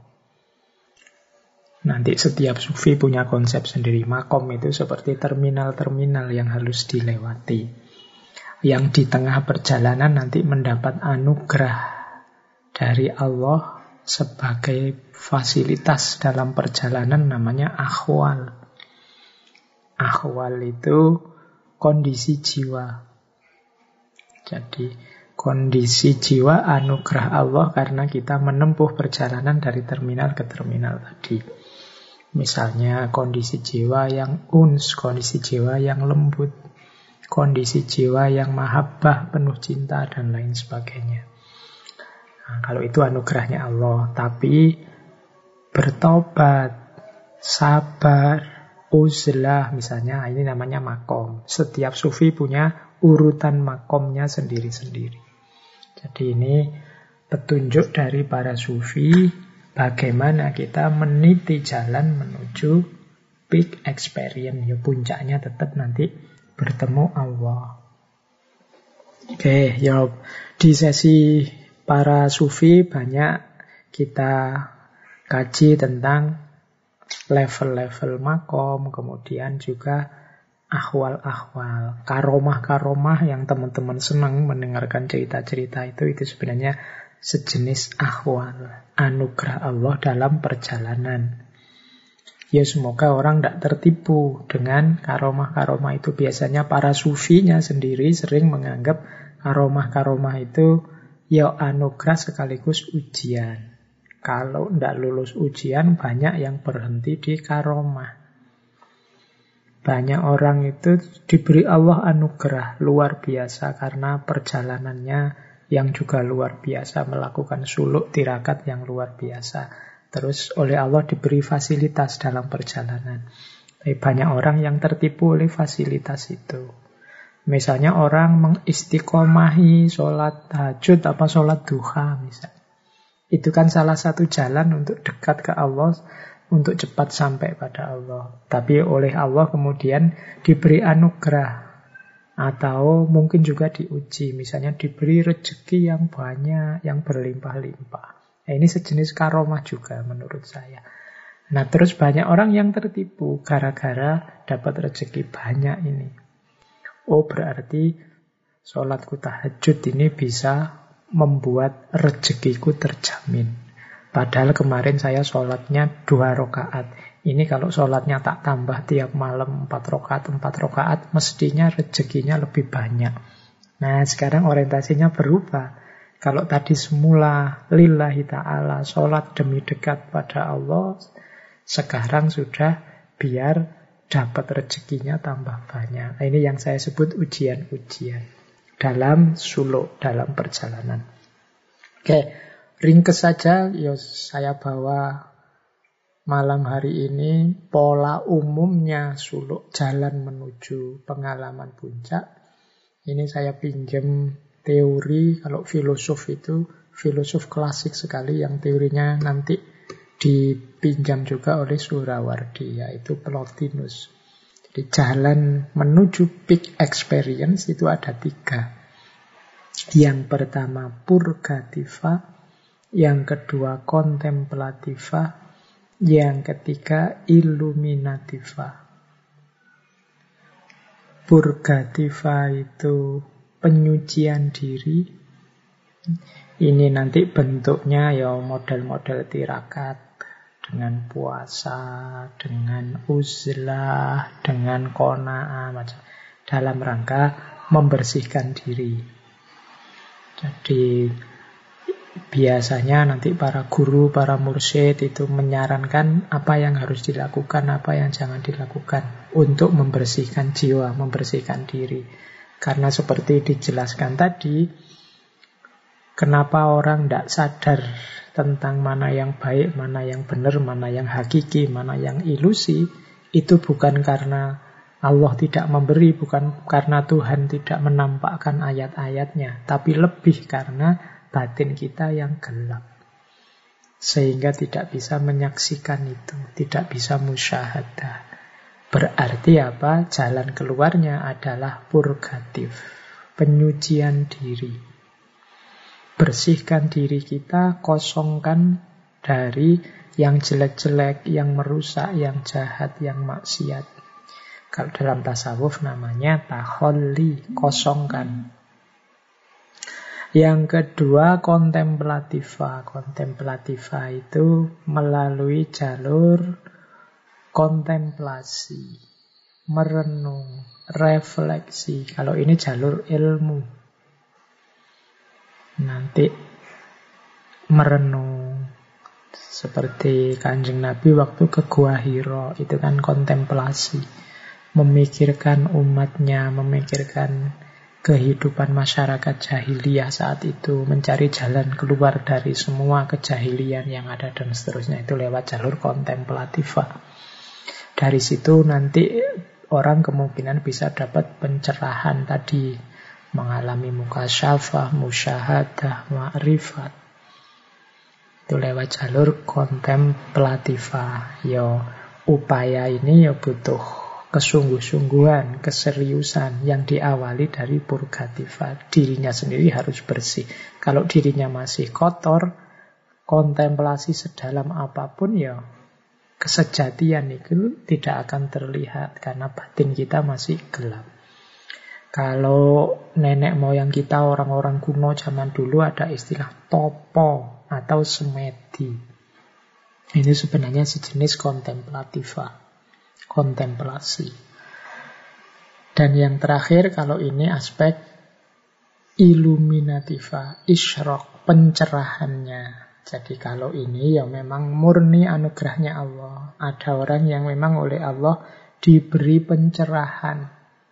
Nanti setiap sufi punya konsep sendiri. Makom itu seperti terminal-terminal yang harus dilewati. Yang di tengah perjalanan nanti mendapat anugerah dari Allah sebagai fasilitas dalam perjalanan, namanya akhwal. Akhwal itu kondisi jiwa. Jadi kondisi jiwa anugerah Allah karena kita menempuh perjalanan dari terminal ke terminal tadi. Misalnya kondisi jiwa yang uns, kondisi jiwa yang lembut, kondisi jiwa yang mahabbah, penuh cinta, dan lain sebagainya. Nah, kalau itu anugerahnya Allah. Tapi bertobat, sabar, uzlah misalnya, ini namanya makom. Setiap sufi punya urutan makomnya sendiri-sendiri. Jadi ini petunjuk dari para sufi bagaimana kita meniti jalan menuju peak experience. Ya, puncaknya tetap nanti bertemu Allah. Oke, ya di sesi para sufi banyak kita kaji tentang level-level makom, kemudian juga ahwal-ahwal, karomah-karomah yang teman-teman senang mendengarkan cerita-cerita itu, itu sebenarnya sejenis ahwal, anugerah Allah dalam perjalanan. Ya semoga orang tidak tertipu dengan karomah-karomah itu. Biasanya para sufinya sendiri sering menganggap karomah-karomah itu ya anugerah sekaligus ujian. Kalau tidak lulus ujian, banyak yang berhenti di karomah. Banyak orang itu diberi Allah anugerah luar biasa karena perjalanannya yang juga luar biasa, melakukan suluk tirakat yang luar biasa. Terus oleh Allah diberi fasilitas dalam perjalanan. Tapi banyak orang yang tertipu oleh fasilitas itu. Misalnya orang mengistiqomahi sholat tahajud apa sholat duha misalnya. Itu kan salah satu jalan untuk dekat ke Allah, untuk cepat sampai pada Allah. Tapi oleh Allah kemudian diberi anugerah. Atau mungkin juga diuji. Misalnya diberi rezeki yang banyak, yang berlimpah-limpah. Nah, ini sejenis karomah juga menurut saya. Nah, terus banyak orang yang tertipu gara-gara dapat rezeki banyak ini. Oh, berarti sholatku tahajud ini bisa membuat rezekiku terjamin. Padahal kemarin saya sholatnya dua rakaat. Ini kalau sholatnya tak tambah tiap malam empat rakaat, empat rakaat, mestinya rezekinya lebih banyak. Nah, sekarang orientasinya berubah. Kalau tadi semula lillahi ta'ala, sholat demi dekat pada Allah, sekarang sudah biar dapat rezekinya tambah banyak. Nah, ini yang saya sebut ujian-ujian dalam suluk, dalam perjalanan. Oke, ringkes saja ya saya bawa malam hari ini pola umumnya suluk jalan menuju pengalaman puncak. Ini saya pinjam teori, kalau filosof itu filosof klasik sekali yang teorinya nanti dipinjam juga oleh Surawardi, yaitu Plotinus. Jadi jalan menuju peak experience itu ada tiga. Yang pertama purgativa, yang kedua kontemplativa, yang ketiga illuminativa. Purgativa itu penyucian diri. Ini nanti bentuknya ya model-model tirakat, dengan puasa, dengan uzlah, dengan qanaah, macam dalam rangka membersihkan diri. Jadi biasanya nanti para guru, para mursyid itu menyarankan apa yang harus dilakukan, apa yang jangan dilakukan untuk membersihkan jiwa, membersihkan diri. Karena seperti dijelaskan tadi, kenapa orang tidak sadar tentang mana yang baik, mana yang benar, mana yang hakiki, mana yang ilusi, itu bukan karena Allah tidak memberi, bukan karena Tuhan tidak menampakkan ayat-ayatnya, tapi lebih karena batin kita yang gelap. Sehingga tidak bisa menyaksikan itu, tidak bisa musyahadah. Berarti apa? Jalan keluarnya adalah purgatif, penyucian diri. Bersihkan diri kita, kosongkan dari yang jelek-jelek, yang merusak, yang jahat, yang maksiat. Kalau dalam tasawuf namanya taholli, kosongkan. Yang kedua kontemplativa. Kontemplativa itu melalui jalur kontemplasi, merenung, refleksi. Kalau ini jalur ilmu. Nanti merenung. Seperti Kanjeng Nabi waktu ke Gua Hira, itu kan kontemplasi. Memikirkan umatnya, memikirkan kehidupan masyarakat jahiliyah saat itu, mencari jalan keluar dari semua kejahilian yang ada dan seterusnya, itu lewat jalur kontemplativa. Dari situ nanti orang kemungkinan bisa dapat pencerahan tadi, mengalami mukasyafah, musyahadah, ma'rifat. Itu lewat jalur kontemplativa. Ya, upaya ini ya butuh kesungguh-sungguhan, keseriusan yang diawali dari purgativa. Dirinya sendiri harus bersih. Kalau dirinya masih kotor, kontemplasi sedalam apapun ya kesejatian itu tidak akan terlihat karena batin kita masih gelap. Kalau nenek moyang kita, orang-orang kuno zaman dulu ada istilah topo atau semedi. Ini sebenarnya sejenis kontemplativa, kontemplasi. Dan yang terakhir, kalau ini aspek illuminativa, isyraq, pencerahannya. Jadi kalau ini ya memang murni anugerahnya Allah. Ada orang yang memang oleh Allah diberi pencerahan.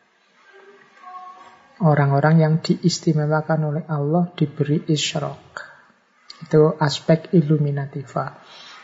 Orang-orang yang diistimewakan oleh Allah diberi isyraq. Itu aspek illuminativa.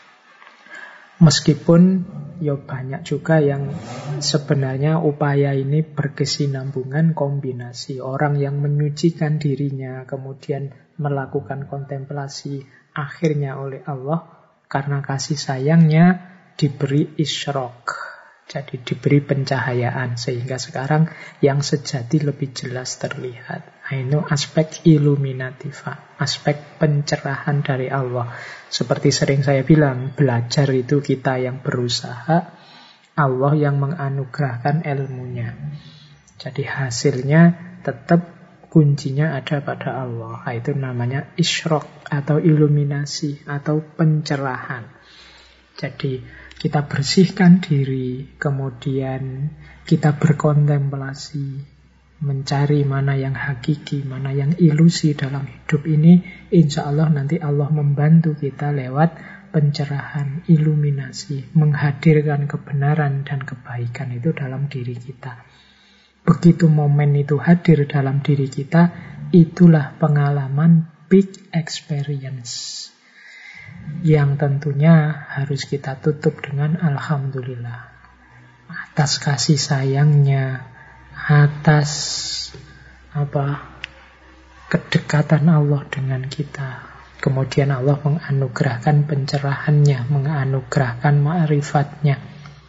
Meskipun ya banyak juga yang sebenarnya upaya ini berkesinambungan kombinasi. Orang yang menyucikan dirinya kemudian melakukan kontemplasi, akhirnya oleh Allah karena kasih sayangnya diberi isyraq. Jadi diberi pencahayaan sehingga sekarang yang sejati lebih jelas terlihat. Nah, itu aspek illuminativa, aspek pencerahan dari Allah. Seperti sering saya bilang, belajar itu kita yang berusaha, Allah yang menganugerahkan ilmunya. Jadi hasilnya tetap kuncinya ada pada Allah. Nah, itu namanya isyraq atau iluminasi atau pencerahan. Jadi kita bersihkan diri, kemudian kita berkontemplasi, mencari mana yang hakiki, mana yang ilusi dalam hidup ini. Insya Allah nanti Allah membantu kita lewat pencerahan, iluminasi, menghadirkan kebenaran dan kebaikan itu dalam diri kita. Begitu momen itu hadir dalam diri kita, itulah pengalaman big experience. Yang tentunya harus kita tutup dengan alhamdulillah. Atas kasih sayangnya, atas apa kedekatan Allah dengan kita. Kemudian Allah menganugerahkan pencerahannya, menganugerahkan ma'rifatnya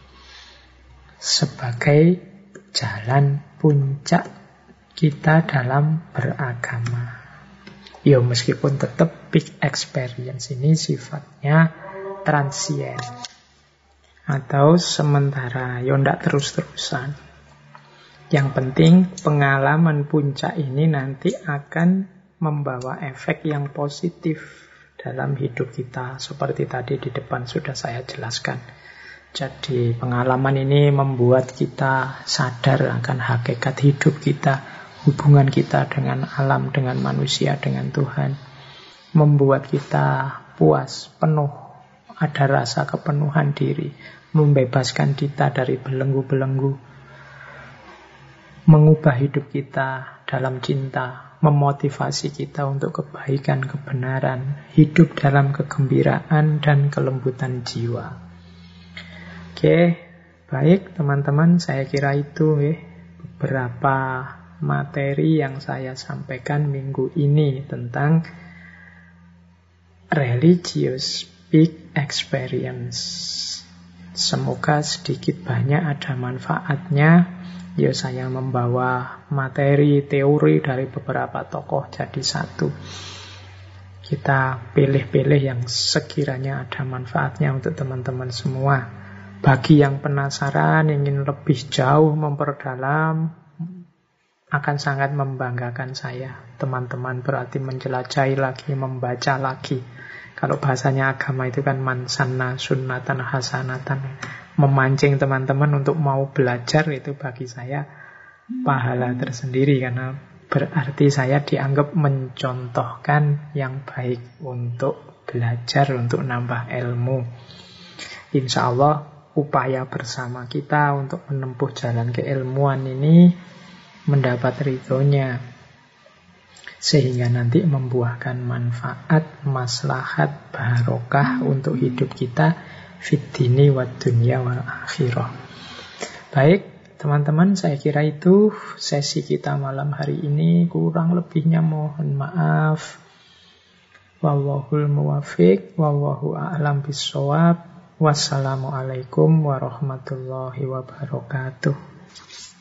sebagai jalan puncak kita dalam beragama. Ya meskipun tetap big experience ini sifatnya transient atau sementara, ya ndak terus-terusan. Yang penting pengalaman puncak ini nanti akan membawa efek yang positif dalam hidup kita. Seperti tadi di depan sudah saya jelaskan. Jadi pengalaman ini membuat kita sadar akan hakikat hidup kita, hubungan kita dengan alam, dengan manusia, dengan Tuhan. Membuat kita puas, penuh, ada rasa kepenuhan diri. Membebaskan kita dari belenggu-belenggu. Mengubah hidup kita dalam cinta. Memotivasi kita untuk kebaikan, kebenaran. Hidup dalam kegembiraan dan kelembutan jiwa. Oke, baik teman-teman, saya kira itu eh, beberapa materi yang saya sampaikan minggu ini tentang religious big experience. Semoga sedikit banyak ada manfaatnya. Ya, saya membawa materi teori dari beberapa tokoh jadi satu. Kita pilih-pilih yang sekiranya ada manfaatnya untuk teman-teman semua. Bagi yang penasaran, ingin lebih jauh memperdalam, akan sangat membanggakan saya. Teman-teman berarti menjelajahi lagi, membaca lagi. Kalau bahasanya agama itu kan mansanna sunnatan hasanatan. Memancing teman-teman untuk mau belajar itu bagi saya pahala tersendiri. Karena berarti saya dianggap mencontohkan yang baik untuk belajar, untuk nambah ilmu. Insya Allah upaya bersama kita untuk menempuh jalan keilmuan ini mendapat ridhonya, sehingga nanti membuahkan manfaat, maslahat, barokah untuk hidup kita fid dini wad dunya wal akhirah. Baik teman-teman, saya kira itu sesi kita malam hari ini. Kurang lebihnya mohon maaf. Wallahul muwafiq, wallahu a'lam bissawab. Wassalamualaikum warahmatullahi wabarakatuh.